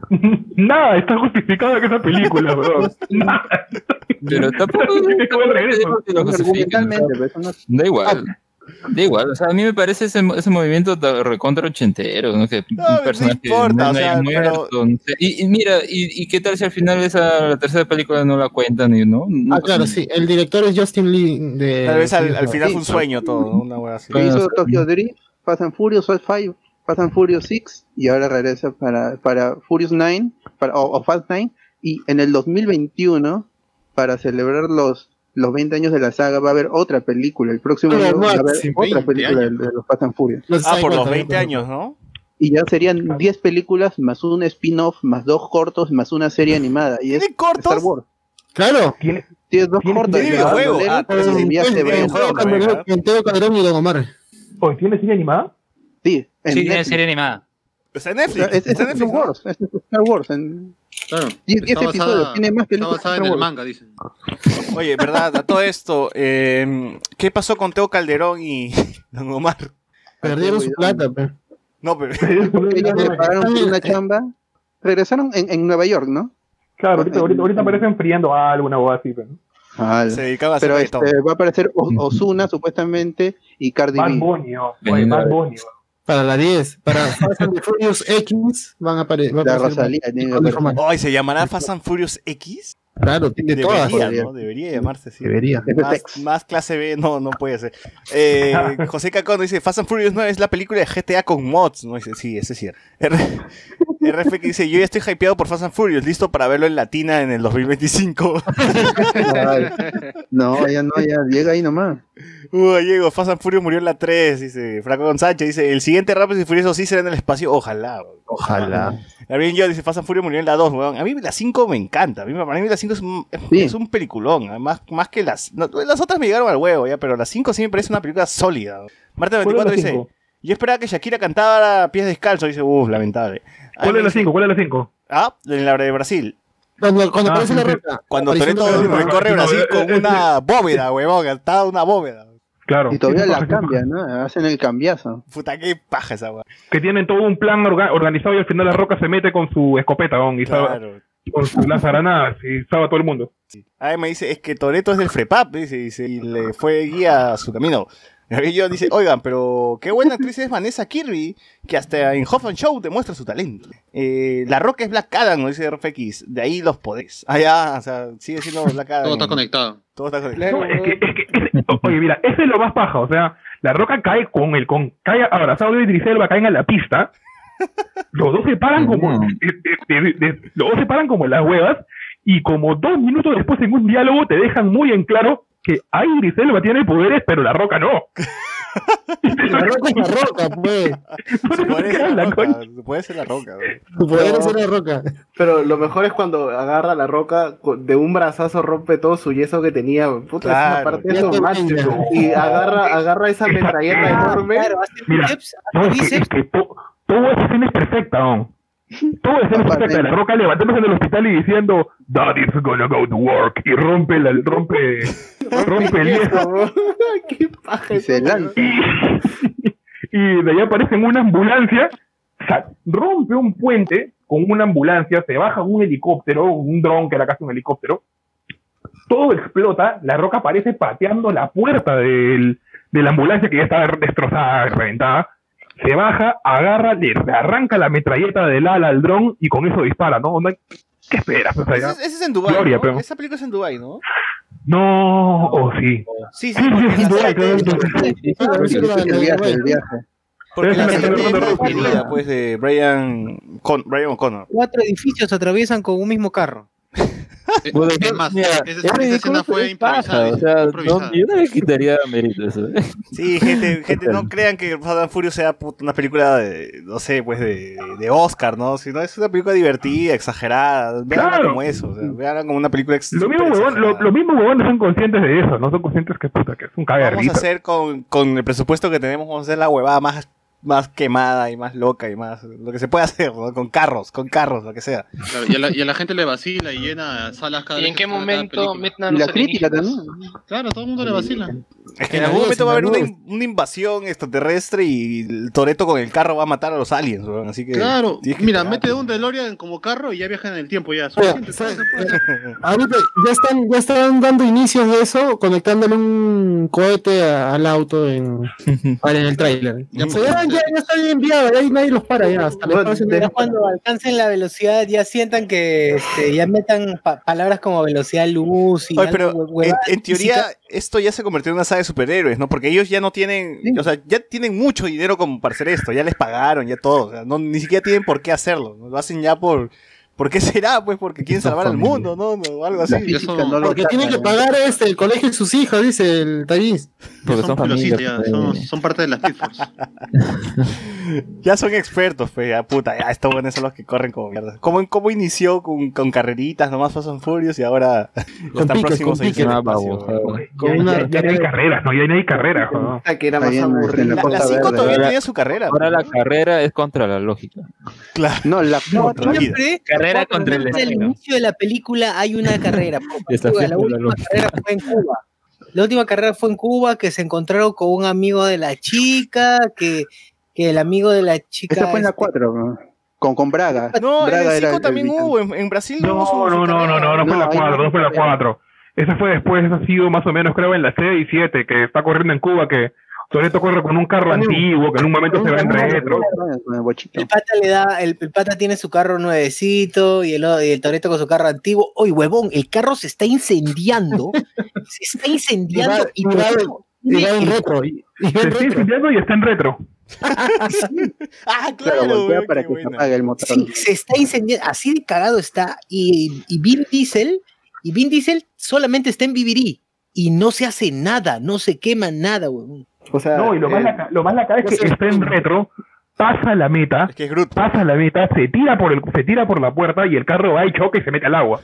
Nada, está justificado en esa película, bro. Nada. Pero tampoco Tiene que ver regreso. que lo justifiquen, ¿no? Argumentalmente, pero eso no- Da igual. Da igual, o sea, a mí me parece ese, ese movimiento ta- recontra ochentero, ¿no? Que No, un no personaje importa, no o sea, haya pero- muerto, no sé. y, y mira, y, y qué tal si al final esa la tercera película no la cuentan, y ¿no? No- Ah, claro, sí. El director es Justin Lee de... Tal vez al, al sí, final sí. fue un sueño todo, ¿no? Una hueva así. Que Bueno, hizo sí. Tokyo Drift, Fast and Furious cinco, Fast and Furious seis, y ahora regresa para, para Furious nueve, para, o, o Fast nueve, y en el dos mil veintiuno, para celebrar los los veinte años de la saga, va a haber otra película. El próximo Pero año va a haber máximo, otra veinte película de, años. de los Fast and Furious. Los Ah, Cyber por los también, veinte años, ¿no? Y ya serían diez películas, más un spin-off, más dos cortos, más una serie animada. Y es ¿Tiene cortos? Star Wars. Claro. Tiene, Tienes dos tiene- cortos. tiene ya, videojuego. Bandolero, Ah, pero y sí, Viaje tiene Breve. videojuego también, ¿ah? Con Teo Calderón y Don Omar. oye, ¿tiene serie animada? Sí, en Sí, tiene Netflix. serie animada. Está en O sea, Netflix. es, es Está en Star Netflix, ¿no? Wars, es Star Wars. En Claro. diez diez Está episodios, basada, tiene más está películas basada que en Star el Wars. manga, dicen. Oye, verdad, a todo esto, eh, ¿qué pasó con Teo Calderón y Don Omar? Perdieron su plata, pe. No, pero Ellos le pagaron por una chamba. Regresaron en, en Nueva York, ¿no? Claro, ahorita, ahorita, ahorita aparecen friando algo, una boda así, pero, ¿no? Ah, se dedicaba a hacer pero reggaetón. este, va a aparecer O- Ozuna supuestamente y Cardi Bad B. Bunny, oh. Oye, Bad Bunny, oh. Para la diez. Para Fast and the Furious X van a apare- va a La aparecer. Rosalía tiene que aparecer. Ay, ¿se llamará Fast and Furious X? Claro, tiene todas. Debería, ¿no? Debería llamarse así. Debería. Más, más clase B, no, no puede ser. Eh, José Cacón dice, Fast and Furious nueve es la película de G T A con mods. No dice, sí, ese es cierto. R F que dice, yo ya estoy hypeado por Fast and Furious, listo para verlo en Latina en el dos mil veinticinco. Ay, no, ya no, ya llega ahí nomás. Uh, Diego, Fast and Furious murió en la tres, dice Franco Gonzánchez, dice, el siguiente Rápidos y Furiosos sí será en el espacio, ojalá. Ojalá. Gabriel yo dice, Fast and Furious murió en la dos, weón. A mí la cinco me encanta, a mí, para mí la cinco es un, es, Sí. es un peliculón, ¿eh? más, más que las... no, las otras me llegaron al huevo, ya, pero la cinco sí me parece una película sólida. Marta ¿Cuál es veinticuatro la dice, cinco? yo esperaba que Shakira cantara a pies descalzos, dice, uff, lamentable. Ah, ¿Cuál me es la dice, cinco? ¿Cuál es la cinco? Ah, en la de Brasil. Cuando, cuando Ah, aparece sí, la sí. roca. Cuando Aparición Toretto de la Roca. recorre No, Brasil eh, con eh, una bóveda, huevón, está una bóveda. Claro. Y todavía Sí, la sí, sí, cambian, ¿no? Hacen el cambiazo. Puta, qué paja esa weón. Que tienen todo un plan orga- organizado y al final la roca se mete con su escopeta, ¿no? Y salva- Claro. con su lanzgranadas y salva a todo el mundo. Ah, me dice, es que Toretto es del Frepap, dice, dice, y le fue guía a su camino. Y yo dice, oigan, pero qué buena actriz es Vanessa Kirby, que hasta en Hoffman Show demuestra su talento. Eh, la Roca es Black Adam, dice R F X, de ahí los poderes. Ah, ya, o sea, sigue siendo Black Adam. Todo está conectado. Todo está conectado. No, es que, es que, ese- oye, mira, ese es lo más paja, o sea, la roca cae con el, con, cae abrazado de Idris Elba, caen a la pista, los dos se paran como, Mm. de- de- de- de- los dos se paran como las huevas, y como dos minutos después en un diálogo te dejan muy en claro que ah, Idris Elba tiene poderes, pero la roca no. La roca es la roca, pues. Su poder es la La roca, concha. su poder es la roca. weón. Tu poder No. es ser la roca. Pero lo mejor es cuando agarra la roca, co- de un brazazo rompe todo su yeso que tenía. Puta, Claro. esa parte es Ya lo te máximo. venga. Y agarra, agarra esa metralleta enorme. Claro, hace Mira, bíceps, No, hace es que, es bíceps. que to- toda esa escena es perfecta, ¿no? Toda esa escena es Aparte- perfecta. La roca levantándose en el hospital y diciendo, Daddy's gonna go to work. Y rompe, la, rompe, rompe el yeso. Qué paja. Y se eso, lanza. Y de ahí aparece en una ambulancia, o sea, rompe un puente con una ambulancia, se baja un helicóptero, un dron que era casi un helicóptero, todo explota, la roca aparece pateando la puerta del, de la ambulancia que ya estaba destrozada, reventada, se baja, agarra, le arranca la metralleta del ala al dron y con eso dispara, ¿no? No hay- ¿Qué esperas? O sea, Ese, ya- es- ese es en Dubái, Gloria, ¿no? pero- Esa película es en Dubái, ¿no? No, o sí. Sí, sí, Sí, sí, porque sí, esa Dubái, es claro, de- claro. Sí, sí, Ah, sí, sí, sí, la- el la- viaje, la- el viaje. porque Pero la esa serie me- es me- más me- querida, pues, de Brian, Con, Brian O'Connor. Cuatro edificios atraviesan con un mismo carro. Eh, Bueno, es más, mira, esa, es esa ridículo, escena fue pero es improvisada. paja, o dice, sea, fue no, improvisada. yo no le quitaría mérito a eso. ¿eh? Sí, gente, gente, no crean que Fast and Furious sea puta, una película de, no sé, pues de, de Oscar, ¿no? Sino es una película divertida, exagerada. Veanla Claro. como eso, o sea, veanla como una película ex- Lo súper mismo, huevón, lo, exagerada. lo mismo huevones son conscientes de eso, no son conscientes que puta, que es un cague de Vamos a risa. hacer con, con el presupuesto que tenemos, vamos a hacer la huevada más, más quemada y más loca y más, lo que se puede hacer, ¿no? Con carros, con carros, lo que sea. Claro, y, a la, y a la gente le vacila y llena salas cada ¿Y vez en que qué sale cada momento película. meten a Y los la crítica alienígenas? también. Claro, todo el mundo le vacila. Es que en En la algún luz, momento en va a la haber una, luz. in- una invasión extraterrestre y el Toretto con el carro va a matar a los aliens, weón, así que... Claro, tienes que mira, esperarte. mete un DeLorean como carro y ya viajan en el tiempo ya. Oye, Suficiente, ¿sabes? todo se puede hacer. Ahorita ya están, ya están dando inicios de eso, conectándole un cohete a- al auto en, en el tráiler. Ya, O sea, ya, ya, ya está bien enviado, ya nadie los para ya. Hasta el Bueno, espacio de- Ya cuando alcancen la velocidad, ya sientan que este, ya metan pa- palabras como velocidad luz y Oye, algo pero hue- en, huevadas en teoría físicas. esto ya se convirtió en una saga de superhéroes, ¿no? Porque ellos ya no tienen, Sí. o sea, ya tienen mucho dinero como para hacer esto, ya les pagaron, ya todo, o sea, no, ni siquiera tienen por qué hacerlo, ¿no? Lo hacen ya por, ¿por qué será? Pues porque quieren salvar al mundo, ¿no? No, o algo así. La física Eso- no lo Porque tiene que saca, pagar este el colegio de sus hijos, dice el Taís. Porque son son familias. velocitas ya, son, eh. son parte de las Speed Force. Ya son expertos, pues, ya puta, ya estos buenos son los que corren como mierda. ¿Cómo, cómo inició con, con carreritas, nomás Fast and Furious y ahora Con están piques, próximos con a irse al piques. espacio, Babosa, weón? Con Ya, una ya- ya no hay carreras, ¿no? Ya no hay carreras, ¿no? Ah, que era más Ahí en- en la aburrida. La, la Costa cinco Verde. todavía Ahora- tenía su carrera. Ahora la pues. carrera es contra la lógica. Claro. No, la No, cuatro. Otra vida. siempre, Carrera contra el siempre al destino. inicio de la película hay una carrera. Por Desafiando la la última lógica. carrera fue en Cuba. La última carrera fue en Cuba, que se encontraron con un amigo de la chica, que, que el amigo de la chica... Esa fue en la este, cuatro, ¿no? Con, con Braga. No, en Braga el era cinco el también villano. hubo, en, en Brasil no, hubo su- No, su no, no, carrera. no, no, no fue No, la ahí cuatro, no no fue la fue. cuatro. Esa fue después, esa ha sido más o menos, creo, en la seis y siete, que está corriendo en Cuba, que Toretto corre con un carro antiguo, que en un momento se va en retro. Con el bochito. El pata le da, el, el pata tiene su carro nuevecito y el, o- y el Toretto con su carro antiguo. Oye, huevón, el carro se está incendiando. Se está incendiando y Y va- y va- Toretto Y va tiene en el- retro. Y, y va Se en está retro. incendiando y está en retro. Ah, Claro, claro, voltea weón, para qué que se buena. apague el motor. Sí, se está incendiando, así de cagado está. Y, y Vin Diesel, y Vin Diesel solamente está en B B D y no se hace nada, no se quema nada, huevón. O sea, No, y lo más, eh, laca- lo más lacra es que ese es está en retro, pasa la meta, Es que es Groot. pasa la meta, se tira por el, se tira por la puerta y el carro va y choca y se mete al agua.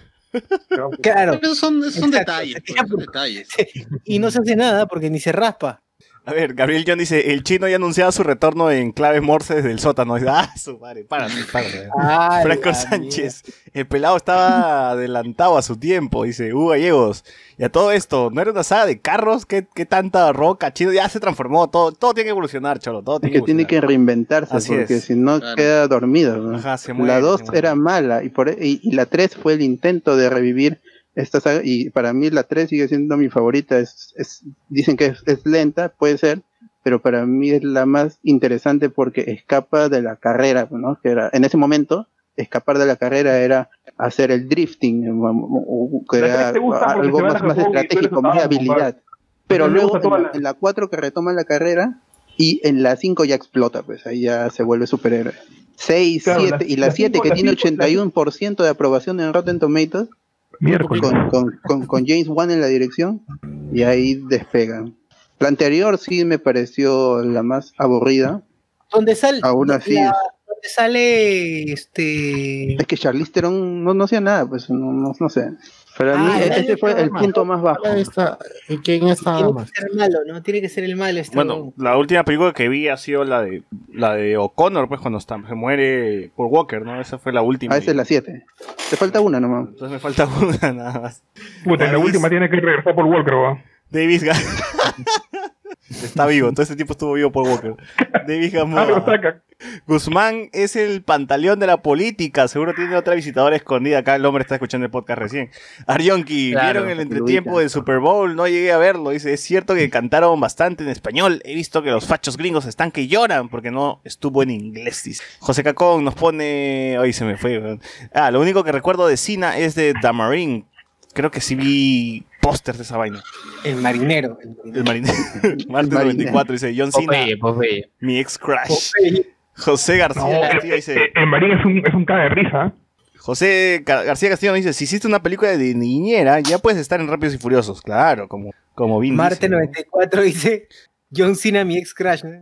Claro, Esos son, esos son Exacto, detalles, se pues, tira son por- detalles. y no se hace nada porque ni se raspa. A ver, Gabriel John dice, el chino ya anunciaba su retorno en clave Morse desde el sótano. Dice, ah, su madre, párate, párate. Ay, Franco la Sánchez, el pelado estaba adelantado a su tiempo, dice Hugo Gallegos. Y a todo esto, ¿no era una saga de carros? ¿Qué, qué tanta roca, chino? Ya se transformó, todo, todo tiene que evolucionar, cholo, todo Es tiene que que tiene que evolucionar. reinventarse Así porque es. si no Claro. queda dormido, ¿no? Ajá, se muere, La dos se muere. era mala y, por, y, y la tres fue el intento de revivir esta saga y para mí la tres sigue siendo mi favorita. Es, es, dicen que es, es lenta, puede ser, pero para mí es la más interesante porque escapa de la carrera, ¿no? Que era, en ese momento, escapar de la carrera era hacer el drifting, o- o- o- que La era tres te gusta porque algo se va más, a más Japón y tú eres estratégico, más otaku, habilidad. compadre. Pero A mí me luego gusta en toda la, la- en la cuatro que retoma la carrera y en la cinco ya explota, pues ahí ya se vuelve superhéroe. seis, Claro, siete la- y la la siete cinco- que la tiene cinco- la ochenta y uno por ciento de aprobación en Rotten Tomatoes Miércoles. con, con, con, con James Wan en la dirección y ahí despegan. La anterior sí me pareció la más aburrida. Donde sale, Aún así la- es. donde sale este Es que Charlize Theron no, no hacía nada, pues no, no, no sé. Para Ah, mí el ese año fue el que punto más bajo. Ahí está. ¿Y quién está tiene más? que ser malo, ¿no? Tiene que ser el malo este Bueno, huevón. la última película que vi ha sido la de la de O'Connor, pues cuando está, se muere por Walker, ¿no? Esa fue la última. Ah, esa es la siete. Te falta una nomás. Entonces me falta una nada más. Puta, en la Davis- última tiene que regresar por Walker, ¿va? Davis Ga- Está vivo, todo ese tiempo estuvo vivo por Walker. Davis Ah, lo Gamboa. saca. Guzmán es el pantaleón de la política. Seguro tiene otra visitadora escondida. Acá el hombre está escuchando el podcast recién. Arionki, Claro, ¿vieron el lo entretiempo ubica. del Super Bowl? No llegué a verlo. Dice, es cierto que cantaron bastante en español. He visto que los fachos gringos están que lloran porque no estuvo en inglés. Dice. José Cacón nos pone... Ay, se me fue. weón. Ah, lo único que recuerdo de Cina es de The Marine. Creo que sí vi pósters de esa vaina. El marinero. el El marinero. Martes noventa y cuatro dice John Cena, Popeye, Popeye. mi ex crush. Popeye. José García No, eh, Castillo eh, dice... eh, en Marín es un, es un caga de risa. José Ca- García Castillo nos dice, si hiciste una película de niñera, ya puedes estar en Rápidos y Furiosos. Claro, como, como Vin Marte Diesel, ¿no? noventa y cuatro dice John Cena, mi ex crush. ¿no?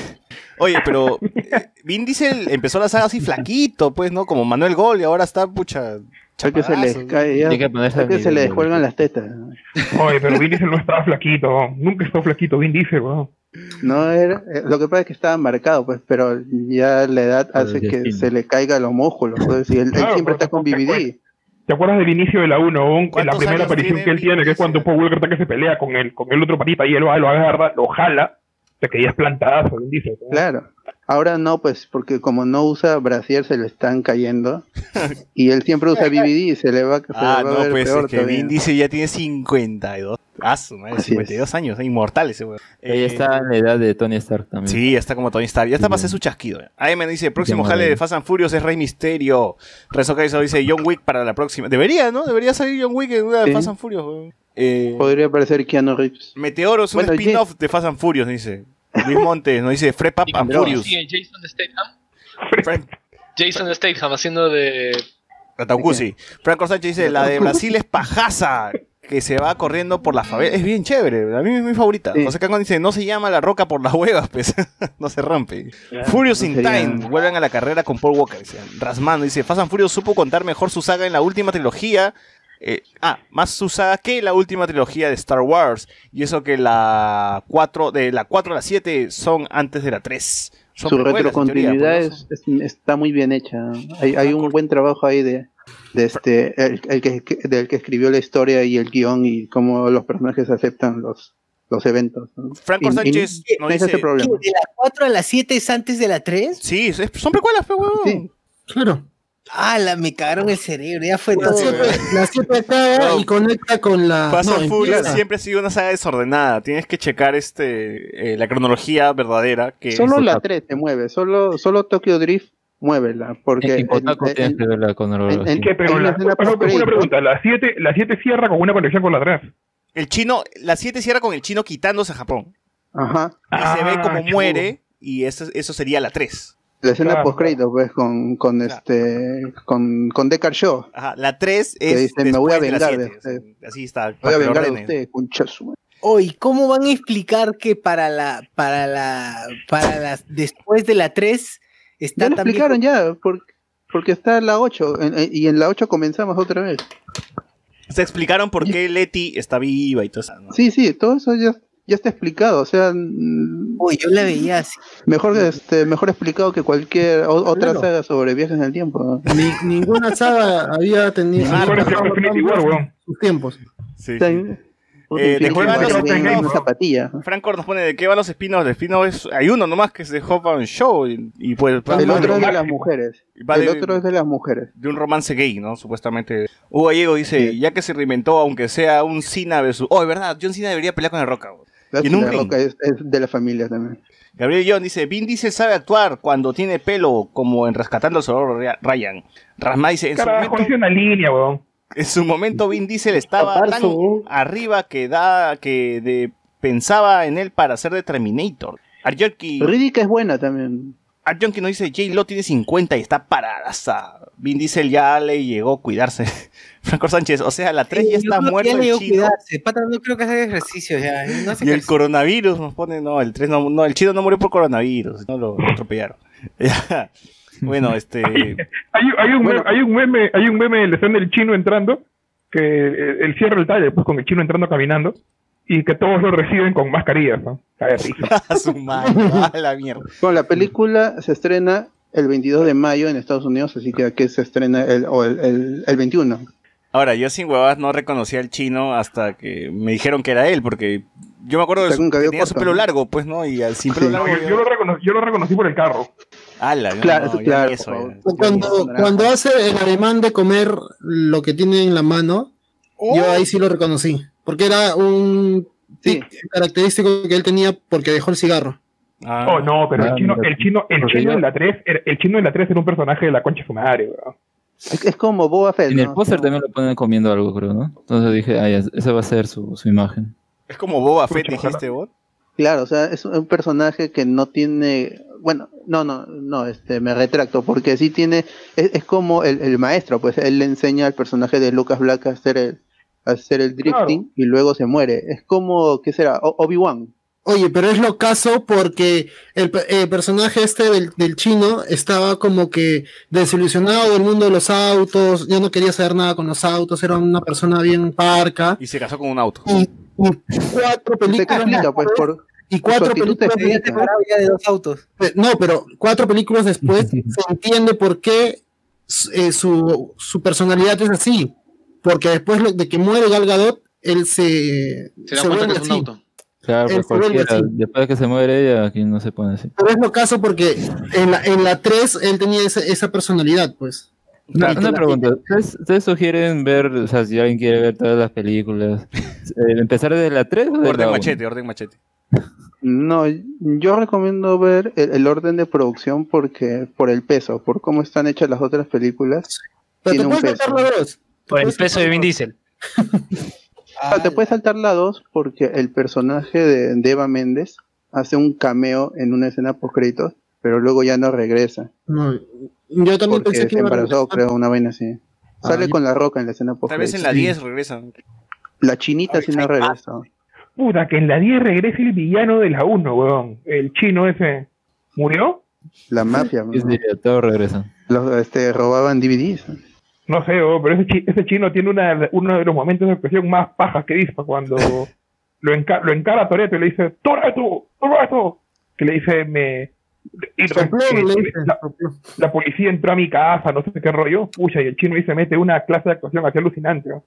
Oye, pero eh, Vin Diesel empezó la saga así flaquito, pues, ¿no? Como Manuel Gol y ahora está, pucha, Es que se les chapadazo. cae ya. Tiene que ponerse Es que al se nivel, les cuelgan las tetas. Oye, pero Vin Diesel no estaba flaquito. Nunca estuvo flaquito, Vin Diesel, weón. No era, eh, lo que pasa es que estaba marcado, pues, pero ya la edad Por el hace que destino. se le caigan los músculos, pues, y él, él Claro, siempre pero está con tampoco B B D. ¿Te acuerdas del inicio de la uno? En la ¿Cuántos primera años aparición tiene que él Vin tiene, que es cuando Diesel? Paul Walker está que se pelea con el, con el otro patita y él va, lo agarra, lo jala, se que ya es plantadazo, Vin Diesel. ¿no? Claro. Ahora no, pues, porque como no usa brasier se le están cayendo. Y él siempre usa B B D y se le va, se Ah, le va no, a ver pues, peor es que todavía. Vin Diesel ya tiene cincuenta y dos. Ah, su madre, Así cincuenta y dos es. años, es inmortal ese weón. Ella Eh, está en la edad de Tony Stark también. Sí, ya está como Tony Stark. Ya está Sí. para hacer su chasquido. A M dice, próximo Qué jale de maravilla. Fast and Furious es Rey Misterio. Rezo Kaizo dice, John Wick para la próxima. Debería, ¿no? Debería salir John Wick en una de Sí. Fast and Furious. weón. Eh, Podría parecer Keanu Reeves. Meteoro es un Bueno, spin-off de Fast and Furious, dice. Luis Montes nos dice, Frep Up and Furious. Sí, Jason Statham. Frank Jason Statham haciendo de. Ataucusi. Franco Sánchez dice, la de Brasil es pajaza. que se va corriendo por la favela. Es bien chévere, a mí es mi favorita. Sí. José Cangon dice, no se llama La Roca por las huevas, pues. No se rompe. Claro, Furious no in sería- Time, vuelven a la carrera con Paul Walker. Dice. Rasmano dice, Fast and Furious supo contar mejor su saga en la última trilogía. Eh, ah, más su saga que la última trilogía de Star Wars. Y eso que la cuatro, de la cuatro a la siete son antes de la tres. Son Su precuelas, en retrocontinuidad teoría, pues, ¿no? es, es- está muy bien hecha. Hay, hay un buen trabajo ahí de, de este el, el que, del que escribió la historia y el guión y cómo los personajes aceptan los, los eventos, ¿no? Franco Y- y Sánchez no nos es ese dice- problema. ¿De la cuatro a la siete es antes de la tres? Sí, es- son precuelas, pues, huevón. Sí. Claro. Ah, la, me cagaron el cerebro, ya fue La todo. siete, la siete acaba No. y conecta con la. Fast no, and Furious empieza. siempre ha sido una saga desordenada. Tienes que checar este eh, la cronología verdadera. Que Solo es- la tres se mueve, solo, solo Tokyo Drift muévela, porque En Kotaku en- tienes en- que ver la cronología. en- ¿Qué? Pero hay una la, escena pero, post-crédito. una pregunta, la siete la siete cierra con una conexión con la tres. El chino, la siete cierra con el chino quitándose a Japón. Ajá. Y se ve Ah, como chulo. muere. Y eso, eso sería la tres. La escena Claro, post crédito pues con, con Claro. este con, con Deckard Shaw. Ajá, la tres Que es dice, "Me voy a después de la vengar de siete". usted. Así está. Voy para a que lo vengar de ordenen. usted, conchazo. Oye, ¿cómo van a explicar que para la, para la, para las, después de la tres está Ya lo también... explicaron ya, por- porque está en la ocho en- en- y en la ocho comenzamos otra vez. Se explicaron por qué Letty está viva y todo eso, ¿no? Sí, sí, todo eso ya, ya está explicado, o sea, mm, Uy, yo la veía así. mejor este mejor explicado que cualquier o- otra Claro. saga sobre viajes en el tiempo. ¿no? Ni- ninguna saga había tenido. Claro, había pero pasado Infinity tanto War, weón. sus tiempos. Sí, O sea, sí. puta, Eh, Infinity ¿de qué van War los tiene spin-offs? una zapatilla. Franco nos pone de qué van los spin-offs. De spin-off es- hay uno nomás que es de Hope and Show. Y, y pues va- El va otro de, es de máximo. las mujeres. va El de- otro es de las mujeres. de un romance gay, ¿no? Supuestamente. Hugo Gallego dice, Sí. ya que se reinventó, aunque sea un Cena versus... Oh, es verdad, John Cena debería pelear con el Roca. güey. La, Y en un la ring. Roca es, es de la familia también. Gabriel John dice, Vin Diesel sabe actuar cuando tiene pelo, como en Rescatando al Soldado Ry- Ryan. Rasma dice, en su, Carajo, momento, hice una línea, weón. en su momento Vin Diesel estaba tan Taparzo, ¿no? arriba que da que de, pensaba en él para ser de Terminator. Arjonki Riddick es buena también. Arjonki nos dice, J. Lo tiene cincuenta y está paradaza. Vin Diesel ya le llegó a cuidarse. Franco Sánchez, o sea, la tres ya Yo está creo que muerto ya le el dio chino. cuidarse. Pata, no creo que haga ejercicio ya. No hace Y el ejercicio. coronavirus nos pone, no, el tres no, no, el chino no murió por coronavirus, no lo, lo atropellaron. Ya. Bueno, este, Hay, hay, un Bueno. meme, hay un meme, hay un meme del escena del chino entrando, que eh, él cierra el taller pues con el chino entrando caminando, y que todos lo reciben con mascarillas, ¿no? Cae de risa. a su madre, a la mierda. Bueno, la película se estrena el veintidós de mayo en Estados Unidos, así que aquí se estrena el, o el, el, el veintiuno. Ahora, yo sin huevas no reconocía al chino hasta que me dijeron que era él, porque yo me acuerdo de Está su, con que cabello tenía su corto, pelo ¿no? largo, pues, ¿no? Y al sin pelo Sí. largo. Yo, yo lo reconocí, yo lo reconocí por el carro. Ala, no, Claro, no, ya claro, ni eso, por ya. favor. O Cuando, Naranja. cuando hace el ademán de comer lo que tiene en la mano, yo ahí sí lo reconocí. Porque era un Sí. tic característico que él tenía porque dejó el cigarro. Ah. Oh, no, pero el Ah, chino, mira. el chino, el Porque chino yo- en la tres, era- el chino en la tres era un personaje de la concha de su madre, weón. Es, es como Boba Fett, En el ¿no? póster también lo ponen comiendo algo, creo, ¿no? Entonces dije, ah, ya, esa va a ser su, su imagen. Es como Boba Fett, Pucha, dijiste vos. Claro, o sea, es un personaje que no tiene, bueno, no, no, no, este, me retracto, porque sí tiene, es, es como el, el maestro, pues él le enseña al personaje de Lucas Black a hacer el, a hacer el drifting y luego se muere. Es como, ¿qué será? O- Obi-Wan. Oye, pero es lo caso porque el, pe- el personaje este del, del chino estaba como que desilusionado del mundo de los autos, ya no quería saber nada con los autos, era una persona bien parca. Y se casó con un auto. Y, y cuatro Se películas explica, pues, después- por, y su cuatro actitud películas te explica. después- Separado ya de dos autos. eh, no, pero cuatro películas después se entiende por qué eh, su, su personalidad es así. Porque después lo- de que muere Gal Gadot, él se, Se da se cuenta vuelve que es un así. auto. Claro, Él pues se vuelve cualquiera, así. después de que se muere ella, aquí no se pone así. Pero es lo caso porque en la, en la tres él tenía esa, esa personalidad, pues. Una, Y te una la- pregunta, ¿ustedes, ustedes sugieren ver, o sea, si alguien quiere ver todas las películas, eh, empezar desde la tres o de Orden la uno? machete, orden machete. No, yo recomiendo ver el, el orden de producción porque por el peso, por cómo están hechas las otras películas. Pero tiene te un puedes peso. saltar la dos. Por el Puedes peso de Vin Diesel. Ah, te puedes saltar la dos porque el personaje de, de Eva Méndez hace un cameo en una escena post créditos, pero luego ya no regresa. No, yo también Porque pensé que se iba a embarazó, regresar. creo, una vaina así. Ah, Sale yo- con la roca en la escena post Tal vez en la sí. diez regresan. La chinita sí no regresa. Puta, que en la diez regrese el villano de la uno, weón. El chino ese. ¿Murió? La mafia. Es de todo regresa. Los, este, robaban D V Ds. No sé, weón, pero ese, chi- ese chino tiene una, uno de los momentos de expresión más pajas que dispa cuando lo, enca lo encara a Toretto y le dice, ¡Toretto! ¡Toretto! Que le dice, me... y lo- Sopló, que- le que dice, la, la policía entró a mi casa, no sé qué rollo. Pucha, y el chino ahí se mete una clase de actuación así alucinante, weón.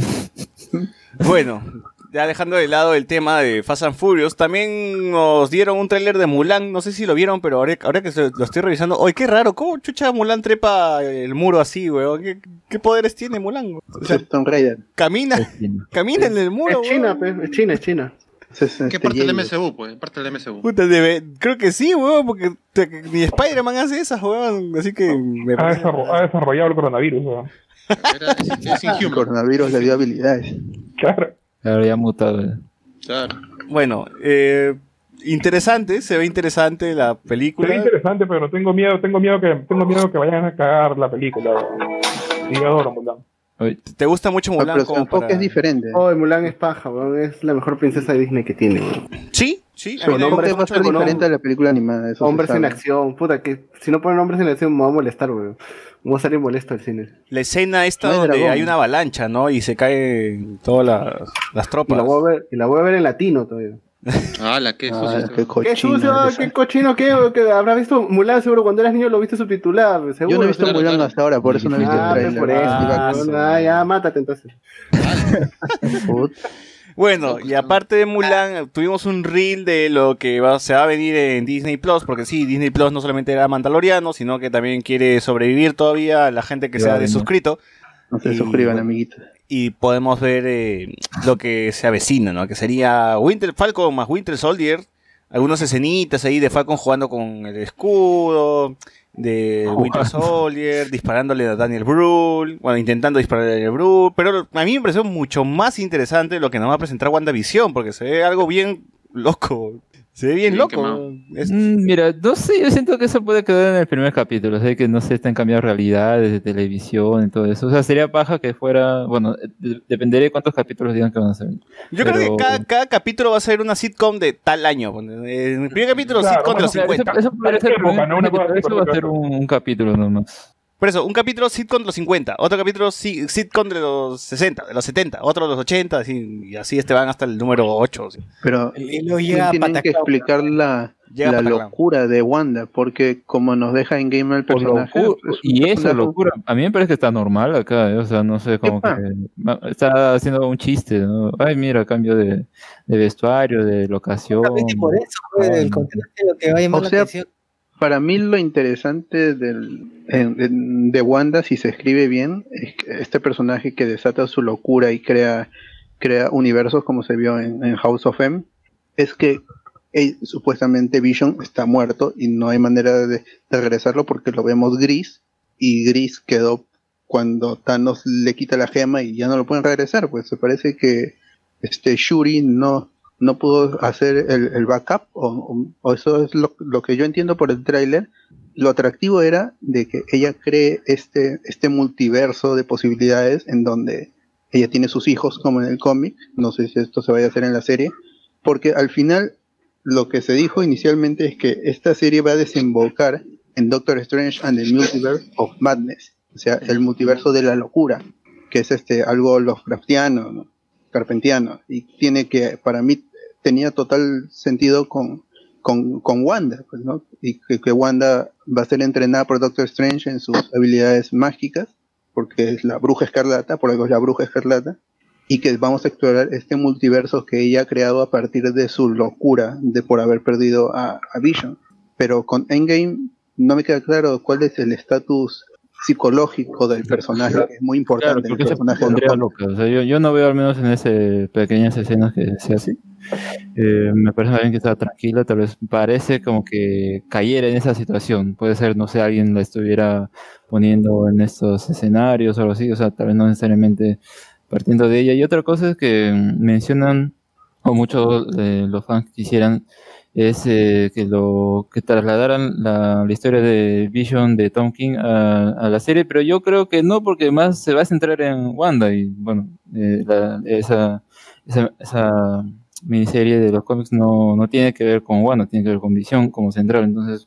Bueno, ya dejando de lado el tema de Fast and Furious, también nos dieron un tráiler de Mulan, no sé si lo vieron, pero ahora, ahora que se- lo estoy revisando, ¡oye, qué raro! ¿Cómo chucha Mulan trepa el muro así, weón? ¿Qué, qué poderes tiene Mulan? weón? O sea, Tomb Raider. camina, camina en el muro, Es China, weón. pe, es China, es China. Ese es, ¿Qué este, parte del Jaeger. M C U, pues? Parte del M C U. Puta, debe- creo que sí, weón, porque te- ni Spider-Man hace esas, weón, así que me Ha, parece... desarro- ha desarrollado el coronavirus, weón. Era, es, es El Inhuman. coronavirus le dio habilidades. Claro. Claro, ya mutado. ya. Claro. Bueno, eh, interesante, se ve interesante la Se película. ve interesante, pero tengo miedo, tengo miedo que, tengo miedo que vayan a cagar la película, weón. Y yo adoro Mulan. Oye, ¿Te gusta mucho Ah, Mulan? pero su como enfoque para- es diferente. Oh, Mulan es paja, weón. Es la mejor princesa de Disney que tiene, weón. Sí, sí. a Su mí me enfoque gusta va a mucho ser Mulan. diferente a la película animada. Eso se Hombres en sabe. acción, puta, que si no ponen hombres en acción me va a molestar, weón. Me va a salir molesto el cine. La escena esta No hay donde dragón. hay una avalancha, ¿no? Y se caen todas las, las Y tropas. la voy a ver, y la voy a ver en latino todavía. ¡Hala, qué Ah, sucio! qué ¿Qué cochino. sucio? esa. ¿Qué cochino? ¿Qué? ¿Qué? ¿Habrás visto Mulan? Seguro cuando eras niño lo viste subtitulado, seguro. Yo no he visto Claro, Mulan claro. hasta ahora, por eso no he visto el Ah, pues trailer. por eso. Ah, weón. sí. Ah, ya, mátate entonces. Put- Bueno, y aparte de Mulan, tuvimos un reel de lo que va, se va a venir en Disney Plus, porque sí, Disney Plus no solamente era Mandaloriano, sino que también quiere sobrevivir todavía a la gente que se ha Claro, ¿no? desuscrito. No se Y- suscriban, amiguitos. Y podemos ver eh, lo que se avecina, ¿no? Que sería Winter Falcon más Winter Soldier, algunas escenitas ahí de Falcon jugando con el escudo, de Winter Soldier, disparándole a Daniel Brühl, bueno, intentando dispararle a Daniel Brühl, pero a mí me pareció mucho más interesante lo que nos va a presentar WandaVision, porque se ve algo bien loco, se ve bien Bien loco. quemado. Es- Mm, Mira, no sé, yo siento que eso puede quedar en el primer capítulo, o sea, que no se están cambiando realidades de televisión y todo eso. O sea, sería paja que fuera, bueno, de- dependería de cuántos capítulos digan que van a hacer. Yo pero- creo que cada, cada capítulo va a ser una sitcom de tal año. En el primer capítulo, Claro, sitcom de los bueno, Eso, cincuenta. eso podría ser, Época, ¿no? Una cosa pero eso va a ser un, un capítulo nomás. Por eso, un capítulo sitcom de los cincuenta, otro capítulo si- sitcom de los sesenta, de los setenta, otro de los ochenta, así, y así este van hasta el número ocho. así. Pero Y luego llega tienen que Pataclown. explicar la, Llega la Pataclown. locura de Wanda, porque como nos deja en game el O personaje... locu- es un y eso, personaje- locura. A mí me parece que está normal acá, ¿eh? O sea, no sé, como que Epa. ma- está haciendo un chiste, ¿no? Ay, mira, cambio de, de vestuario, de locación. Justamente por eso, pues, el contraste lo que va a llamar O la sea, atención. Para mí lo interesante del, en- de, de Wanda, si se escribe bien, es que este personaje que desata su locura y crea, crea universos como se vio en, en House of M, es que eh, supuestamente Vision está muerto y no hay manera de, de regresarlo porque lo vemos gris, y gris quedó cuando Thanos le quita la gema y ya no lo pueden regresar. Pues se parece que este Shuri no, no pudo hacer el, el backup, o, o- o eso es lo, lo que yo entiendo por el tráiler. Lo atractivo era de que ella cree este, este multiverso de posibilidades en donde ella tiene sus hijos como en el cómic. No sé si esto se vaya a hacer en la serie, porque al final lo que se dijo inicialmente es que esta serie va a desembocar en Doctor Strange and the Multiverse of Madness, o sea, el multiverso de la locura, que es este algo Lovecraftiano, ¿no? Carpentiano, y tiene que, para mí, tenía total sentido con, con, con Wanda, pues, ¿no? Y que, que Wanda va a ser entrenada por Doctor Strange en sus habilidades mágicas, porque es la bruja escarlata, por algo es la bruja escarlata, y que vamos a explorar este multiverso que ella ha creado a partir de su locura de por haber perdido a, a Vision. Pero con Endgame no me queda claro cuál es el estatus psicológico del personaje, que es muy Claro, importante en el porque se personaje de los pondría cómics. loca. O sea, yo, yo no veo al menos en esas pequeñas escenas que sea así. Eh, me parece más bien que está tranquila, tal vez parece como que cayera en esa situación. Puede ser, no sé, alguien la estuviera poniendo en estos escenarios o algo así, o sea, tal vez no necesariamente partiendo de ella. Y otra cosa es que mm, mencionan, o muchos de los fans quisieran, es eh, que lo que trasladaran la, la historia de Vision de Tom King a, a la serie, pero yo creo que no, porque más se va a centrar en Wanda y bueno, Eh, la- esa, esa, esa miniserie de los cómics no, no tiene que ver con Wanda, tiene que ver con Visión como central. Entonces,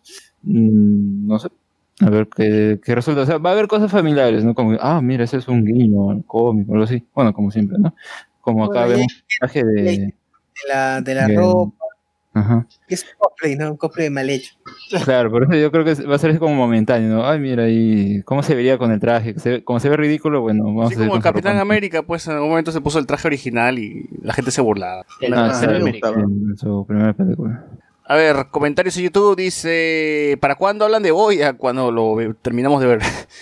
mm, no sé. A ver qué, qué resulta. O sea, va a haber cosas familiares, ¿no? Como, ah, mira, ese es un guiño al cómic o algo así. Bueno, como siempre, ¿no? Como acá Bueno, vemos el traje de... de la, de la de- ropa, Ajá. que es un cosplay, ¿no? Un cosplay mal hecho. Claro, por eso yo creo que va a ser como momentáneo, ¿no? Ay, mira ahí, ¿cómo se vería con el traje? Se ve- como se ve ridículo, bueno, vamos Así a ver como el con su Capitán ropa. América, pues en algún momento se puso el traje original y la gente se burlaba. El Ah, Capitán sí, América. sí, en su primera película. A ver, comentarios en YouTube dice, ¿para cuándo hablan de Boya? Cuando lo ve- terminamos de ver.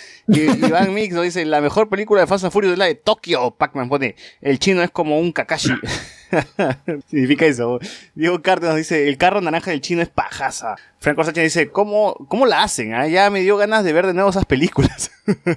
Y Iván Mix nos dice, la mejor película de Fast and Furious es la de Tokio. Pac-Man pone, el chino es como un Kakashi. Significa eso. Diego Cárdenas dice, el carro naranja del chino es pajaza. Franco Sánchez dice, ¿cómo, cómo la hacen? ah? Ya me dio ganas de ver de nuevo esas películas.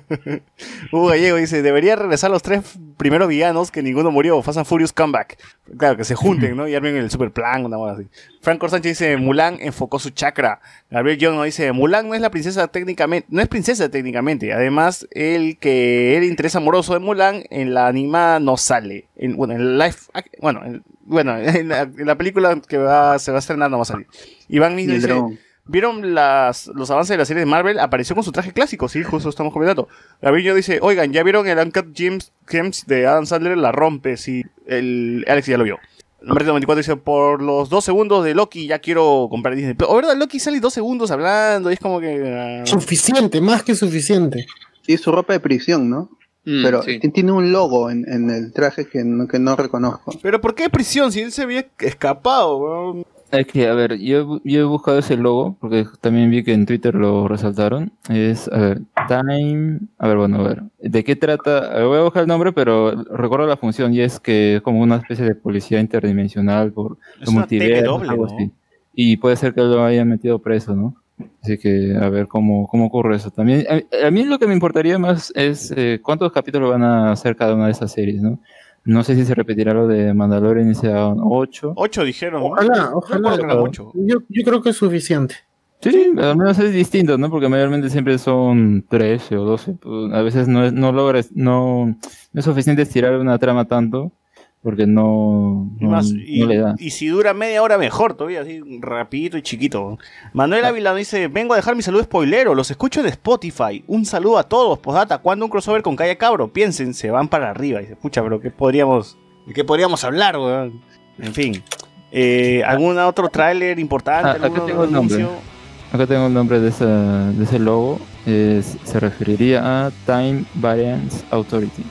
Hugo Gallego dice, debería regresar los tres primeros villanos que ninguno murió. Fast and Furious Comeback. Claro, que se junten, ¿no? Y armen el super plan, una cosa así. Franco Sánchez dice, Mulan enfocó su chakra. Gabriel Young nos dice, Mulan no es la princesa técnicamente, no es princesa técnicamente. Además, el que era interés amoroso de Mulan en la animada no sale. En, bueno, en el live, ac- bueno, en, bueno, en la, en la película que va, se va a estrenar no va a salir. Iván Mix Y el dice, dron. ¿vieron las, los avances de la serie de Marvel? Apareció con su traje clásico, sí, justo estamos comentando. Gabriel Young dice, oigan, ¿ya vieron el Uncut Gems, Gems de Adam Sandler? La rompe, sí, el Alex ya lo vio. Martino veinticuatro dice, por los dos segundos de Loki ya quiero comprar Disney. Pero, ¿verdad? Loki sale dos segundos hablando y es como que... ah, Suficiente, más que suficiente. Sí, su ropa de prisión, ¿no? Mm, Pero sí. t- tiene un logo en, en el traje que no, que no reconozco. Pero ¿por qué prisión? Si él se había escapado, weón. Es que, a ver, yo, he bu- yo he buscado ese logo, porque también vi que en Twitter lo resaltaron. Es, a ver, Time... A ver, bueno, a ver. ¿De qué trata? A ver, voy a buscar el nombre, pero recuerdo la función y es que es como una especie de policía interdimensional por Es los una multiversos, teledoble, algo ¿no? así. Y puede ser que lo hayan metido preso, ¿no? Así que, a ver cómo, cómo ocurre eso. También, a, a mí lo que me importaría más es eh, cuántos capítulos van a hacer cada una de esas series, ¿no? No sé si se repetirá lo de Mandalorian y sean ocho. Ocho dijeron, ¿no? Ojalá, Yo ojalá. recuerdo que eran ocho. Yo, yo creo que es suficiente. Sí, al menos es distinto, ¿no? Porque mayormente siempre son trece o doce. Pues, a veces no, es- no logras, no, no es suficiente estirar una trama tanto, porque no, Y, no, más, no y, le da. y si dura media hora mejor todavía, así rapidito y chiquito. Manuel Ávila dice, vengo a dejar mi saludo spoilero, los escucho en Spotify. Un saludo a todos, postdata, ¿cuándo un crossover con Calle Cabro? Piensen, se van para arriba. Y dice, pucha, pero ¿qué podríamos, ¿de qué podríamos hablar, weón? En fin. Eh, ¿Algún otro tráiler importante? Ah, acá algún tengo el nombre. anuncio? Acá tengo el nombre de, esa, de ese logo. Es- se referiría a Time Variance Authority.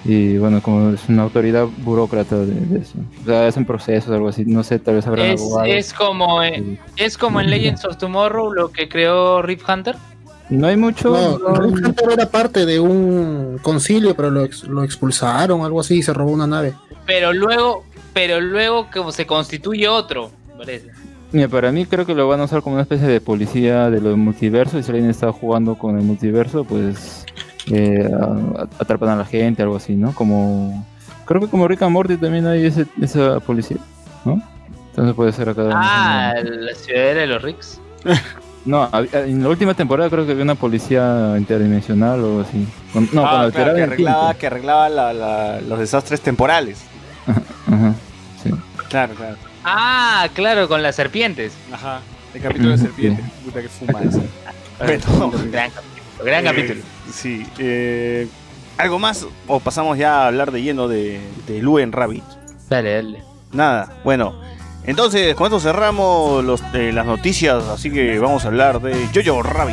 Y bueno, como es una autoridad burócrata de, de eso. O sea, hacen procesos, algo así. No sé, tal vez habrán Es, abogados. es como en, es como en Legends of Tomorrow lo que creó Rip Hunter. No hay mucho. No, no- Rick Hunter era parte de un concilio, pero lo, ex- lo expulsaron, algo así, y se robó una nave. Pero luego, pero luego como se constituye otro, parece. Mira, para mí creo que lo van a usar como una especie de policía de los multiversos. Y si alguien está jugando con el multiverso, pues eh, a- a- atrapan a la gente, algo así, ¿no? Como creo que como Rick and Morty también hay ese, esa policía, ¿no? Entonces puede ser acá. Ah, la ciudadela de los Ricks. No, hab- en la última temporada creo que había una policía interdimensional o algo así. Con- no, Ah, con claro, alterar que el arreglaba, tiempo. que arreglaba la- la- los desastres temporales. Ajá, sí. Claro, claro. Ah, claro, con las serpientes. Ajá. El capítulo de Ujú, serpiente. sí. Puta que fuma ese. Bueno, Gran capítulo. Gran eh, capítulo. Sí. eh, ¿Algo más? ¿O pasamos ya a hablar de lleno de, de Luen Rabbit? Dale, dale. Nada. Bueno. Entonces, con esto cerramos los, eh, las noticias. Así que vamos a hablar de Jojo Rabbit.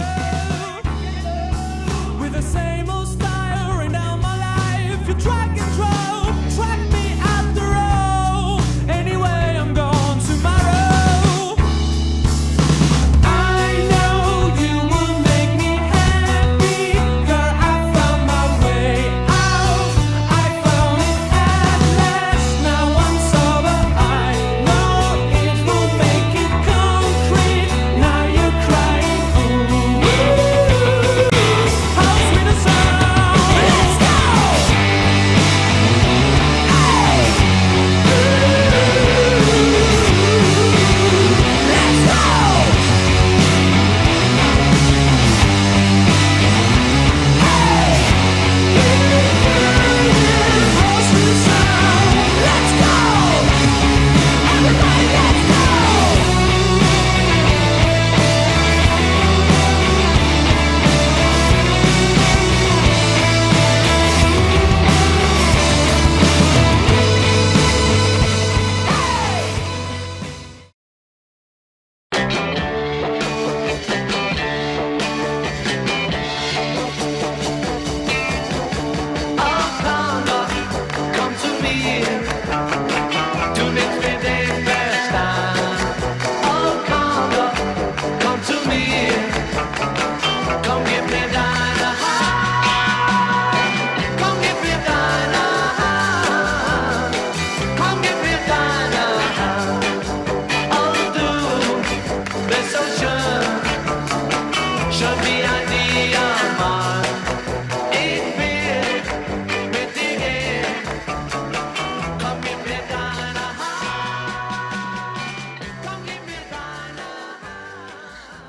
With the same old style right down my life. You track and drove, track me out the road. Anyway, I'm gone tomorrow. I know you will make me happy, girl. I found my way out. I found it at last. Now I'm sober. I know it will make it concrete. Now you're crying. Ooh.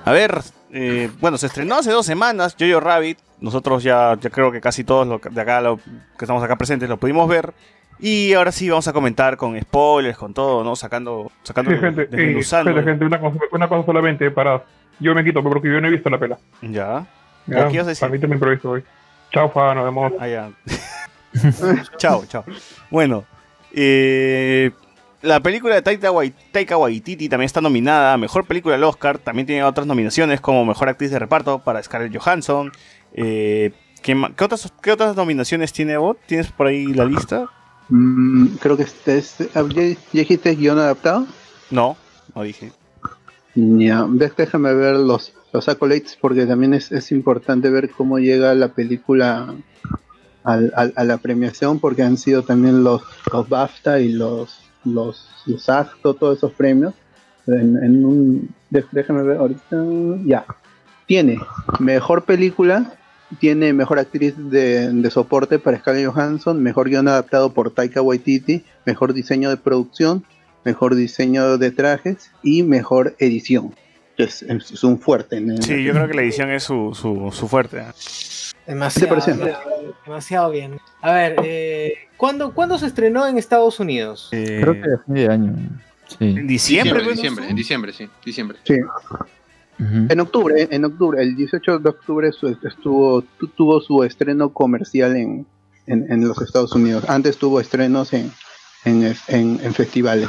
A ver, eh, bueno, se estrenó hace dos semanas Jojo Rabbit. Nosotros ya, ya creo que casi todos lo, de acá, lo, que estamos acá presentes, lo pudimos ver. Y ahora sí vamos a comentar con spoilers, con todo, ¿no? Sacando, sacando, Sí, gente, eh, desmenuzando. gente, gente, una cosa, una cosa solamente para... Yo me quito porque yo no he visto la pela. Ya. Ya, ¿Qué ibas a decir? para mí también improviso hoy. Chao, Fa, nos vemos. Ah, ya. Chao, chao. Bueno, eh, la película de Taika, Wai- Taika Waititi también está nominada a Mejor Película al Oscar. También tiene otras nominaciones como Mejor Actriz de Reparto para Scarlett Johansson. Eh, ¿qué, ma- qué otras, ¿Qué otras nominaciones tiene vos? ¿Tienes por ahí la lista? Mm, creo que este es. ¿Ya, ya dijiste guión adaptado? No, no dije. Ya, ves, déjame ver los, los accolades porque también es, es importante ver cómo llega la película al- al- a la premiación porque han sido también los, los BAFTA y los los, los AFTO, todos esos premios. En, en un, de- déjame ver ahorita. Ya. Tiene mejor película, tiene mejor actriz de, de soporte para Scarlett Johansson, mejor guión adaptado por Taika Waititi, mejor diseño de producción, mejor diseño de trajes y mejor edición. Es, es un fuerte. En, Sí, yo creo que la edición es su, su, su fuerte. Demasiado, ¿Qué te pareció? demasiado bien. A ver, eh, ¿cuándo, ¿cuándo se estrenó en Estados Unidos? Eh, Creo que a fin de año. Sí. En diciembre, Diciembre, ¿no? diciembre, en diciembre, sí, diciembre. Sí. Ujú. En octubre, en octubre, el dieciocho de octubre su- estuvo, tu- tuvo su estreno comercial en, en, en los Estados Unidos. Antes tuvo estrenos en, en, en, en festivales.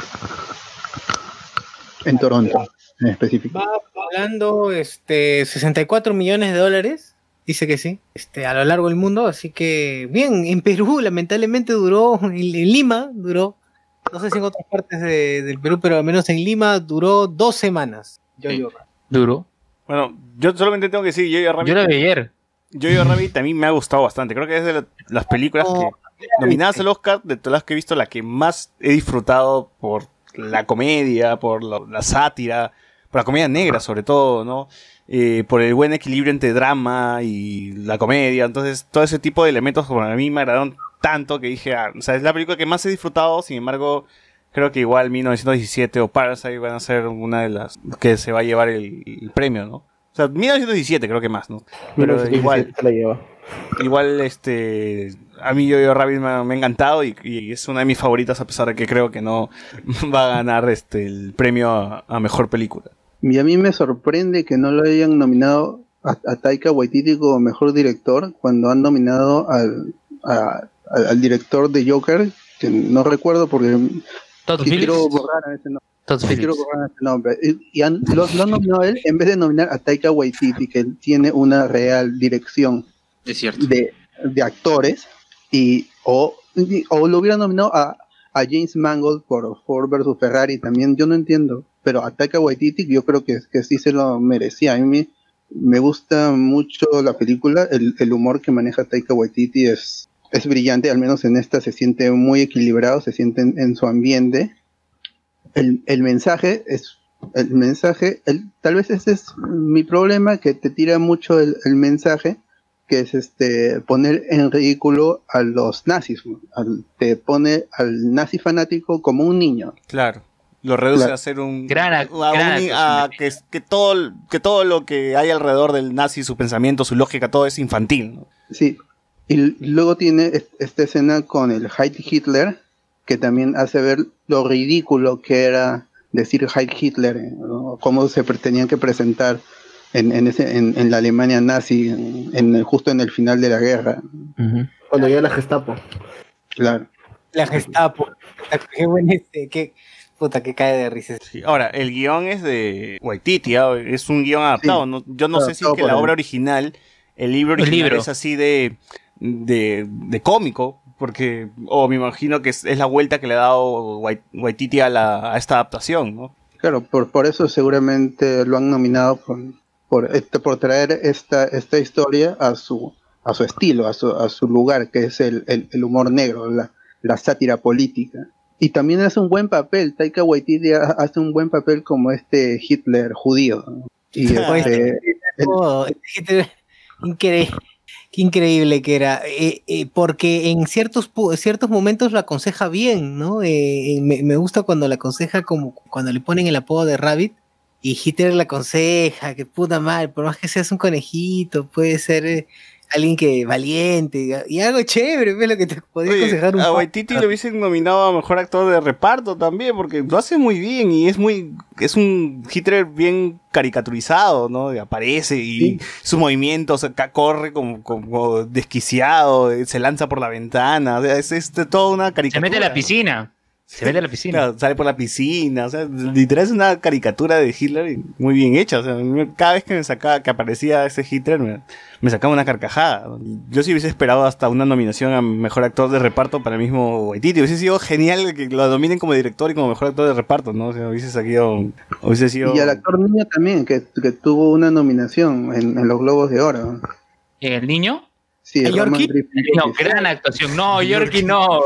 En Toronto, en específico. Va hablando este, sesenta y cuatro millones de dólares. Dice que sí, este, a lo largo del mundo. Así que, bien, en Perú lamentablemente duró, en, en Lima duró, no sé si en otras partes de- del Perú, pero al menos en Lima duró dos semanas. Yo, Sí. yo. Duro. Bueno, yo solamente tengo que decir, Jojo Rabbit, Yo la vi ayer. Jojo Rabbit a mí me ha gustado bastante. Creo que es de la- las películas No, que nominadas al Oscar, de todas las que he visto, la que más he disfrutado por la comedia, por la, la sátira, por la comedia negra sobre todo, ¿no? Eh, por el buen equilibrio entre drama y la comedia. Entonces, todo ese tipo de elementos como a mí me agradaron tanto que dije, ah, o sea, es la película que más he disfrutado. Sin embargo, creo que igual mil novecientos diecisiete o Parasite van a ser una de las que se va a llevar el, el premio, ¿no? O sea, mil novecientos diecisiete creo que más, ¿no? Pero igual, Se la lleva. igual, este, a mí Jojo Rabbit me, ha- me ha encantado y, y es una de mis favoritas a pesar de que creo que no va a ganar este el premio a, a mejor película. Y a mí me sorprende que no lo hayan nominado a, a Taika Waititi como mejor director cuando han nominado al, a- al, al director de Joker, que no recuerdo porque Todd sí quiero Phillips. borrar a ese nombre. Todd Sí quiero Phillips. borrar ese nombre. Y, y han- lo, lo han nominado a él en vez de nominar a Taika Waititi, que él tiene una real dirección Es cierto. de, de actores, y o, y- o lo hubieran nominado a, a James Mangold por Ford versus Ferrari también, yo no entiendo, pero a Taika Waititi yo creo que, que sí se lo merecía. A mí me gusta mucho la película, el, el humor que maneja Taika Waititi es, es brillante, al menos en esta se siente muy equilibrado, se siente en, en su ambiente. El, el mensaje es el mensaje, el, tal vez ese es mi problema, que te tira mucho el, el mensaje, que es este poner en ridículo a los nazis, ¿no? Al- te pone al nazi fanático como un niño. Claro. Lo reduce Claro. a ser un... Gran a, ac- un- gran a actuación. que, que, todo, que todo lo que hay alrededor del nazi, su pensamiento, su lógica, todo es infantil, ¿no? Sí. Y l- luego tiene est- esta escena con el Heil Hitler, que también hace ver lo ridículo que era decir Heil Hitler, ¿eh? ¿no? Cómo se pre- tenían que presentar en, en, ese, en, en la Alemania nazi, en, en el- justo en el final de la guerra. Ujú. Cuando llega la Gestapo. Claro. La Gestapo. Qué buen este, qué puta que cae de risas. Sí. Ahora, el guión es de Waititi, ¿ah? Es un guión adaptado. Sí. ¿no? Yo no sé si es Adaptado que por la él. obra original, el libro original libro. es así de, de, de cómico, porque, o me imagino que es, es la vuelta que le ha dado Wait- Waititi a, la, a esta adaptación, ¿no? Claro, por, por eso seguramente lo han nominado por, por, este, por traer esta, esta historia a su, a su estilo, a su, a su lugar, que es el, el, el humor negro, la, la sátira política. Y también hace un buen papel, Taika Waititi ha- hace un buen papel como este Hitler judío, ¿no? Y Pues, este, el- Oh, increíble, qué increíble que era, eh, eh, porque en ciertos pu- ciertos momentos lo aconseja bien, ¿no? Eh, eh, me, me gusta cuando le aconseja como cuando le ponen el apodo de Rabbit, y Hitler le aconseja que puta madre, por más que seas un conejito, puede ser eh, alguien que valiente y algo chévere, ¿ves? Lo que te podría Oye, aconsejar un a pata. Waititi lo hubiesen nominado a mejor actor de reparto también, porque lo hace muy bien y es muy, es un Hitler bien caricaturizado, ¿no? Y aparece y Sí. sus movimientos, acá corre como, como desquiciado, eh, se lanza por la ventana, o sea, es, es de toda una Se caricatura. mete a la piscina. Se mete a la piscina. Claro, sale por la piscina, o sea, literal es una caricatura de Hitler y muy bien hecha, o sea, me- cada vez que me sacaba, que aparecía ese Hitler, me, me sacaba una carcajada. Yo sí hubiese esperado hasta una nominación a mejor actor de reparto para el mismo Waititi, hubiese sido genial que lo nominen como director y como mejor actor de reparto, ¿no? O sea, hubiese salido, hubiese sido... Y al actor niño también, que, que tuvo una nominación en, en los Globos de Oro. ¿En el niño? Sí, ¿A Roman Yorkie? Griffin. No, gran actuación. No, Yorkie no.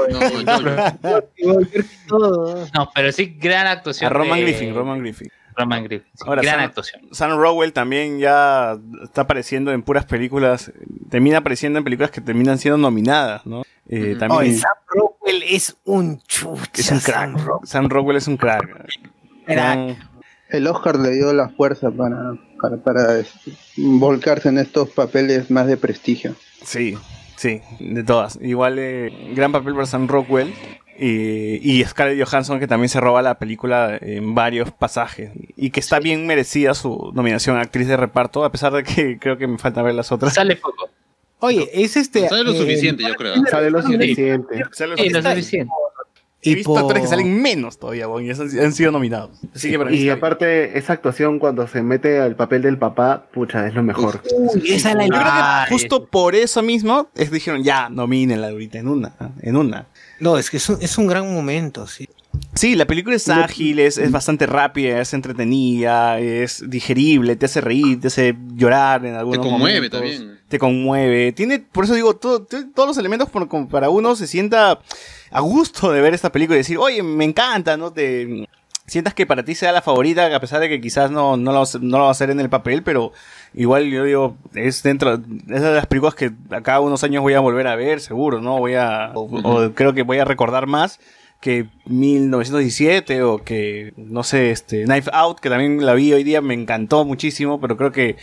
No, yo- No, pero sí, gran A actuación. Roman de- Griffin, Roman Griffin. Roman Griffin. sí, Ahora, gran Sam- actuación. Sam Rockwell también ya está apareciendo en puras películas, termina apareciendo en películas que terminan siendo nominadas, ¿no? Eh, Ujú. también Oye, Sam Rockwell es un chucha. es un crack. Sam Rockwell. Sam Rockwell es un crack. Crack. No, El Oscar le dio la fuerza para, para, para este, volcarse en estos papeles más de prestigio. sí, sí, de todas. Igual, eh, gran papel para Sam Rockwell. Y, y Scarlett Johansson, que también se roba la película en varios pasajes. Y que está bien merecida su nominación a actriz de reparto, a pesar de que creo que me falta ver las otras. Sale poco. Oye, es este. Sabe lo eh, suficiente, yo creo. Sabe lo suficiente. Sale- Sí, no es está- suficiente. He visto tipo- actores que salen menos todavía, bon, y han, han sido nominados. Así que para mí Y está bien. aparte, esa actuación cuando se mete al papel del papá, pucha, es lo mejor. Uy, esa la Yo creo Ah, que justo por eso mismo es, dijeron, ya, nomínenla ahorita en una, en una. No, es que es un, es un gran momento, sí. Sí, la película es ágil, es, es bastante rápida, es entretenida, es digerible, te hace reír, te hace llorar en Te algunos conmueve momentos, también. te conmueve. Tiene, por eso digo, todo- t- todos los elementos por- como para uno se sienta a gusto de ver esta película y decir, oye, me encanta, ¿no? Te sientas que para ti sea la favorita, a pesar de que quizás no, no, lo, no lo va a hacer en el papel, pero igual yo digo, es dentro, es de las películas que a cada unos años voy a volver a ver, seguro, ¿no? Voy a, o, o creo que voy a recordar más que mil novecientos diecisiete o que, no sé, este Knife Out, que también la vi hoy día, me encantó muchísimo, pero creo que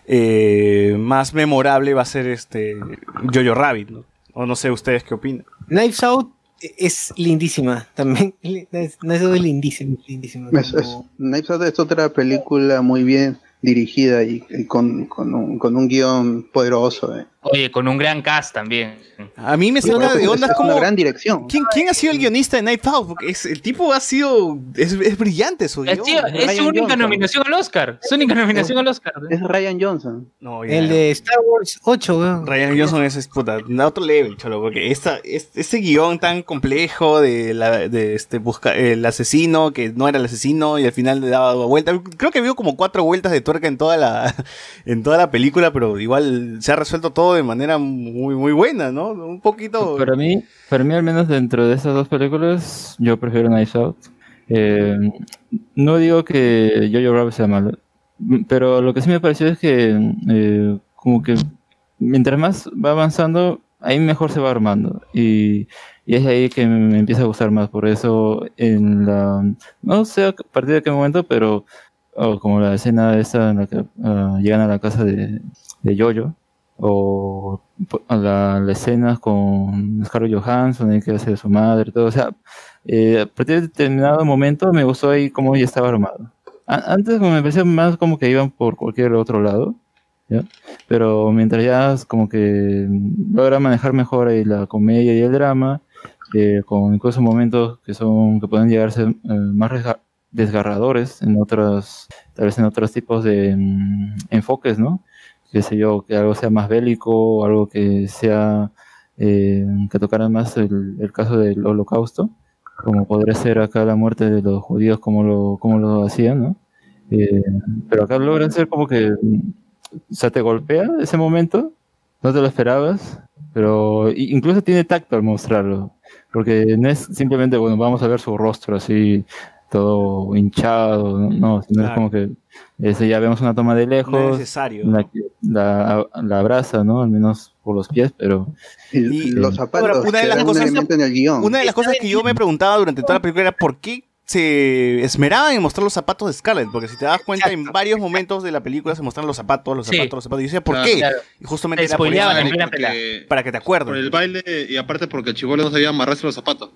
eh, más memorable va a ser este Jojo Rabbit, ¿no? O no sé, ¿ustedes qué opinan? Knives Out es lindísima también. Knives Out es lindísima, lindísima. Es, es, como- Knives Out es otra película muy bien dirigida y, y con, con, un, con un guión poderoso. eh. Oye, con un gran cast también. A mí me Sí, saca de es onda una como... gran dirección. ¿Quién, ¿Quién ha sido el guionista de Knife Out? Porque es, el tipo ha sido... Es, es brillante su Es, guión. tío, es su Ryan única Johnson. nominación al Oscar. Su única nominación al Oscar. Es Ryan Johnson. No, ya. El de Star Wars ocho, weón. Ryan Johnson es, es puta, a otro level, cholo, porque esta, es, ese guión tan complejo de, la, de este busca, el asesino que no era el asesino y al final le daba vuelta. Creo que vio como cuatro vueltas de tuerca en toda la, en toda la película, pero igual se ha resuelto todo de manera muy, muy buena, ¿no? Un poquito. Para mí, para mí al menos dentro de esas dos películas, yo prefiero Knives Out. Eh, no digo que Jojo Rabbit sea malo, pero lo que sí me pareció es que eh, como que mientras más va avanzando, ahí mejor se va armando. Y, y es ahí que me empieza a gustar más. Por eso en la... No sé a partir de qué momento, pero oh, como la escena esta en la que uh, llegan a la casa de, de Jojo, o la, la escena con Scarlett Johansson y que hace de su madre, todo, o sea, eh, a partir de determinado momento me gustó ahí cómo ya estaba armado. A- antes me parecía más como que iban por cualquier otro lado, ¿ya? Pero mientras ya como que logra manejar mejor ahí la comedia y el drama, eh, con incluso momentos que son que pueden llegar a ser eh, más resga- desgarradores en otros, tal vez en otros tipos de mm, enfoques, ¿no? Qué sé yo, que algo sea más bélico, algo que sea, eh, que tocara más el, el caso del holocausto, como podría ser acá la muerte de los judíos, como lo, como lo hacían, ¿no? Eh, pero acá logran ser como que, mm, o sea, te golpea ese momento, no te lo esperabas, pero i- incluso tiene tacto al mostrarlo, porque no es simplemente, bueno, vamos a ver su rostro así, todo hinchado, no, no, sino Claro. es como que ese, ya vemos una toma de No es lejos, necesario. la, ¿no? la, la abraza, ¿no? Al menos por los pies, pero Y, Y- los zapatos, Ahora, una de que las eran un cosas- elemento en el guión. Una de las cosas que yo me preguntaba durante toda la película era ¿por qué se esmeraban en mostrar los zapatos de Scarlett, porque si te das cuenta, en varios momentos de la película se mostraron los zapatos, los Sí. zapatos, los zapatos. Y yo decía, ¿por Claro. qué? Claro. Y justamente Te era por spoileaban eso, en plena porque- pelea. para que te acuerdes. Por el baile y aparte porque el chibolo no sabía amarrarse los zapatos.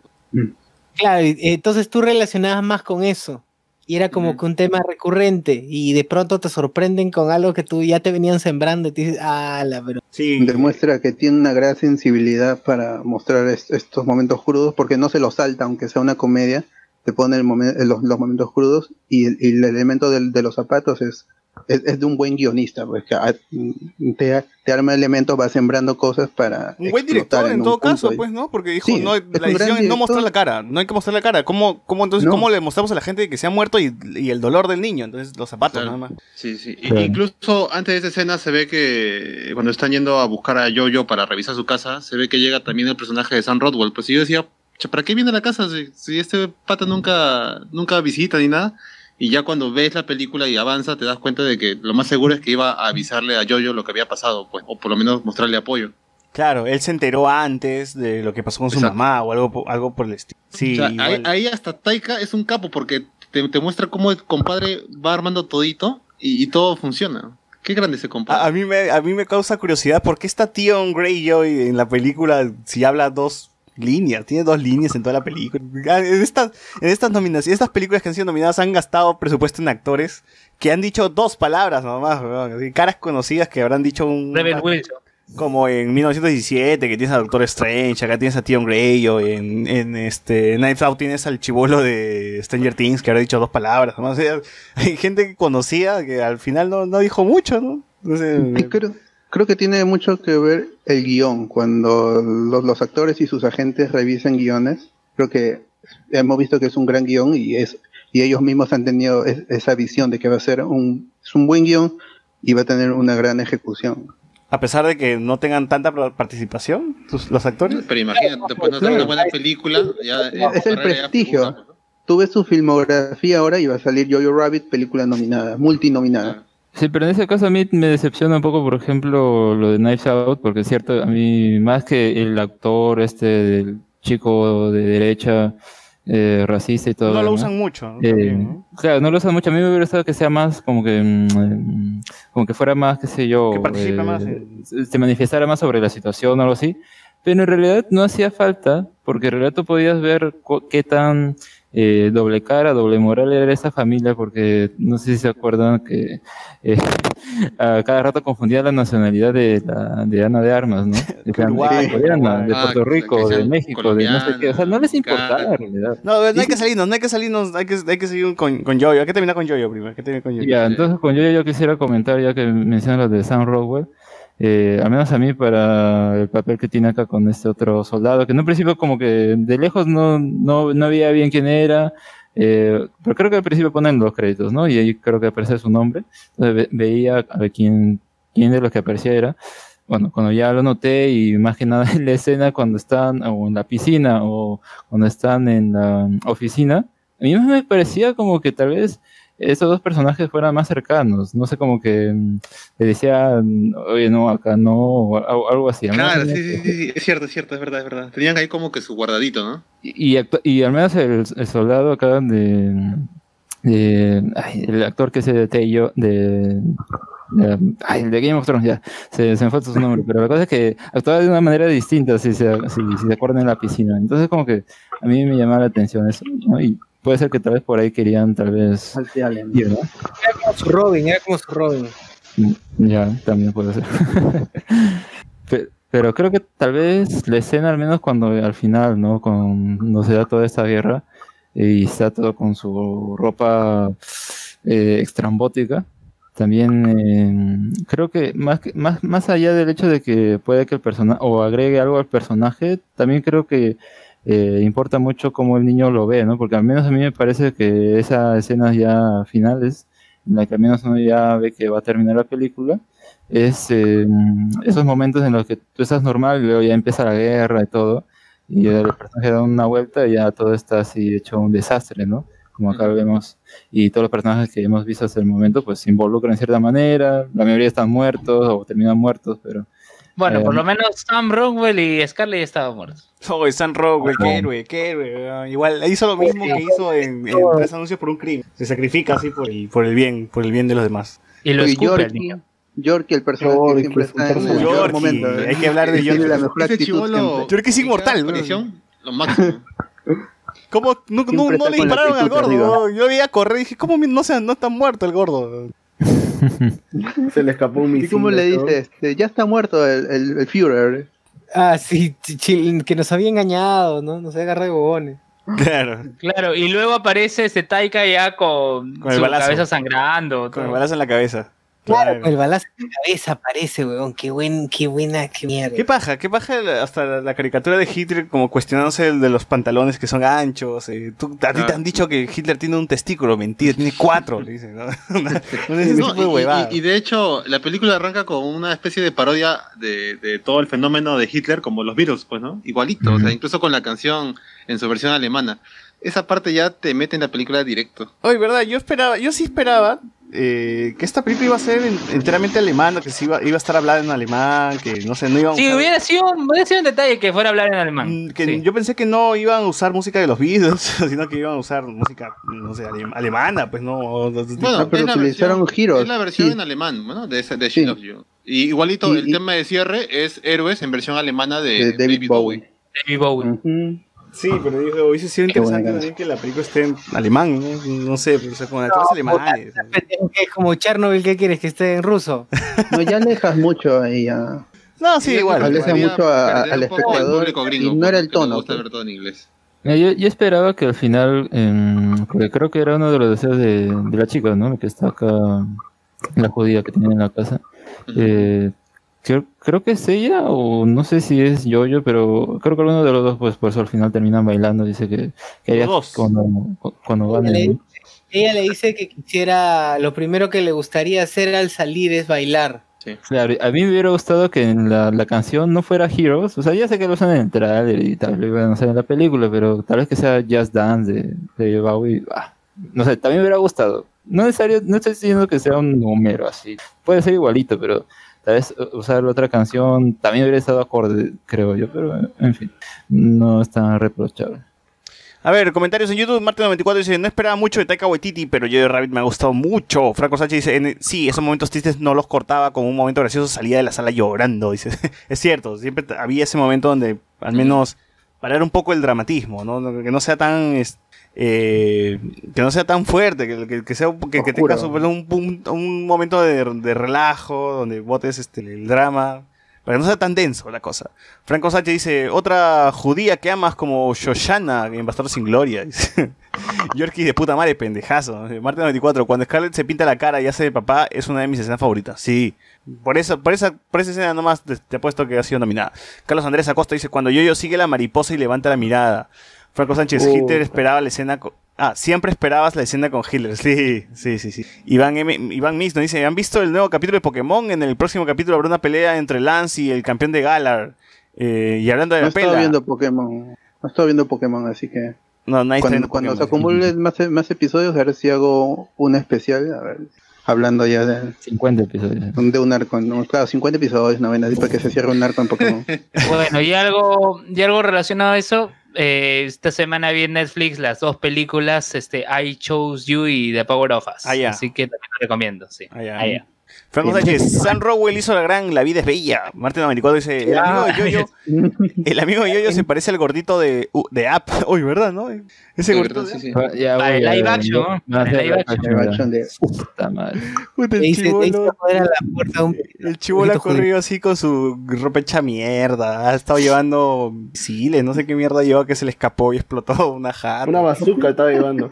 Claro, y- entonces tú relacionabas más con eso. Y era como que un tema recurrente. Y de pronto te sorprenden con algo que tú ya te venían sembrando. Y te dices, ah, la pero. Demuestra que tiene una gran sensibilidad para mostrar est- estos momentos crudos, porque no se los salta, aunque sea una comedia, te pone el momen- los, los momentos crudos, y el, y el elemento del- de los zapatos es, es, es de un buen guionista, pues, que ah, te, te arma elementos, va sembrando cosas para Un buen explotar director en un todo punto, caso, y- pues, ¿no? Porque dijo, Sí, no, es la un gran decisión es no director. mostrar la cara, no hay que mostrar la cara. ¿Cómo, cómo entonces, No. cómo le mostramos a la gente que se ha muerto y, y el dolor del niño? Entonces, los zapatos nada más. Sí, sí. I- Claro. Incluso antes de esa escena se ve que cuando están yendo a buscar a Jojo para revisar su casa, se ve que llega también el personaje de Sam Rockwell. Pues yo decía, "Che, ¿para qué viene a la casa si, si este pata nunca, nunca visita ni nada?" Y ya cuando ves la película y avanza, te das cuenta de que lo más seguro es que iba a avisarle a Jojo lo que había pasado, pues, o por lo menos mostrarle apoyo. Claro, él se enteró antes de lo que pasó con su Exacto. mamá o algo, po- algo por el estilo. Sí, O sea, ahí, igual. ahí hasta Taika es un capo porque te, te muestra cómo el compadre va armando todito y, y todo funciona. Qué grande ese compadre. A, a mí me, a mí me causa curiosidad, ¿por qué está Tion Greyjoy en la película si habla dos líneas? Tiene dos líneas en toda la película. Ah, En estas, en estas nominaciones, estas películas que han sido nominadas han gastado presupuesto en actores que han dicho dos palabras nomás, weón, así, caras conocidas que habrán dicho un... Rebel Wilson. Como en mil novecientos diecisiete, que tienes a Doctor Strange, acá tienes a Tion Greyjoy, en, en este Knives Out tienes al chibolo de Stranger Things, que habrá dicho dos palabras, ¿no? O sea, hay gente conocida que al final no, no dijo mucho, ¿no? Entonces, Sí, creo, creo que tiene mucho que ver el guión. Cuando los, los actores y sus agentes revisan guiones, creo que hemos visto que es un gran guión, y es y ellos mismos han tenido es- esa visión de que va a ser un, es un buen guión y va a tener una gran ejecución. a pesar de que no tengan tanta pro- participación, sus- los actores. Pero imagínate, después no hacer una buena película, ya, eh, Es el carrera ya prestigio. Tú ves su filmografía ahora y va a salir Jojo Rabbit, película nominada, multinominada. Sí, pero en ese caso a mí me decepciona un poco, por ejemplo, lo de Knives Out, porque es cierto, a mí más que el actor este del chico de derecha eh, racista y todo. No lo ¿no? usan mucho, ¿no? Eh, También, ¿no? Claro, no lo usan mucho. A mí me hubiera gustado que sea más como que mm, como que fuera más, qué sé yo, Que participe eh, más en- se manifestara más sobre la situación o algo así. Pero en realidad no hacía falta, porque en realidad tú podías ver cu- qué tan eh, doble cara, doble moral era esa familia, porque no sé si se acuerdan que eh, a cada rato confundía la nacionalidad de, la, de Ana de Armas, ¿no? Decían, Uruguay, "Es coreana, de Uruguay. Puerto Ah, que Rico, de sean México, de no sé qué. O sea, no les importaba en realidad. No, no hay que salirnos, no hay que salirnos, hay que, hay que seguir con, con Jojo. Hay que terminar con Jojo primero. Hay que terminar con Jojo. Ya, entonces con yo yo quisiera comentar, ya que mencionas lo de Sam Rockwell, eh, al menos a mí para el papel que tiene acá con este otro soldado, que en un principio como que de lejos no, no, no veía bien quién era, eh, pero creo que al principio ponen los créditos, ¿no? Y ahí creo que aparece su nombre, entonces ve- veía a ver quién, quién de los que aparecía era. Bueno, cuando ya lo noté y más que nada en la escena cuando están o en la piscina o cuando están en la oficina, a mí me parecía como que tal vez esos dos personajes fueran más cercanos. No sé, como que mm, le decía, oye, no, acá no, o algo, algo así. A mí Claro, me- sí, sí, sí, sí, es cierto, es cierto, es verdad, es verdad. Tenían ahí como que su guardadito, ¿no? Y, y, actu- y al menos el, el soldado acá de, de- ay, el actor que es de Teiyo, de, de, ay, el de Game of Thrones, ya, se, se me falta su nombre, pero la cosa es que actuaba de una manera distinta si se, si, si se acuerdan en la piscina. Entonces como que a mí me llamaba la atención eso, ¿no? Y puede ser que tal vez por ahí querían tal vez ir, ¿no? Era como su Robin, era como su Robin. Ya, también puede ser. Pe- Pero creo que tal vez la escena, al menos cuando al final, ¿no? Cuando se da toda esta guerra y está todo con su ropa eh, extrambótica, también eh, creo que más, que- más, más allá del hecho de que puede que el personaje, o agregue algo al personaje, también creo que eh, importa mucho cómo el niño lo ve, ¿no? Porque al menos a mí me parece que esas escenas ya finales, en la que al menos uno ya ve que va a terminar la película, es eh, esos momentos en los que tú estás normal y luego ya empieza la guerra y todo, y el personaje da una vuelta y ya todo está así hecho un desastre, ¿no? Como acá vemos, y todos los personajes que hemos visto hasta el momento pues se involucran en cierta manera, la mayoría están muertos o terminan muertos, pero Bueno, Eh, por lo menos Sam Rockwell y Scarlett ya estaban muertos. Oh, San Rockwell, qué héroe, qué héroe. ah, Igual hizo lo mismo que hizo en, en Tres Anuncios por un Crimen. Se sacrifica así por el, por el bien, por el bien de los demás. Y lo Oye, escupe al Yorkie, niño. Yorkie, el personaje Yorkie, que siempre es un está en el personaje. mejor Yorkie, momento. ¿eh? hay que hablar de Tiene Yorkie. la mejor Ese actitud chivolo. siempre. Yorkie es inmortal, bro. Prisión, lo máximo. ¿Cómo? No, no, Siempre no está le con la dispararon al actitud gordo. arriba. ¿no? Yo veía correr y dije, ¿cómo no, se, no está muerto el gordo? Se le escapó un ¿Y misil. cómo le ¿no? dice? Este, ya está muerto el, el, el Führer. Ah, sí, ch- ch- que nos había engañado, ¿no? Nos había agarrado de bobones. Claro, Claro, y luego aparece este Taika ya con, Con el su balazo. cabeza sangrando. con el todo. balazo en la cabeza. Claro, con el balazo en la cabeza aparece, weón. Qué buen, qué buena, qué mierda. ¿Qué paja? ¿Qué paja la- hasta la, la caricatura de Hitler como cuestionándose el de los pantalones que son anchos? eh, tú- a ti te han dicho que Hitler tiene un testículo, mentira, tiene cuatro, le dicen, ¿no? Una- una- ese No, tipo de y- huevada. y, y de hecho, la película arranca con una especie de parodia de, de todo el fenómeno de Hitler, como los Beatles, pues, ¿no? Igualito, o sea, incluso con la canción en su versión alemana. Esa parte ya te mete en la película directo. Oye, verdad, yo esperaba, yo sí esperaba eh, que esta película iba a ser en- enteramente alemana, que se iba, iba a estar hablada en alemán, que no sé, no iban a Sí, usar- hubiera sido, hubiera sido un detalle que fuera a hablar en alemán. Mm, que Sí. yo pensé que no iban a usar música de los Beatles, sino que iban a usar música, no sé, ale- alemana, pues no. o- o- Bueno, Ah, pero es la utilizaron versión, giros. es la versión Sí. en alemán, ¿no? De, ese- de Sí. She Loves You. Y igualito, Y- el y- tema de cierre es Héroes en versión alemana de, de David Bowie. David Bowie. Ujú. Sí, pero digo, hubiese sido Qué buena interesante también que la película esté en alemán, ¿no? No sé, pero, o sea, con actores alemanes. Que es como Chernobyl, ¿qué quieres? Que esté en ruso. No, ya alejas mucho ahí ya. No, sí, Y igual. Aleja sería mucho a- perder al un poco espectador público gringo, y no era el porque le tono, gusta pues. ver todo en inglés. Mira, Yo, yo esperaba que al final, em, porque creo que era uno de los deseos de, de la chica, ¿no? Que está acá, la judía que tiene en la casa. Eh, creo, creo que es ella, o no sé si es Yoyo, pero creo que alguno de los dos, pues por eso al final terminan bailando. Dice que, que ella Los dos. cuando, cuando Ella le, ganen, ¿no? ella le dice que quisiera, lo primero que le gustaría hacer al salir es bailar. Claro, a mí me hubiera gustado que en la, la canción no fuera Heroes. O sea, ya sé que lo usan en el trailer y tal, lo iban a hacer en la película, pero tal vez que sea Just Dance de, de Bowie. ah, no sé, también me hubiera gustado. No necesario, no estoy diciendo que sea un número así. Puede ser igualito, pero tal vez uh, usar otra canción también hubiera estado acorde, creo yo. Pero en fin, no es tan reprochable. A ver, comentarios en YouTube. Martín noventa y cuatro dice: no esperaba mucho de Taika Waititi, pero yo de Rabbit me ha gustado mucho. Franco Sánchez dice: en- sí, esos momentos tristes no los cortaba, con un momento gracioso salía de la sala llorando. Dice: es cierto, siempre t- había ese momento donde al menos parar un poco el dramatismo, ¿no? No- que no sea tan es- eh, que no sea tan fuerte, que, que, que sea un- que, que tenga Oscuro. un, un, un momento de, de relajo, donde botes este, el drama. Para que no sea tan denso la cosa. Franco Sánchez dice: otra judía que amas como Shoshana en Bastardo sin Gloria. Dice. Yorkie de puta madre, pendejazo. Martín noventa y cuatro, cuando Scarlett se pinta la cara y hace de papá, es una de mis escenas favoritas. Sí, por eso, por esa, por esa escena nomás te, te apuesto que ha sido nominada. Carlos Andrés Acosta dice: cuando Yoyo sigue la mariposa y levanta la mirada. Franco Sánchez, Uh. Hitler esperaba la escena con... Ah, siempre esperabas la escena con Hitler. Sí, sí, sí, sí. Iván, M... Iván Mis nos dice: ¿han visto el nuevo capítulo de Pokémon? En el próximo capítulo habrá una pelea entre Lance y el campeón de Galar. Eh, y hablando de No la he estado pela... viendo Pokémon. No he estado viendo Pokémon, así que. No, no hay Cuando, estreno cuando se Pokémon. acumulen más, más episodios, a ver si hago un especial. A ver, hablando ya de, cincuenta episodios. de un arco. ¿no? Claro, cincuenta episodios, no ven así para que se cierre un arco en Pokémon. Bueno, y algo, y algo relacionado a eso, eh, esta semana vi en Netflix las dos películas, este, I Chose You y The Power of Us. Ah, ya. Así que también lo recomiendo, sí. Ah, ya. Ah, ya. Franco Sánchez, Sam Rowell hizo la gran La vida es bella. Martín noventa y cuatro dice: el amigo de Yoyo, el amigo de Yoyo se parece al gordito de, uh, de App. Uy, ¿verdad, no? Ese Sí, gordito verdad, de sí, App. sí. Ya Ah, voy el a- live action, ¿no? va a El ser live live Live action, action de- Puta madre. Puta, el Le dice, le dice chibolo. poder a la puerta de un... El chibolo ha poquito jodido. corrido así con su ropa hecha mierda. Ha estado llevando misiles, no sé qué mierda llevaba que se le escapó y explotó una jarra. Una bazooka estaba llevando.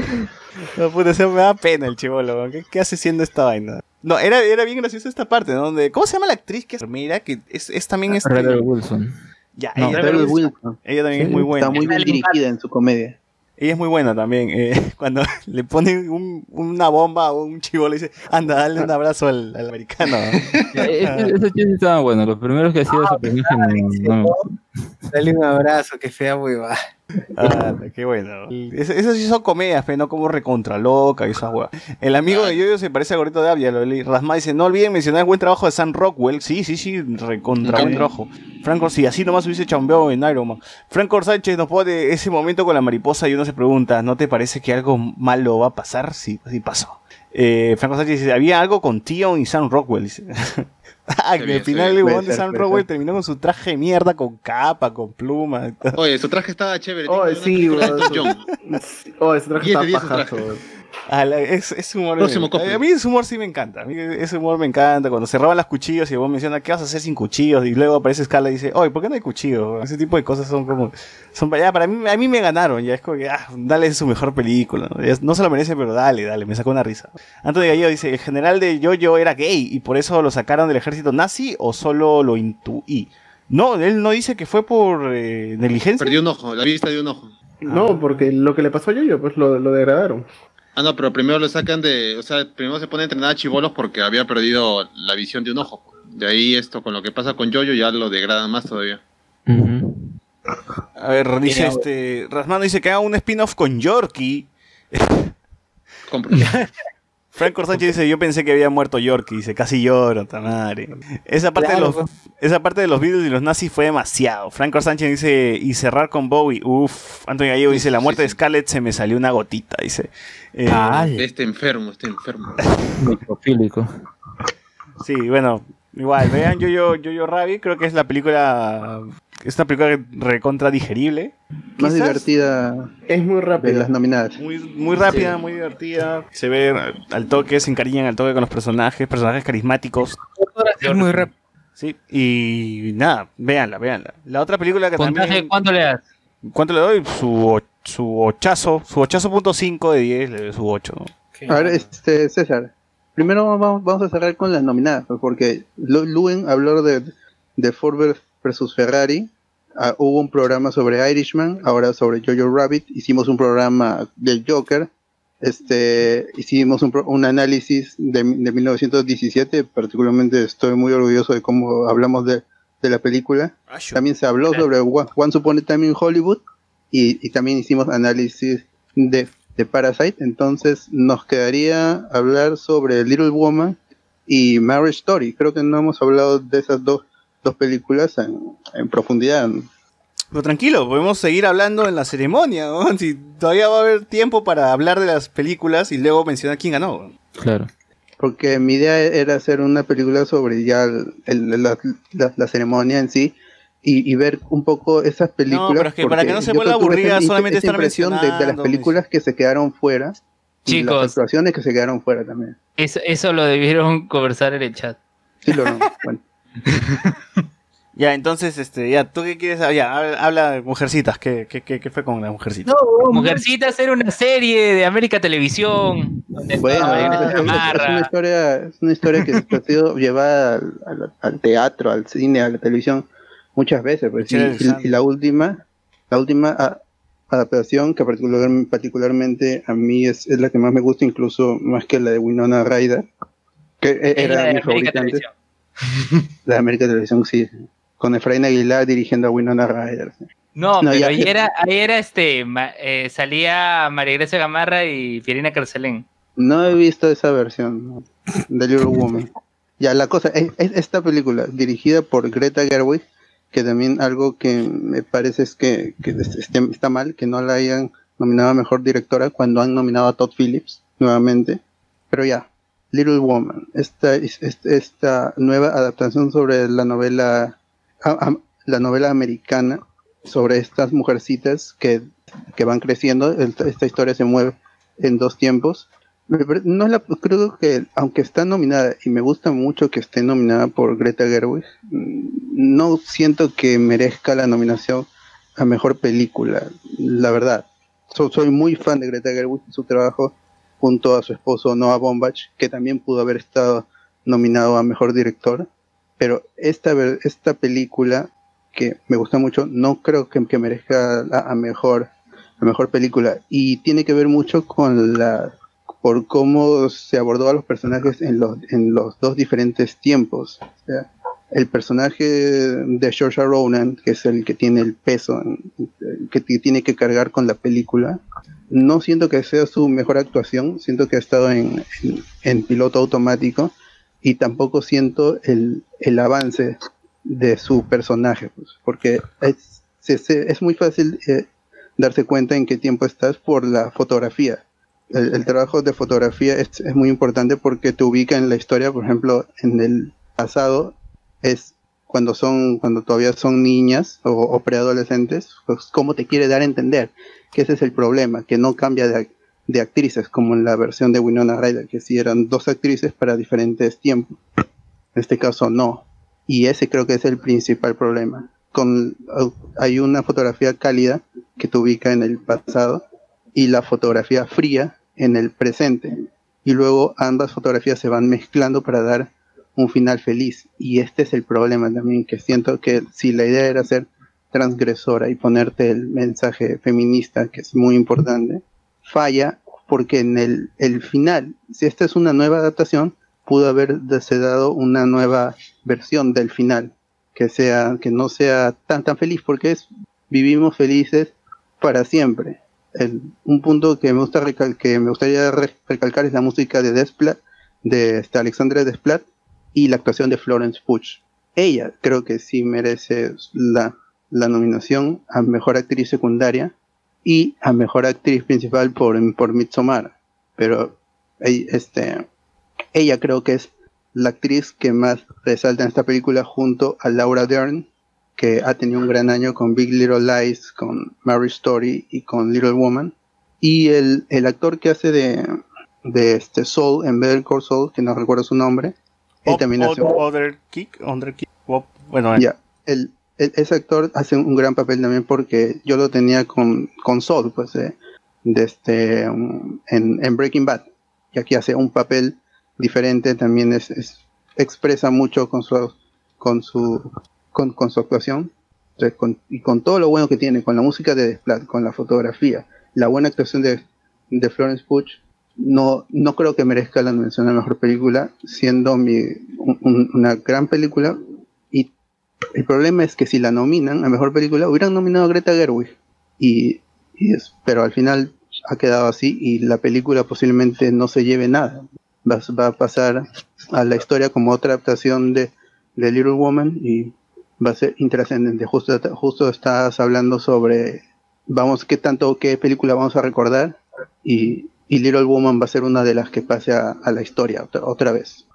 No, puta, o sea, me da pena el chibolo. ¿Qué, qué hace siendo esta vaina? No, era, era bien graciosa esta parte, ¿no? Donde, ¿cómo se llama la actriz que es mira que es, es también este... Rebel Wilson. Ya, No, ella, Rebel también, Wilson. ella también Sí, es muy buena. Está muy bien dirigida en su comedia. Ella es muy buena también. eh, cuando le ponen un- una bomba a un chibolo y dice: anda, dale un abrazo al, al americano. Ese, ese chiste estaba bueno. Los primeros que hacía ese personaje no, no me gustó. Dale un abrazo, que fea hueva. Ah, qué bueno. Es- Esas sí son comedias, pero no como recontra loca y esa hueá. El amigo de Yoyo se parece a Gorito de Avia. Lo leí. Rasma dice, no olviden mencionar el buen trabajo de Sam Rockwell. Sí, sí, sí, recontra buen trabajo. Franco, sí, así nomás hubiese chambeado en Iron Man. Franco Sánchez nos pone ese momento con la mariposa y uno se pregunta, ¿no te parece que algo malo va a pasar? Sí, sí pasó. Eh, Franco Sánchez dice, había algo con Tion y Sam Rockwell. Dice. Ah, que bien, al final sí. el Puede huevón de ser, Sam puede Rockwell ser. terminó con su traje de mierda, con capa, con pluma. Oye, su traje estaba chévere. Oh, tiene una sí, película de weón. Elton John. Oh, ese traje diez de está diez su pajazo. traje. weón. Ah, la- es, ese humor Próximo a, cosplay. a mí ese humor sí me encanta. A mí ese humor me encanta. Cuando se roban los cuchillos y vos menciona ¿qué vas a hacer sin cuchillos? Y luego aparece Scarlett y dice, oye, ¿por qué no hay cuchillos? Ese tipo de cosas son como... son ya, para mí, a mí me ganaron. Ya es como que, ah, dale su mejor película. ¿no? Ya, no se lo merece, pero dale, dale. Me sacó una risa. Antonio Gallego dice, el general de Jojo era gay y por eso lo sacaron del ejército nazi o solo lo intuí. No, él no dice que fue por eh, negligencia. Perdió un ojo, la vista de un ojo. No, porque lo que le pasó a Yoyo, pues lo, lo degradaron. Ah, no, pero primero lo sacan de... O sea, primero se pone a entrenar a chibolos porque había perdido la visión de un ojo. De ahí esto, con lo que pasa con Jojo, ya lo degradan más todavía. A ver, dice Tiene- este... Rasmano dice que haga un spin-off con Yorkie. Compro. Franco Sánchez dice, yo pensé que había muerto Yorkie, dice, casi lloro, tamare. Esa parte, Claro, de los, esa parte de los Beatles y los nazis fue demasiado. Franco Sánchez dice, y cerrar con Bowie, uff. Antonio Gallego dice, la muerte sí, de sí. Scarlett se me salió una gotita, dice. Eh, Este enfermo, este enfermo. Microfílico. sí, bueno, igual, vean Yo-Yo Yo-Yo Rabbit, creo que es la película, es una película recontra digerible. Más Quizás divertida Es muy de rápido. las nominadas. Muy, muy rápida, muy divertida. Se ve al toque, se encariñan al toque con los personajes, personajes carismáticos. Es muy rápido. Sí, y nada, véanla, véanla. La otra película que ¿Puntaje también... cuánto le das? ¿Cuánto le doy? Su, o- su ochazo, su ochazo punto cinco de diez, le doy su ocho, ¿no? A ver, este, César, primero vamos, vamos a cerrar con las nominadas, pues, porque Lu- Luen habló de, de Ford versus Ferrari, ah, hubo un programa sobre Irishman, ahora sobre Jojo Rabbit, hicimos un programa del Joker, este, hicimos un, pro- un análisis de, de mil novecientos diecisiete, particularmente estoy muy orgulloso de cómo hablamos de, de la película. También se habló sobre One- Once Upon a Time in Hollywood y, y también hicimos análisis de, de Parasite. Entonces nos quedaría hablar sobre Little Woman y Marriage Story. Creo que no hemos hablado de esas dos, dos películas en, en profundidad. Pero tranquilo, podemos seguir hablando en la ceremonia, ¿no? Si todavía va a haber tiempo para hablar de las películas y luego mencionar quién ganó. Claro. Porque mi idea era hacer una película sobre ya el- el- la, la- la ceremonia en sí y, y ver un poco esas películas. No, pero es que para porque que no se yo vuelva tuve aburrida esa- solamente esa estar impresión de, de las mencionando, películas que se quedaron fuera y las Chicos, actuaciones que se quedaron fuera también. eso, eso lo debieron conversar en el chat. Sí, lo no. Bueno. Ya, entonces, este, ya, ¿tú qué quieres? Ah, ya, habla, habla de Mujercitas, ¿qué, qué, qué, qué fue con las Mujercitas? Mujercitas era una serie de América Televisión. Donde Bueno, estaba es, Vanessa es- es una Gamarra. historia, es una historia que ha sido llevada al, al- al teatro, al cine, a la televisión muchas veces, pues, y, Michelle y- Alexander. y la última, la última a- adaptación que particular, particularmente a mí es, es la que más me gusta, incluso más que la de Winona Ryder, que e- Es la era de mi América favorita antes, Televisión. la de América Televisión, sí, con Efraín Aguilar dirigiendo a Winona Ryder. sí. No, No, pero ya- ahí era, ahí era este, ma- eh, salía María Grecia Gamarra y Fierina Carcelén. No he visto esa versión, ¿no? de Little Woman. Ya, la cosa es, es esta película dirigida por Greta Gerwig, que también algo que me parece es que, que es- es- está mal que no la hayan nominado a mejor directora cuando han nominado a Todd Phillips nuevamente. Pero ya, Little Woman, esta, es- es- esta nueva adaptación sobre la novela, a- a- la novela americana sobre estas mujercitas que, que van creciendo. Esta, esta historia se mueve en dos tiempos. Me pare- No la, creo que, aunque está nominada, y me gusta mucho que esté nominada por Greta Gerwig, mm, no siento que merezca la nominación a mejor película, la verdad. So- soy muy fan de Greta Gerwig y su trabajo junto a su esposo Noah Baumbach, que también pudo haber estado nominado a mejor director, pero esta, ver- esta película, que me gusta mucho, no creo que, que merezca a, a mejor a mejor película, y tiene que ver mucho con la por cómo se abordó a los personajes en los en los dos diferentes tiempos. O sea, el personaje de Saoirse Ronan, que es el que tiene el peso, el que t- tiene que cargar con la película, no siento que sea su mejor actuación, siento que ha estado en, en- en piloto automático y tampoco siento el, el avance de su personaje, pues, porque es, se- se- es muy fácil eh, darse cuenta en qué tiempo estás por la fotografía. El, el trabajo de fotografía es, es muy importante porque te ubica en la historia, por ejemplo, en el pasado es cuando son cuando todavía son niñas o, o preadolescentes, pues cómo te quiere dar a entender que ese es el problema, que no cambia de, ac- de actrices como en la versión de Winona Ryder, que sí eran dos actrices para diferentes tiempos. En este caso no. Y ese creo que es el principal problema. Con, hay una fotografía cálida que te ubica en el pasado y la fotografía fría en el presente. Y luego ambas fotografías se van mezclando para dar un final feliz. Y este es el problema también, que siento que si la idea era ser transgresora y ponerte el mensaje feminista, que es muy importante, falla porque en el, el final, si esta es una nueva adaptación, pudo haberse dado una nueva versión del final, que sea, que no sea tan tan feliz, porque es vivimos felices para siempre. El- un punto que me gusta recal- que me gustaría re- recalcar es la música de Desplat, de este, Alexandre Desplat, y la actuación de Florence Pugh. Ella creo que sí merece la, la nominación a mejor actriz secundaria y a mejor actriz principal por, por Midsommar. Pero ey- este, ella creo que es la actriz que más resalta en esta película junto a Laura Dern, que ha tenido un gran año con Big Little Lies, con Marriage Story y con Little Woman. Y el, el actor que hace de, de este Saul en Better Call Saul, que no recuerdo su nombre, él Op- también hace Od- Other Kick, Other Kick, Op- bueno, eh, ya, el, el- ese actor hace un gran papel también porque yo lo tenía con, con Saul, pues, eh, de este, um, en, en Breaking Bad. Y aquí hace un papel diferente, también es, es- expresa mucho con su, con su, con, con su actuación. Entonces, con- y con todo lo bueno que tiene, con la música de Desplat, con la fotografía, la buena actuación de, de Florence Pugh, no, no creo que merezca la nominación a la mejor película, siendo mi, un- un- una gran película. Y el problema es que si la nominan a mejor película, hubieran nominado a Greta Gerwig. Y, y es- pero al final ha quedado así y la película posiblemente no se lleve nada. Va, va a pasar a la historia como otra adaptación de, de Little Woman y va a ser intrascendente. Justo, justo estás hablando sobre, vamos, qué tanto, qué película vamos a recordar y, y Little Woman va a ser una de las que pase a, a la historia otra, otra vez.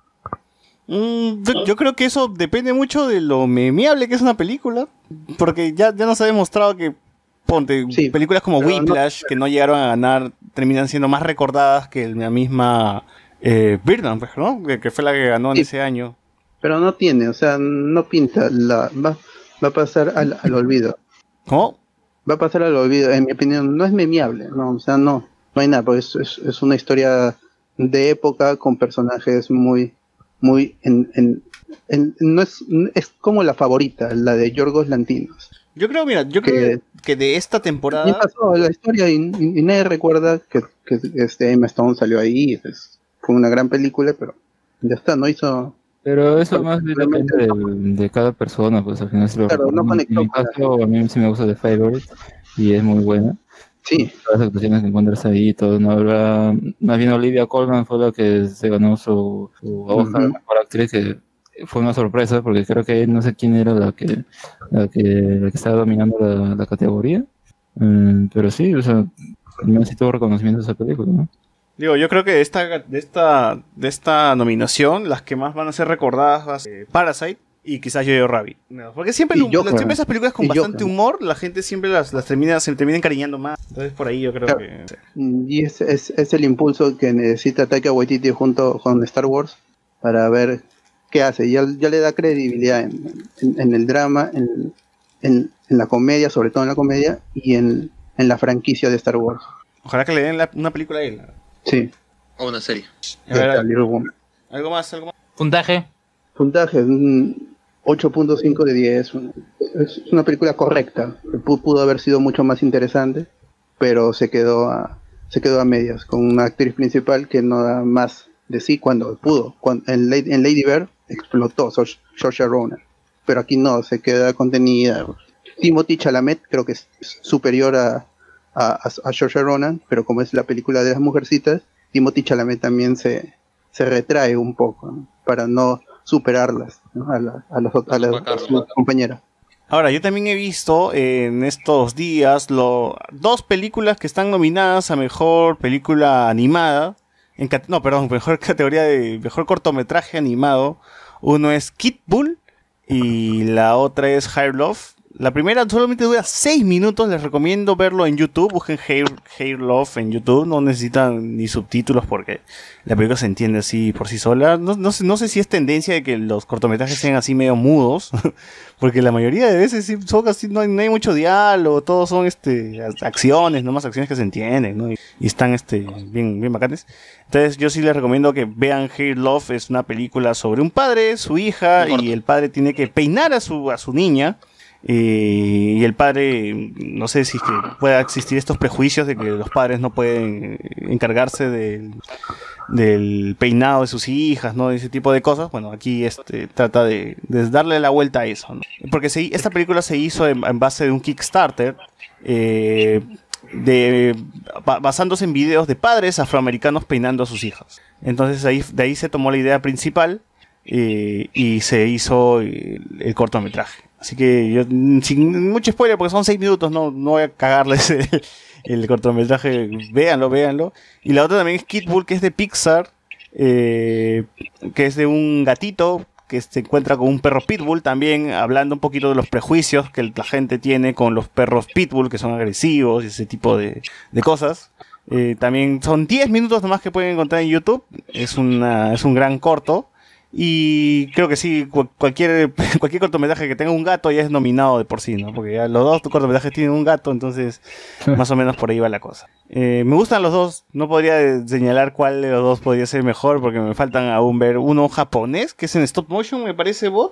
Mm, yo, yo creo que eso depende mucho de lo memeable que es una película. Porque ya, ya nos ha demostrado que, ponte, Sí, películas como pero no- Whiplash, que no llegaron a ganar, terminan siendo más recordadas que la misma eh, Birdman, pues, ¿no? Que, que fue la que ganó en Sí. ese año. Pero no tiene, o sea, no pinta, la, va, va a pasar al, al olvido. ¿Cómo? Va a pasar al olvido, en mi opinión, no es memeable, no, o sea, no, no hay nada, porque es, es, es una historia de época con personajes muy, muy, en, en, en- no es, es como la favorita, la de Yorgos Lantimos. Yo creo, mira, yo creo Que- que, que de esta Y temporada... pasó la historia y, y- y nadie recuerda que, que este Emma Stone salió ahí, pues, fue una gran película, pero ya está, no hizo, Pero eso más bien Realmente depende de, de cada persona, pues al final se lo Claro, no recomiendo. En conectó mi con la caso, a mí sí me gusta The Favorite y es muy buena. sí, Todas las actuaciones que encuentras ahí y todo, ¿no? Habrá, más bien Olivia Colman fue la que se ganó su, su Oscar Ujú. de mejor actriz, que fue una sorpresa porque creo que no sé quién era la que la que, la que estaba dominando la, la categoría. Mm, pero sí, o sea, al menos sí tuvo reconocimiento esa película, ¿no? Digo, yo creo que de esta, de esta, de esta nominación, las que más van a ser recordadas va a ser Parasite y quizás Jojo Rabbit. No, porque siempre, Y el hum- Joker. siempre esas películas con Y bastante Joker. humor, la gente siempre las, las termina, se termina encariñando más. Entonces por ahí yo creo Claro. que... y es, es, es el impulso que necesita Taika Waititi junto con Star Wars para ver qué hace. Ya, ya le da credibilidad en, en, en el drama, en, en, en la comedia, sobre todo en la comedia, y en, en la franquicia de Star Wars. Ojalá que le den la- una película a él. Sí, O una serie. A ver, está Little Woman. algo más, algo más. Puntaje. Puntaje, un ocho punto cinco de diez. un- Es una película correcta. Pu- Pudo haber sido mucho más interesante, pero se quedó a, se quedó a medias, con una actriz principal que no da más de sí cuando pudo. Cuando, en, Lady, en Lady Bird explotó Saoirse Ronan. pero aquí no, se queda contenida. Timothy Chalamet creo que es superior a, a, a Saoirse Ronan, pero como es la película de las mujercitas, Timothy Chalamet también se, se retrae un poco, ¿no? Para no superarlas, ¿no? a, la, a, los, a, las, a sus compañeras. Ahora, yo también he visto en estos días lo, dos películas que están nominadas a mejor película animada. En, no, perdón, mejor categoría de mejor cortometraje animado. Uno es Kid Bull y la otra es Hair Love. La primera solamente dura seis minutos, les recomiendo verlo en YouTube, busquen Hair, Hair Love en YouTube, no necesitan ni subtítulos porque la película se entiende así por sí sola. No, no, sé, no sé si es tendencia de que los cortometrajes sean así medio mudos, porque la mayoría de veces sí son así, no hay, no hay mucho diálogo, todos son este acciones, nomás acciones que se entienden, ¿no? Y, y están este bien, bien bacanes. Entonces yo sí les recomiendo que vean Hair Love, es una película sobre un padre, su hija, y el padre tiene que peinar a su, a su niña. Eh, y el padre, no sé si es que pueda existir estos prejuicios de que los padres no pueden encargarse del, del peinado de sus hijas, ¿no? Ese tipo de cosas. Bueno, aquí este trata de, de darle la vuelta a eso, ¿no? Porque se, esta película se hizo en, en base de un Kickstarter, eh, de, basándose en videos de padres afroamericanos peinando a sus hijas. Entonces ahí, de ahí se tomó la idea principal eh, y se hizo el, el cortometraje. Así que yo, sin mucho spoiler, porque son seis minutos, no, no voy a cagarles el, el cortometraje. Véanlo, véanlo. Y la otra también es Kid Bull, que es de Pixar, eh, que es de un gatito que se encuentra con un perro pitbull, también hablando un poquito de los prejuicios que la gente tiene con los perros pitbull, que son agresivos y ese tipo de, de cosas. Eh, también son diez minutos nomás que pueden encontrar en YouTube. Es, una, es un gran corto. Y creo que sí, cualquier cualquier cortometraje que tenga un gato ya es nominado de por sí, ¿no? Porque ya los dos cortometrajes tienen un gato, entonces más o menos por ahí va la cosa. Eh, me gustan los dos, no podría señalar cuál de los dos podría ser mejor, porque me faltan aún ver uno japonés, que es en stop motion, me parece, Bot.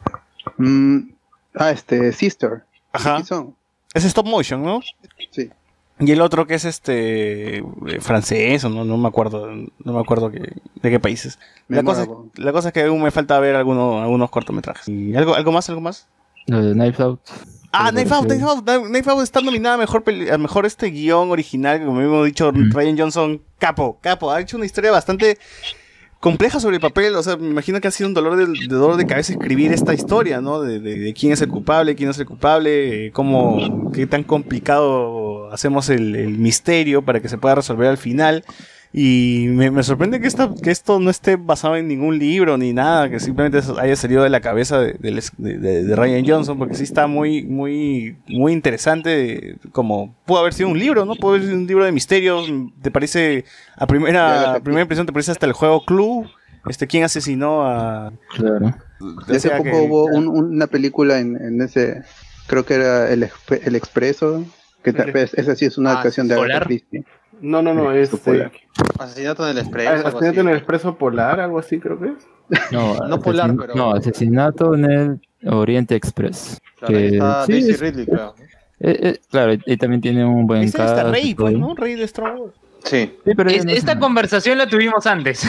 Mm, ah, este, Sister. Ajá. Es stop motion, ¿no? Sí. Y el otro que es este eh, francés, o no, no me acuerdo, no me acuerdo que, de qué países. La cosa, la cosa es que aún me falta ver algunos, algunos cortometrajes. ¿Y algo, algo más, algo más? Lo de Knives Out. Ah, Knives Out, Knives Out, Knives Out está nominada a mejor, peli- a mejor este guión original, como hemos dicho, mm. Rian Johnson, capo, capo, ha hecho una historia bastante compleja sobre el papel. O sea, me imagino que ha sido un dolor de, de dolor de cabeza escribir esta historia, ¿no? De, de, de quién es el culpable, quién no es el culpable, eh, cómo, qué tan complicado hacemos el, el misterio para que se pueda resolver al final. Y me, me sorprende que, esta, que esto no esté basado en ningún libro ni nada, que simplemente haya salido de la cabeza de, de, de, de Rian Johnson, porque sí está muy, muy, muy interesante, como pudo haber sido un libro, ¿no? Pudo haber sido un libro de misterios. Te parece, a primera, a primera impresión te parece hasta el juego Clue, este, quién asesinó a... Claro. Hace poco que, hubo un, una película en, en ese, creo que era El, el Expreso, que tal vez, esa sí es una Ah, adaptación de Polar. Agatha Christie. No, no, no, es eh, Asesinato en el Expreso. algo Asesinato así. en el Expreso Polar, algo así creo que es. No, No polar, asesin- pero- No, asesinato en el Oriente Express. Claro, ahí que está sí, Daisy es- Ridley, creo. eh, eh, claro, y también tiene un buen Ese está cast. Rey, y todo. pues, ¿no? Rey de Star Wars. Sí. Sí, pero Es- ella no esta es- conversación la tuvimos antes.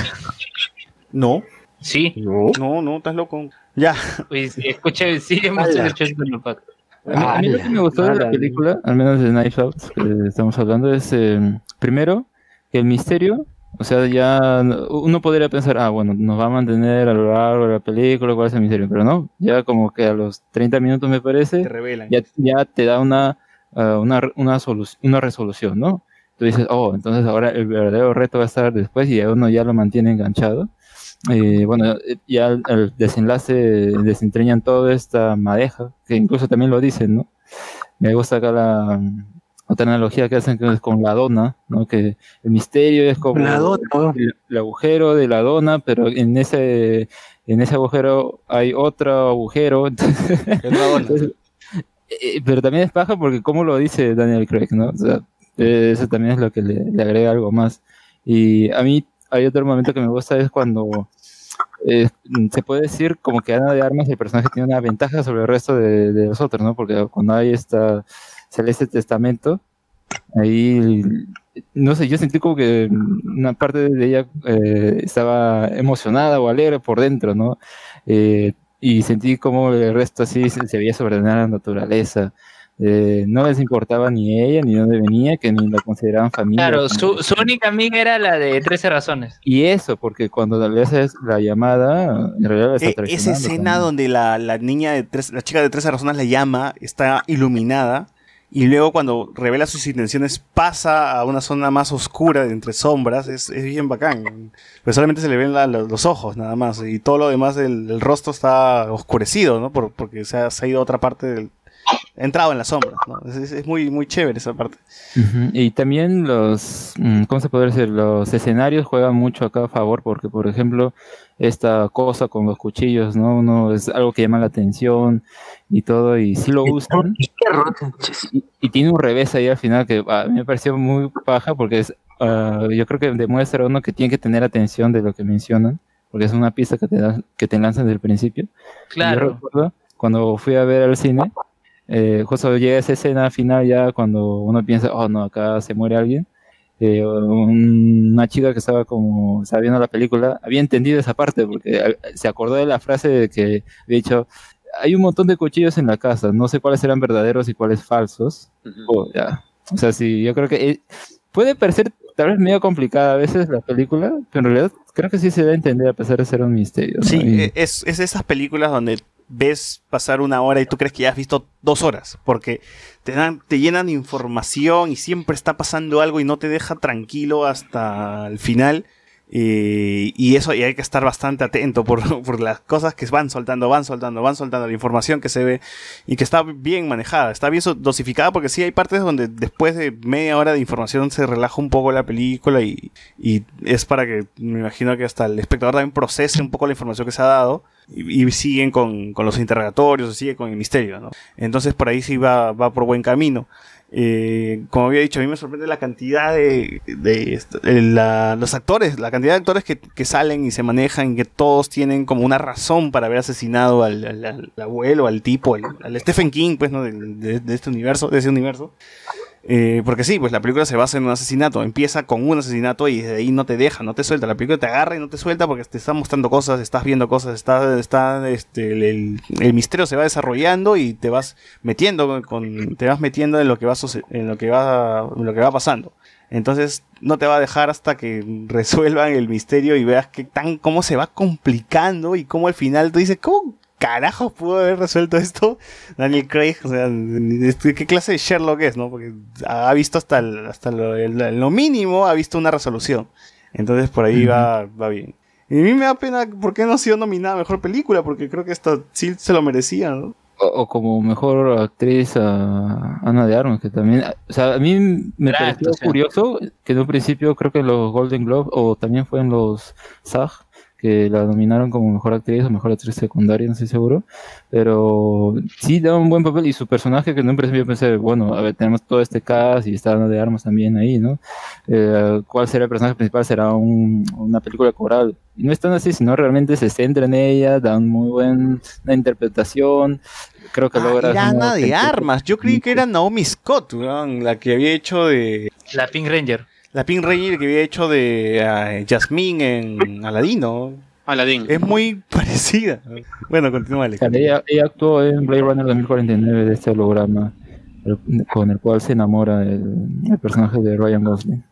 No, Sí. no, no, estás loco. Ya. Pues, escuché, sí, hemos Ala. hecho eso en el podcast. A mí, a mí lo que me gustó de la película, al menos de Knives Out, que estamos hablando, es eh, primero que el misterio, o sea, ya uno podría pensar, ah, bueno, nos va a mantener a lo largo de la película, cuál es el misterio, pero no, ya como que a los treinta minutos me parece, Te revelan. ya, ya te da una, ah, una, una, solu- una resolución, ¿no? Tú dices, oh, entonces ahora el verdadero reto va a estar después y a uno ya lo mantiene enganchado. Eh, bueno, eh, ya al, al desenlace desentrañan toda esta madeja, que incluso también lo dicen, ¿no? Me gusta acá la mm, otra analogía que hacen que es con la dona, ¿no? Que el misterio es como La dona, weón. el, el agujero de la dona, pero en ese en ese agujero hay otro agujero. Entonces, eh, pero también es paja porque como lo dice Daniel Craig, ¿no? O sea, eh, eso también es lo que le, le agrega algo más. Y a mí hay otro momento que me gusta, es cuando eh, se puede decir como que Ana de Armas, el personaje tiene una ventaja sobre el resto de, de los otros, ¿no? Porque cuando hay esta, sale este testamento, ahí, no sé, yo sentí como que una parte de ella eh, estaba emocionada o alegre por dentro, ¿no? Eh, y sentí como el resto así se, se veía sobreordenar la naturaleza. Eh, no les importaba ni ella, ni dónde venía, que ni la consideraban familia. Claro, su, su única amiga era la de trece razones. Y eso, porque cuando le haces la llamada, en realidad la está Eh, esa traicionando escena también. donde la, la niña de tres, la chica de trece razones le llama, está iluminada, y luego cuando revela sus intenciones pasa a una zona más oscura entre sombras, es, es bien bacán. Pues solamente se le ven la- la- los ojos nada más, y todo lo demás del, del rostro está oscurecido, ¿no? Por- porque se ha, se ha ido a otra parte del... ha entrado en las sombras, ¿no? Es, es- es muy, muy chévere esa parte. Ujú. Y también los, mm, ¿cómo se podría decir? Los escenarios juegan mucho acá a favor porque, por ejemplo, esta cosa con los cuchillos, ¿no? Uno es algo que llama la atención y todo, y sí lo usan. Y, y tiene un revés ahí al final que a mí me pareció muy paja porque es, ah, yo creo que demuestra uno que tiene que tener atención de lo que mencionan, porque es una pista que te, da- que te lanzan desde el principio. Y yo Claro. recuerdo cuando fui a ver al cine, eh, justo llega esa escena final ya cuando uno piensa, oh no, acá se muere alguien. Eh, un- una chica que estaba como, estaba viendo la película, había entendido esa parte porque eh, se acordó de la frase de que había dicho, hay un montón de cuchillos en la casa, no sé cuáles eran verdaderos y cuáles falsos. Oh, ya. O sea, sí, yo creo que eh, puede parecer tal vez medio complicada a veces la película, pero en realidad creo que sí se da a entender a pesar de ser un misterio, ¿no? Sí, Y- e- es, es esas películas donde ves pasar una hora y tú crees que ya has visto dos horas, porque te dan, te llenan de información y siempre está pasando algo y no te deja tranquilo hasta el final. eh, y eso, y hay que estar bastante atento por, por las cosas que van soltando, van soltando, van soltando, la información que se ve y que está bien manejada, está bien so- dosificada, porque sí hay partes donde después de media hora de información se relaja un poco la película y, y es para que, me imagino que hasta el espectador también procese un poco la información que se ha dado y, y siguen con, con los interrogatorios, sigue con el misterio, ¿no? Entonces por ahí sí va, va por buen camino. Eh, como había dicho, a mí me sorprende la cantidad de, de, est- de la- los actores, la cantidad de actores que, que salen y se manejan, que todos tienen como una razón para haber asesinado al, al- al abuelo, al tipo, al, al Stephen King, pues, ¿no? De, de- de este universo, de ese universo. Eh, porque sí, pues la película se basa en un asesinato, empieza con un asesinato y desde ahí no te deja, no te suelta, la película te agarra y no te suelta porque te está mostrando cosas, estás viendo cosas, está, está este, el, el- el misterio se va desarrollando y te vas metiendo con, con- te vas metiendo en lo que va suce- en lo que va, en lo que va pasando. Entonces no te va a dejar hasta que resuelvan el misterio y veas que tan cómo se va complicando y cómo al final tú dices, ¿cómo carajo pudo haber resuelto esto Daniel Craig? O sea, este, ¿qué clase de Sherlock es, no? Porque ha visto hasta, el- hasta lo, el- lo mínimo, ha visto una resolución. Entonces por ahí va, va bien. Y a mí me da pena, ¿por qué no ha sido nominada a Mejor Película? Porque creo que esta sí se lo merecía, ¿no? O, o como mejor actriz a Ana de Armas, que también, o sea, a mí me Claro, pareció o sea. curioso que en un principio creo que en los Golden Globe o también fue en los SAG que la nominaron como mejor actriz o mejor actriz secundaria, no estoy seguro, pero sí da un buen papel y su personaje que en un principio pensé, bueno, a ver, tenemos todo este cast y está Ana de Armas también ahí, ¿no? Eh, ¿cuál será el personaje principal? ¿Será un- una película coral? Y no es tan así, sino realmente se centra en ella, da un muy buena interpretación, creo que Ah, logra... era una Ana de auténtica- Armas. Yo creí que era Naomi Scott, weón, la que había hecho de... La Pink Ranger. La Pink Ranger que había hecho de eh, Jasmine en Aladino. Aladdin. Es muy parecida. Bueno, continúa, Alex. O sea, ella, ella actuó en Blade Runner dos mil cuarenta y nueve de este holograma el- con el cual se enamora el, el personaje de Ryan Gosling.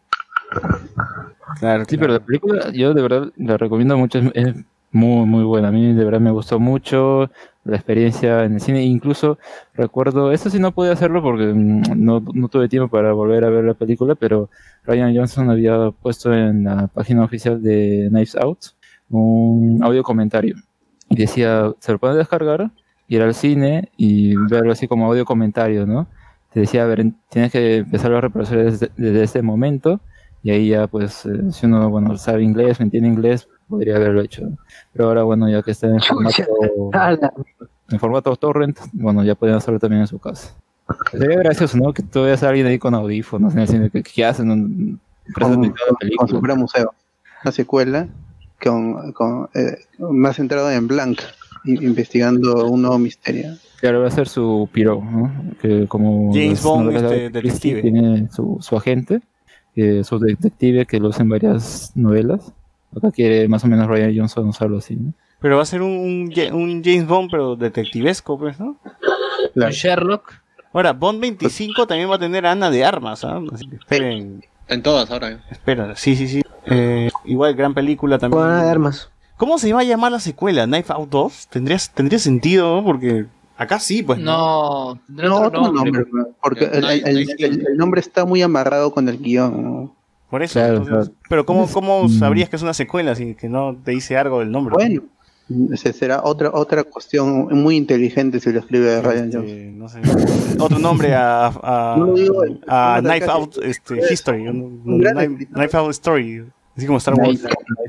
Claro, Sí, pero la película yo de verdad la recomiendo mucho, es, es muy muy buena. A mí de verdad me gustó mucho la experiencia en el cine. Incluso recuerdo, eso sí no pude hacerlo porque mm, no, no tuve tiempo para volver a ver la película, pero Ryan Johnson había puesto en la página oficial de Knives Out un audio comentario. Y decía, se lo pueden descargar, ir al cine y verlo así como audio comentario, ¿no? Te decía, a ver, tienes que empezar a reproducir desde, desde este momento y ahí ya, pues, eh, si uno, bueno, sabe inglés, me entiende inglés, podría haberlo hecho. Pero ahora, bueno, ya que está en formato, en formato torrent, bueno, ya pueden hacerlo también en su casa. Sería gracioso, ¿no? Que tú veas a alguien ahí con audífonos en el cine, que, que hacen un... Con, presentan toda la con, película. con su propio museo. Una secuela con, con, eh, más centrado en Blanca, i- investigando un nuevo misterio. Claro, va a ser su piro, ¿no? Que como James las Bond, novelas este, de Christie, detective. tiene su, su agente, que su detective que lo usa en varias novelas. Acá quiere más o menos Ryan Johnson usarlo así, ¿no? Pero va a ser un, un, Ja- un James Bond, pero detectivesco, pues, ¿no? Claro. Sherlock. Ahora, Bond veinticinco también va a tener a Ana de Armas, ¿ah? Así que esperen. En todas ahora. ¿eh? Espera, sí, sí, sí. Eh, igual, gran película también. Con Ana de Armas. ¿Cómo se va a llamar la secuela? ¿Knife Out dos? ¿Tendría, tendría sentido, ¿no? Porque acá sí, pues. No, tendrá No, otro otro nombre. nombre, ¿no? porque el, Night- el- Night el- King. el nombre está muy amarrado con el guión, ¿no? Por eso. Claro, entonces- claro. Pero ¿cómo, cómo sabrías que es una secuela si que no te dice algo del nombre? Bueno, ese será otra otra cuestión muy inteligente si lo escribe Ryan Este, Johnson. no sé. Otro nombre a, a, No lo digo, a no lo Knife sacaste. Out este, Es History. un- un gran Knife, escritor. Knife Out Story. Así como Star Wars.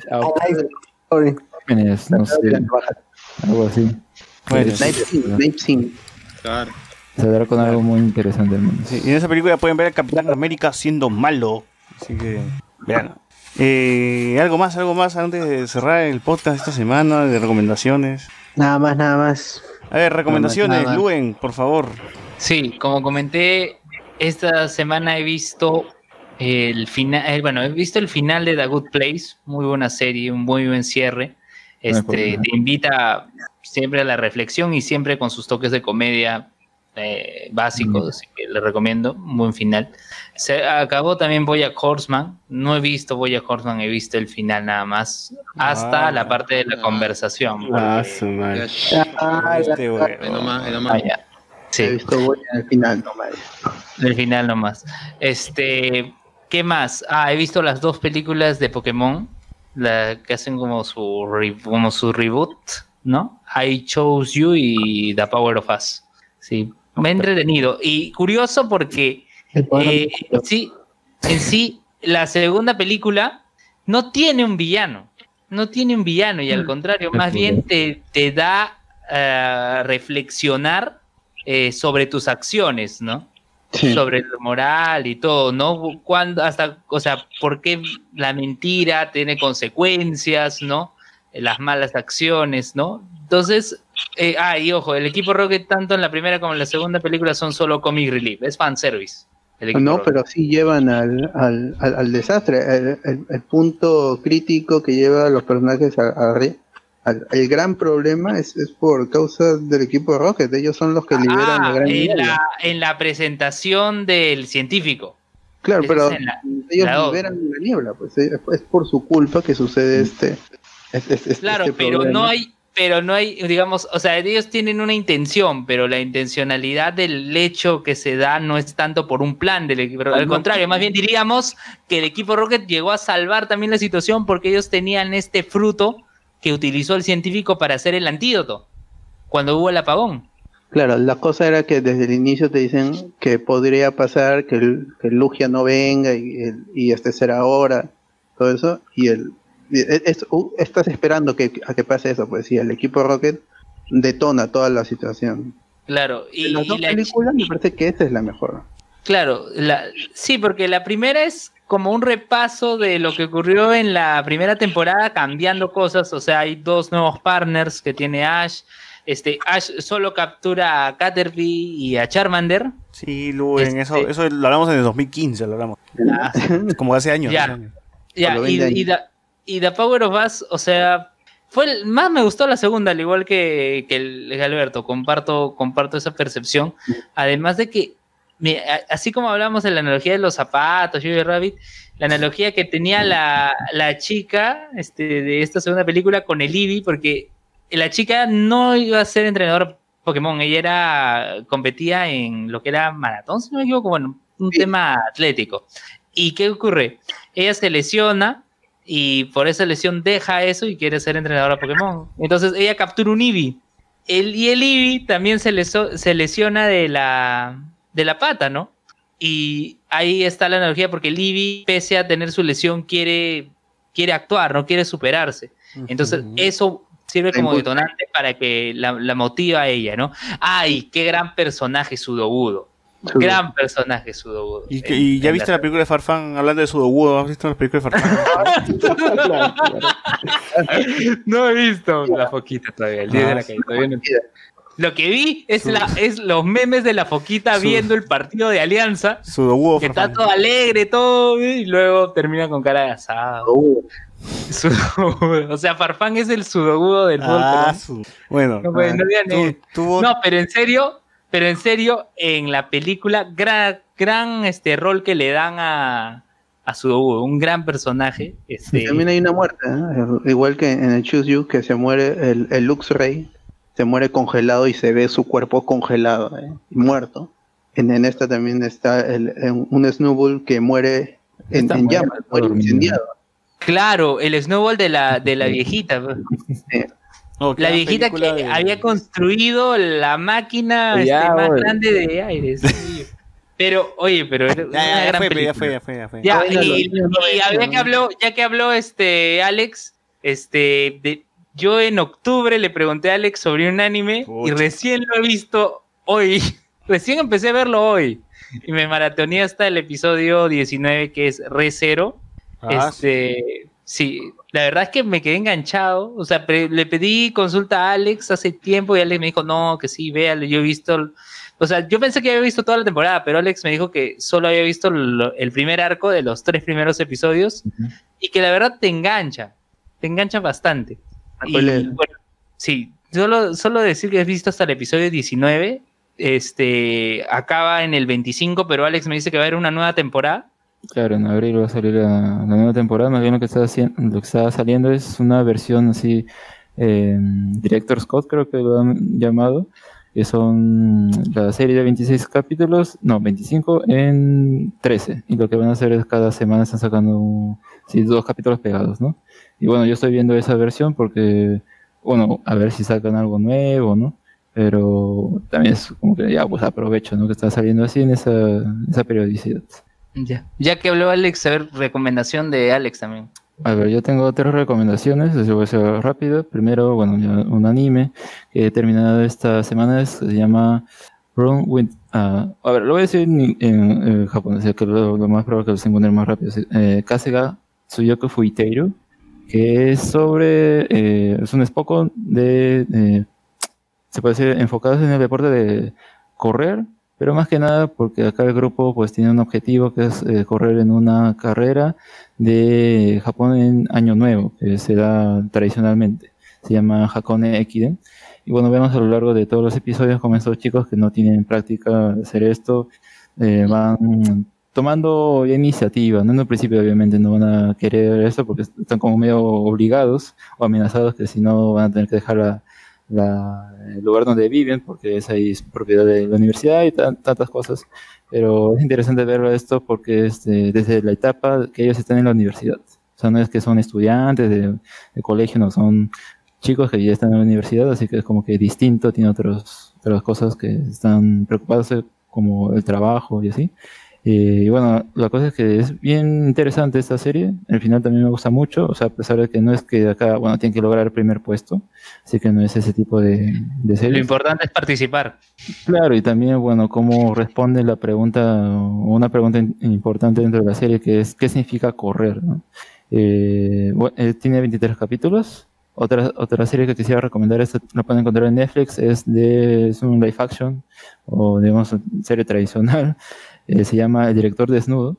Sorry. Jóvenes, no sé, algo así. Bueno, Sí, Night King, Night King. Claro. saldrá con algo muy interesante al menos. sí, y en esa película pueden ver al Capitán América siendo malo. Así que, vean. Eh, algo más, algo más antes de cerrar el podcast esta semana de recomendaciones. Nada más, nada más. A ver, recomendaciones, nada más. Luen, por favor. Sí, como comenté, esta semana he visto el final, bueno, he visto el final de The Good Place, muy buena serie, un muy buen cierre. Este, te invita siempre a la reflexión y siempre con sus toques de comedia eh, básicos, así que le recomiendo, un buen final. Se acabó también BoJack Horseman, no he visto BoJack Horseman, he visto el final nada más, hasta Ah, la parte de la conversación. Ah, porque- su madre. Ah, Este, güey. Ahí nomás, ahí Ah, nomás. ya. Sí. He visto Boy en el final, no madre. El final nomás. Este, ¿qué más? Ah, he visto las dos películas de Pokémon, la que hacen como su re- como su reboot, ¿no? I Chose You y The Power of Us. Sí, me he entretenido y curioso porque El poder eh, sí, en sí la segunda película no tiene un villano, no tiene un villano y al contrario, más bien te, te da a reflexionar eh, sobre tus acciones, ¿no? Sobre la moral y todo, ¿no? Cuando, hasta, o sea, por qué la mentira tiene consecuencias, ¿no? Las malas acciones, ¿no? Entonces, eh, ah, y ojo, el equipo Rocket, tanto en la primera como en la segunda película, son solo comic relief, es fanservice. el equipo No, Rocket. pero sí llevan al, al, al, al desastre. El, el- el punto crítico que lleva a los personajes a, a re- al- el gran problema es, es por causa del equipo Rocket. Ellos son los que liberan la Ah, gran en niebla. la, en la presentación del científico. Claro, Esa pero es en la- ellos la dos. liberan la niebla. Pues es, es por su culpa que sucede este. es- es- es- Claro, este pero problema. no hay, pero no hay, digamos, o sea, ellos tienen una intención, pero la intencionalidad del hecho que se da no es tanto por un plan del equipo. Al contrario, más bien diríamos que el equipo Rocket llegó a salvar también la situación porque ellos tenían este fruto que utilizó el científico para hacer el antídoto cuando hubo el apagón. Claro, la cosa era que desde el inicio te dicen que podría pasar que el, que el Lugia no venga y, el- y este será ahora, todo eso, y el y es- es- uh, estás esperando que, a que pase eso, pues sí, el equipo Rocket detona toda la situación. Claro, y, De las y dos la películas me parece que esta es la mejor. Claro, la, sí, porque la primera es como un repaso de lo que ocurrió en la primera temporada, cambiando cosas. O sea, hay dos nuevos partners que tiene Ash. Este, Ash solo captura a Caterpie y a Charmander. Sí, Luen, Este- eso, eso lo hablamos en el dos mil quince, lo hablamos. Ah, Como hace años. Ya. hace años. ya, Por los y, veinte y, años. the, y The Power of Us, o sea, fue el- más me gustó la segunda, al igual que, que el que Alberto. Comparto, comparto esa percepción. Además de que, me- a- así como hablamos de la analogía de los zapatos, Jojo Rabbit, la analogía que tenía la, la chica este, de esta segunda película con el Eevee, porque la chica no iba a ser entrenadora Pokémon, ella era competía en lo que era maratón, si no me equivoco, bueno, un tema atlético. ¿Y qué ocurre? Ella se lesiona y por esa lesión deja eso y quiere ser entrenadora Pokémon. Entonces ella captura un Eevee. El, y el Eevee también se, leso- se lesiona de la, de la pata, ¿no? Y ahí está la analogía porque el Eevee, pese a tener su lesión, quiere, quiere actuar, no quiere superarse. Entonces eso sirve como Impulsa. detonante para que la, la motiva a ella, ¿no? ¡Ay, qué gran personaje Sudowoodo! Gran personaje Sudowoodo. ¿Y, que- y ya En viste la- la película de Farfán hablando de Sudowoodo? ¿Has visto la película de Farfán? No he visto la foquita todavía, el día de la calle. Todavía no. Lo que vi es, Su- la, es los memes de la foquita Su- viendo el partido de Alianza, Sudogudo que está Farfán. todo alegre, todo, y luego termina con cara de asado. Sudogudo. O sea, Farfán es el sudogudo del fútbol Ah, peruano. su- Bueno, No, pues, no digan, tu- eh. tuvo- No, pero en serio, pero en serio, en la película, gran, gran este rol que le dan a, a Sudogudo, un gran personaje. Este, También hay una muerte, ¿eh? Igual que en el Choose You, que se muere el, el Lux Rey, se muere congelado y se ve su cuerpo congelado, ¿eh? Muerto. En, en esta también está el, en un Snowball que muere en, Está en muerto, llamas, está muere dormido. incendiado. Claro, el Snowball de la, de la viejita. pues. Oh, La gran viejita que película de- había construido la máquina este, Ya, más oye. grande de aire. sí. Pero, oye, pero era Ya, una ya, ya gran fue, pe, ya película. fue, ya fue, ya fue. Ya, Bueno, y, los y niños no ven, ya ¿no? que habló, ya que habló este Alex, este de, yo en octubre le pregunté a Alex sobre un anime y Pucha. recién lo he visto hoy. Recién empecé a verlo hoy. Y me maratoneé hasta el episodio diecinueve, que es Re Zero. Ah, este, sí, la verdad es que me quedé enganchado. O sea, pre- le pedí consulta a Alex hace tiempo y Alex me dijo, no, que sí, véalo. Yo he visto, o sea, yo pensé que había visto toda la temporada, pero Alex me dijo que solo había visto lo- el primer arco de los tres primeros episodios y que la verdad te engancha, te engancha bastante. Y, Spoiler. bueno, sí, solo, solo decir que he visto hasta el episodio diecinueve, este, acaba en el veinticinco, pero Alex me dice que va a haber una nueva temporada. Claro, en abril va a salir la, la nueva temporada. Más bien lo que está haciendo, lo que está saliendo es una versión así, eh, Director Scott creo que lo han llamado, que son la serie de veintiséis capítulos, no, veinticinco en trece. Y lo que van a hacer es cada semana están sacando sí, dos capítulos pegados, ¿no? Y bueno, yo estoy viendo esa versión porque, bueno, a ver si sacan algo nuevo, ¿no? Pero también es como que ya, pues aprovecho, ¿no? Que está saliendo así en esa, en esa periodicidad. Ya. Ya que habló Alex, a ver, recomendación de Alex también. A ver, yo tengo tres recomendaciones, así voy a ser rápido. Primero, bueno, ya un anime que he terminado esta semana es- se llama Run with... ah, a ver, lo voy a decir en, en, en japonés, ya que lo, lo más probable que lo se encuentre más rápido. Es, eh, Kasega Tsuyoku Fuiteiro, que es sobre... eh, es un Spokon de... eh, se puede decir enfocados en el deporte de correr, pero más que nada porque acá el grupo pues tiene un objetivo que es eh, correr en una carrera de Japón en Año Nuevo, que se da tradicionalmente. Se llama Hakone Ekiden. Y bueno, vemos a lo largo de todos los episodios como estos chicos que no tienen práctica de hacer esto, eh, van tomando iniciativa, ¿no? En un principio obviamente no van a querer eso porque están como medio obligados o amenazados que si no van a tener que dejar la, la- el lugar donde viven porque es ahí es propiedad de la universidad y tan- tantas cosas. Pero es interesante verlo esto porque es de- desde la etapa que ellos están en la universidad. O sea, no es que son estudiantes de, de colegio, no, son chicos que ya están en la universidad, así que es como que distinto, tiene otros, otras cosas que están preocupados eh, como el trabajo y así. Eh, y bueno, la cosa es que es bien interesante esta serie, el final también me gusta mucho, o sea, a pesar de que no es que acá, bueno, tienen que lograr el primer puesto, así que no es ese tipo de, de Lo series. importante es participar. Claro, y también, bueno, cómo responde la pregunta, o una pregunta in- importante dentro de la serie, que es, ¿qué significa correr? ¿No? Eh, bu- eh, tiene veintitrés capítulos. Otra, otra serie que quisiera recomendar, esta la pueden encontrar en Netflix, es de es un live action, o digamos, serie tradicional, eh, se llama El director desnudo,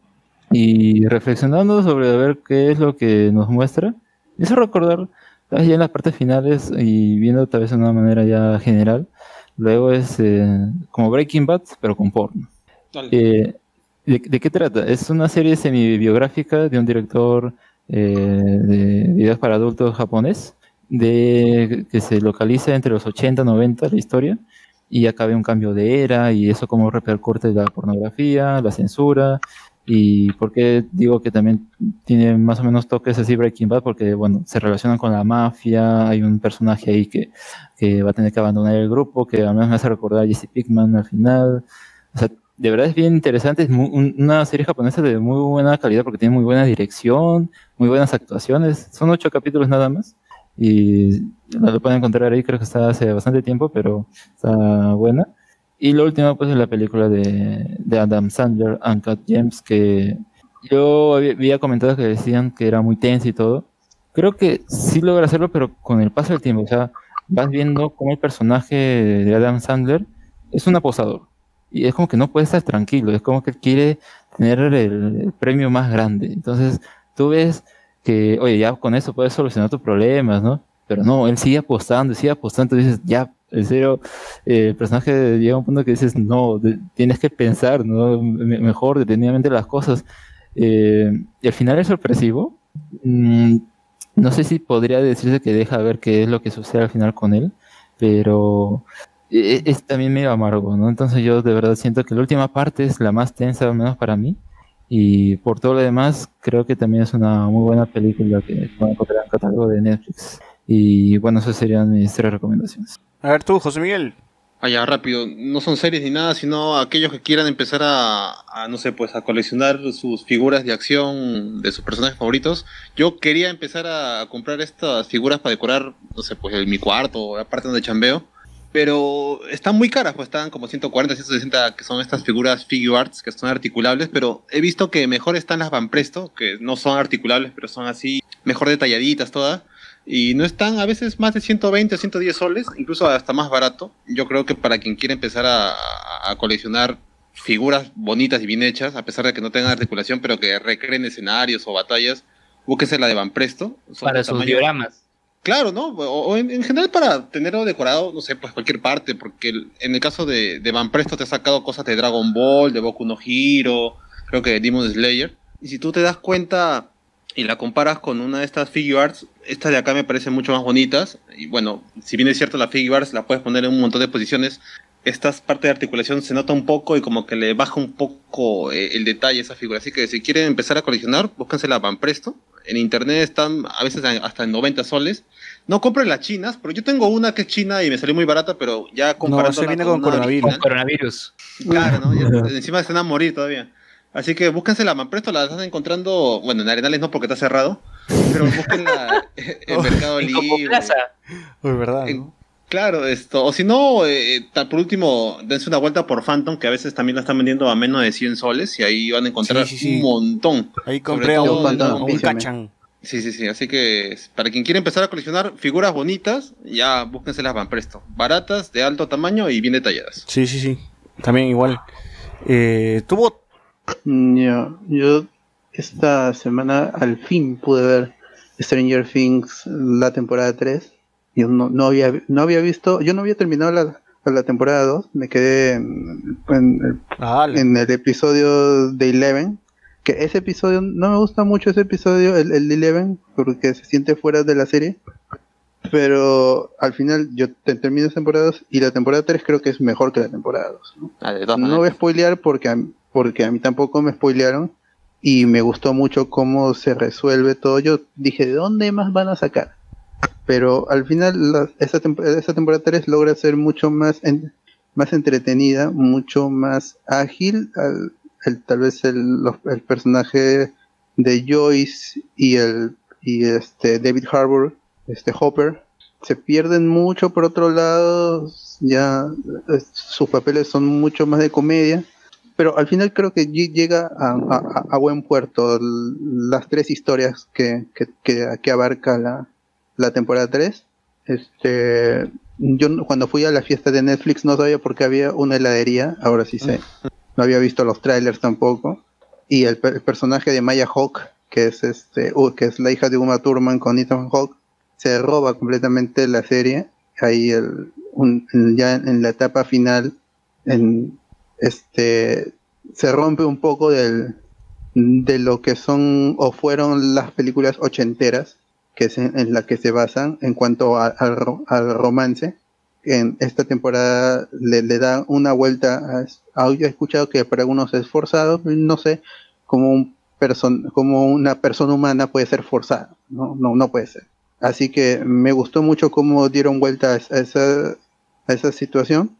y reflexionando sobre a ver qué es lo que nos muestra, me hizo recordar, tal vez ya en las partes finales, y viendo tal vez de una manera ya general, luego es eh, como Breaking Bad, pero con porno. Eh, ¿de, de qué trata? Es una serie semi-biográfica de un director eh, de videos para adultos japonés, de, que se localiza entre los ochenta y noventa la historia, y acá ve un cambio de era, y eso cómo repercute la pornografía, la censura, y por qué digo que también tiene más o menos toques así Breaking Bad, porque bueno, se relacionan con la mafia, hay un personaje ahí que, que va a tener que abandonar el grupo, que al menos me hace recordar a Jesse Pinkman al final. O sea, de verdad es bien interesante, es muy- un- una serie japonesa de muy buena calidad porque tiene muy buena dirección, muy buenas actuaciones, son ocho capítulos nada más, y la lo pueden encontrar ahí, creo que está hace bastante tiempo, pero está buena. Y lo último pues es la película de, de Adam Sandler, Uncut Gems, que yo había, había comentado que decían que era muy tensa y todo. Creo que sí logra hacerlo, pero con el paso del tiempo, o sea, vas viendo cómo el personaje de Adam Sandler es un aposador. Y es como que no puede estar tranquilo, es como que quiere tener el, el premio más grande. Entonces tú ves que, oye, ya con eso puedes solucionar tus problemas, ¿no? Pero no, él sigue apostando, sigue apostando, y dices, ya, en serio, eh, el personaje llega a un punto que dices, no, de- tienes que pensar, ¿no? Me- mejor, detenidamente las cosas. Eh, y al final es sorpresivo. Mm, no sé si podría decirse que deja ver qué es lo que sucede al final con él, pero e- es también medio amargo, ¿no? Entonces yo de verdad siento que la última parte es la más tensa, al menos para mí, y por todo lo demás creo que también es una muy buena película que pueden encontrar en el catálogo de Netflix. Y bueno, esas serían mis tres recomendaciones. A ver tú, José Miguel. Ah, ya, rápido. No son series ni nada, sino aquellos que quieran empezar a, a, no sé, pues a coleccionar sus figuras de acción de sus personajes favoritos. Yo quería empezar a comprar estas figuras para decorar, no sé, pues en mi cuarto o la parte donde chambeo. Pero están muy caras, pues están como ciento cuarenta, ciento sesenta, que son estas figuras figure arts, que son articulables, pero he visto que mejor están las Van Presto, que no son articulables, pero son así, mejor detalladitas todas. Y no están a veces más de ciento veinte o ciento diez soles, incluso hasta más barato. Yo creo que para quien quiera empezar a, a- a coleccionar figuras bonitas y bien hechas, a pesar de que no tengan articulación, pero que recreen escenarios o batallas, búsquese la de Van Presto. Son Para de sus tamaño- dioramas. Claro, ¿no? O, o en, en general para tenerlo decorado, no sé, pues cualquier parte, porque el- en el caso de, de Van Presto te ha sacado cosas de Dragon Ball, de Boku no Hero, creo que de Demon Slayer. Y si tú te das cuenta y la comparas con una de estas figure arts, estas de acá me parecen mucho más bonitas. Y bueno, si bien es cierto la figure arts la puedes poner en un montón de posiciones, estas partes de articulación se nota un poco y como que le baja un poco eh, el detalle a esa figura. Así que si quieren empezar a coleccionar, búsquense la Van Presto. En internet están a veces hasta en noventa soles. No compren las chinas, pero yo tengo una que es china y me salió muy barata, pero ya comparándola se viene con con una coronavirus. original- Con coronavirus. Claro, ¿no? Ya- encima se van a morir todavía. Así que búsquense la Manpresto, la están encontrando, bueno, en Arenales no porque está cerrado, pero búsquenla en Mercado En Libre. Cocoplaza. Es verdad, En- ¿no? Claro, esto, o si no, eh, ta- por último, dense una vuelta por Phantom, que a veces también la están vendiendo a menos de cien soles, y ahí van a encontrar Sí, sí, sí. un montón. Ahí Sobre compré a todo un, de Dragon a un Ball. cachan. Sí, sí, sí, así que para quien quiera empezar a coleccionar figuras bonitas, ya búsquense las Van Presto. Baratas, de alto tamaño y bien detalladas. Sí, sí, sí. También igual. Eh, tuvo. Mm, ya, yo esta semana al fin pude ver Stranger Things la temporada tres. Yo no, no había no había visto, yo no había terminado la, la temporada dos, me quedé en, en el, en el episodio de Eleven, que ese episodio, no me gusta mucho ese episodio, el, el de Eleven, porque se siente fuera de la serie, pero al final yo te, termino esa temporada dos y la temporada tres creo que es mejor que la temporada dos. ¿no? Ah, de todas No voy a spoilear porque a, porque a mí tampoco me spoilearon y me gustó mucho cómo se resuelve todo. Yo dije, ¿de dónde más van a sacar? Pero al final la- esa, temp- esa temporada tres logra ser mucho más, en- más entretenida, mucho más ágil. Al- el- tal vez el, los- el personaje de Joyce y el y este David Harbour, este Hopper, se pierden mucho. Por otro lado, ya eh, sus papeles son mucho más de comedia, pero al final creo que lle- llega a, a- a buen puerto l- las tres historias que, que, que, que abarca la, la temporada tres. Este, yo no- cuando fui a la fiesta de Netflix no sabía por qué había una heladería, ahora sí sé. No había visto los trailers tampoco. Y el, per- el personaje de Maya Hawke, que es este, uh, que es la hija de Uma Thurman con Ethan Hawke, se roba completamente la serie. Ahí el, un- en- ya en la etapa final, en, este, se rompe un poco del, de lo que son o fueron las películas ochenteras que es en, en la que se basan en cuanto a- al, ro- al romance. En esta temporada le, le da una vuelta a, a- yo he escuchado que para algunos es forzado, no sé, como un person, como una persona humana puede ser forzada, no, no, no puede ser. Así que me gustó mucho cómo dieron vuelta a esa, a esa, a esa situación,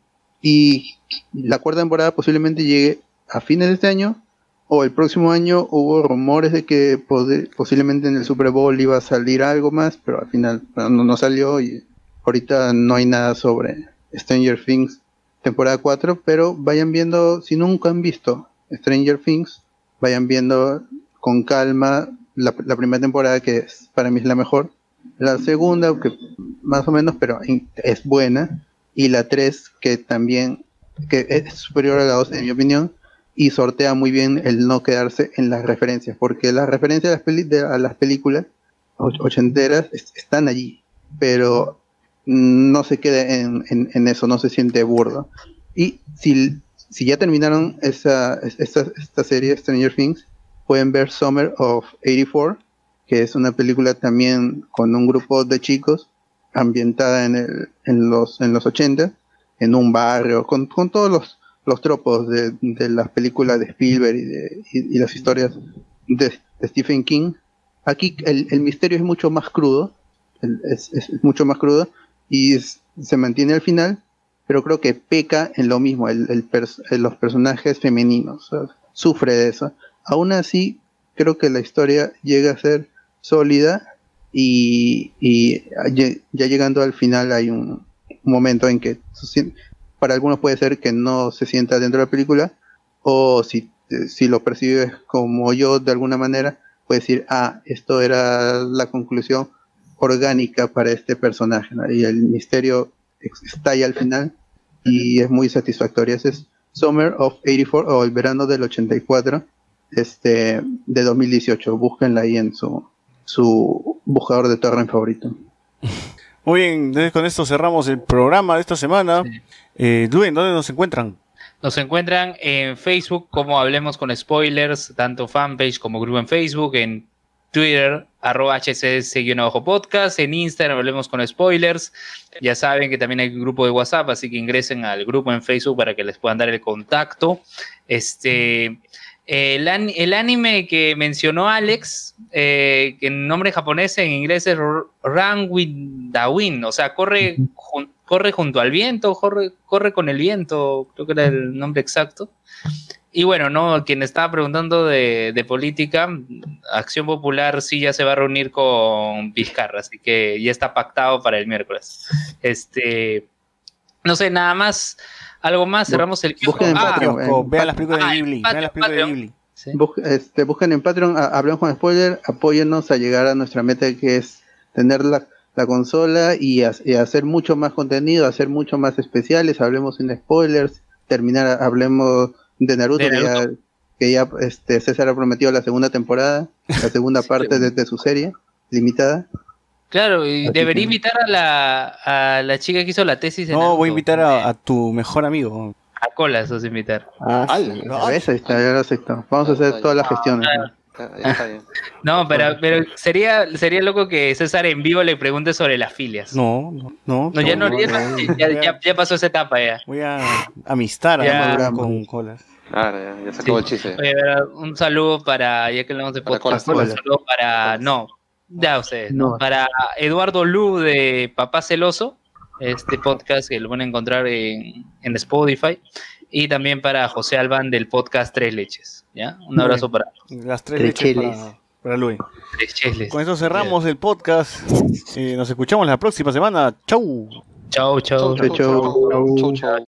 y la cuarta temporada posiblemente llegue a fines de este año o el próximo año. Hubo rumores de que pode- posiblemente en el Super Bowl iba a salir algo más, pero al final no, no salió y ahorita no hay nada sobre Stranger Things temporada cuatro, pero vayan viendo, si nunca han visto Stranger Things, vayan viendo con calma la, la primera temporada, que es, para mí es la mejor. La segunda, que más o menos, pero in- es buena. Y la tres, que también que es superior a la dos, en mi opinión, y sortea muy bien el no quedarse en las referencias, porque las referencias a las, peli- de- a las películas och- ochenteras es- están allí, pero no se queda en, en- en eso, no se siente burdo. Y si, si ya terminaron esa, esta, esta serie, Stranger Things, pueden ver Summer of ochenta y cuatro, que es una película también con un grupo de chicos ambientada en, el, en, los, en los ochenta, en un barrio, con, con todos los, los tropos de, de las películas de Spielberg y, de, y, y las historias de, de Stephen King. Aquí el, el misterio es mucho más crudo, el- es, es mucho más crudo y es- se mantiene al final, pero creo que peca en lo mismo, el, el pers- en los personajes femeninos, o sea, sufre de eso. Aún así, creo que la historia llega a ser sólida y, y ya ya llegando al final hay un momento en que se sien- para algunos puede ser que no se sienta dentro de la película, o si, eh, si lo percibes como yo de alguna manera, puedes decir, ah, esto era la conclusión orgánica para este personaje, ¿no? Y el misterio ex- está ahí al final y es muy satisfactorio. Ese es Summer of ochenta y cuatro, o el verano del ochenta y cuatro, este, de dos mil dieciocho. Búsquenla ahí en su, su buscador de torrent favorito. Muy bien, entonces con esto cerramos el programa de esta semana. Eh, Luen, ¿dónde nos encuentran? Nos encuentran en Facebook como Hablemos con Spoilers, tanto fanpage como grupo en Facebook, en Twitter, arroba hcs-podcast, en Instagram Hablemos con Spoilers. Ya saben que también hay un grupo de WhatsApp, así que ingresen al grupo en Facebook para que les puedan dar el contacto. Este, el, an- el anime que mencionó Alex, eh, que en nombre japonés, en inglés es R- Run with the Wind, o sea, corre, jun- corre junto al viento, corre, corre con el viento, creo que era el nombre exacto. Y bueno, no, quien estaba preguntando de, de política, Acción Popular sí ya se va a reunir con Vizcarra, así que ya está pactado para el miércoles. Este, no sé, nada más, algo más, cerramos el Busquen en Ah, Patreon, Kiosco, en vean Pat- las películas de ah, Ghibli, en vean las películas de Patreon, Ghibli. sí. Bus- este, busquen en Patreon, a- hablemos con spoiler, apóyennos a llegar a nuestra meta, que es tener la, la consola y, ha- y hacer mucho más contenido, hacer mucho más especiales, hablemos sin spoilers, terminar, hablemos de Naruto, De que ya, que ya este, César ha prometido la segunda temporada, la segunda parte de, de su serie limitada. Claro, y Así debería que- invitar a la, a la chica que hizo la tesis de No, Naruto. voy a invitar a, a tu mejor amigo. A Colas, os invitar. Ah, ¡Hala! A ver, ahí está, ya lo acepto. Vamos a hacer todas las gestiones. ¿no? Ya- ya está bien. No, pero, pero sería, sería loco que César en vivo le pregunte sobre las filias. No, no, no. No, ya no, ya, no, ya, voy a- ya- ya pasó esa etapa ya. Voy a amistar a Ya. Maduro con colas. Claro, ya, ya se acabó el chiste. Oye, pero un saludo para, ya que hablamos de Para podcast, Colas, un Colas. saludo para, no, ya ustedes, ¿no? No. Para Eduardo Lu de Papá Celoso, este podcast que lo van a encontrar en, en Spotify, y también para José Albán del podcast Tres Leches, ¿ya? Un Muy abrazo bien. para Las tres Tres leches cheles. para, para Luis. Tres Cheles. Con eso cerramos el podcast. Eh, nos escuchamos la próxima semana. Chau. Chau, chau. Chau, chau. Chau, chau.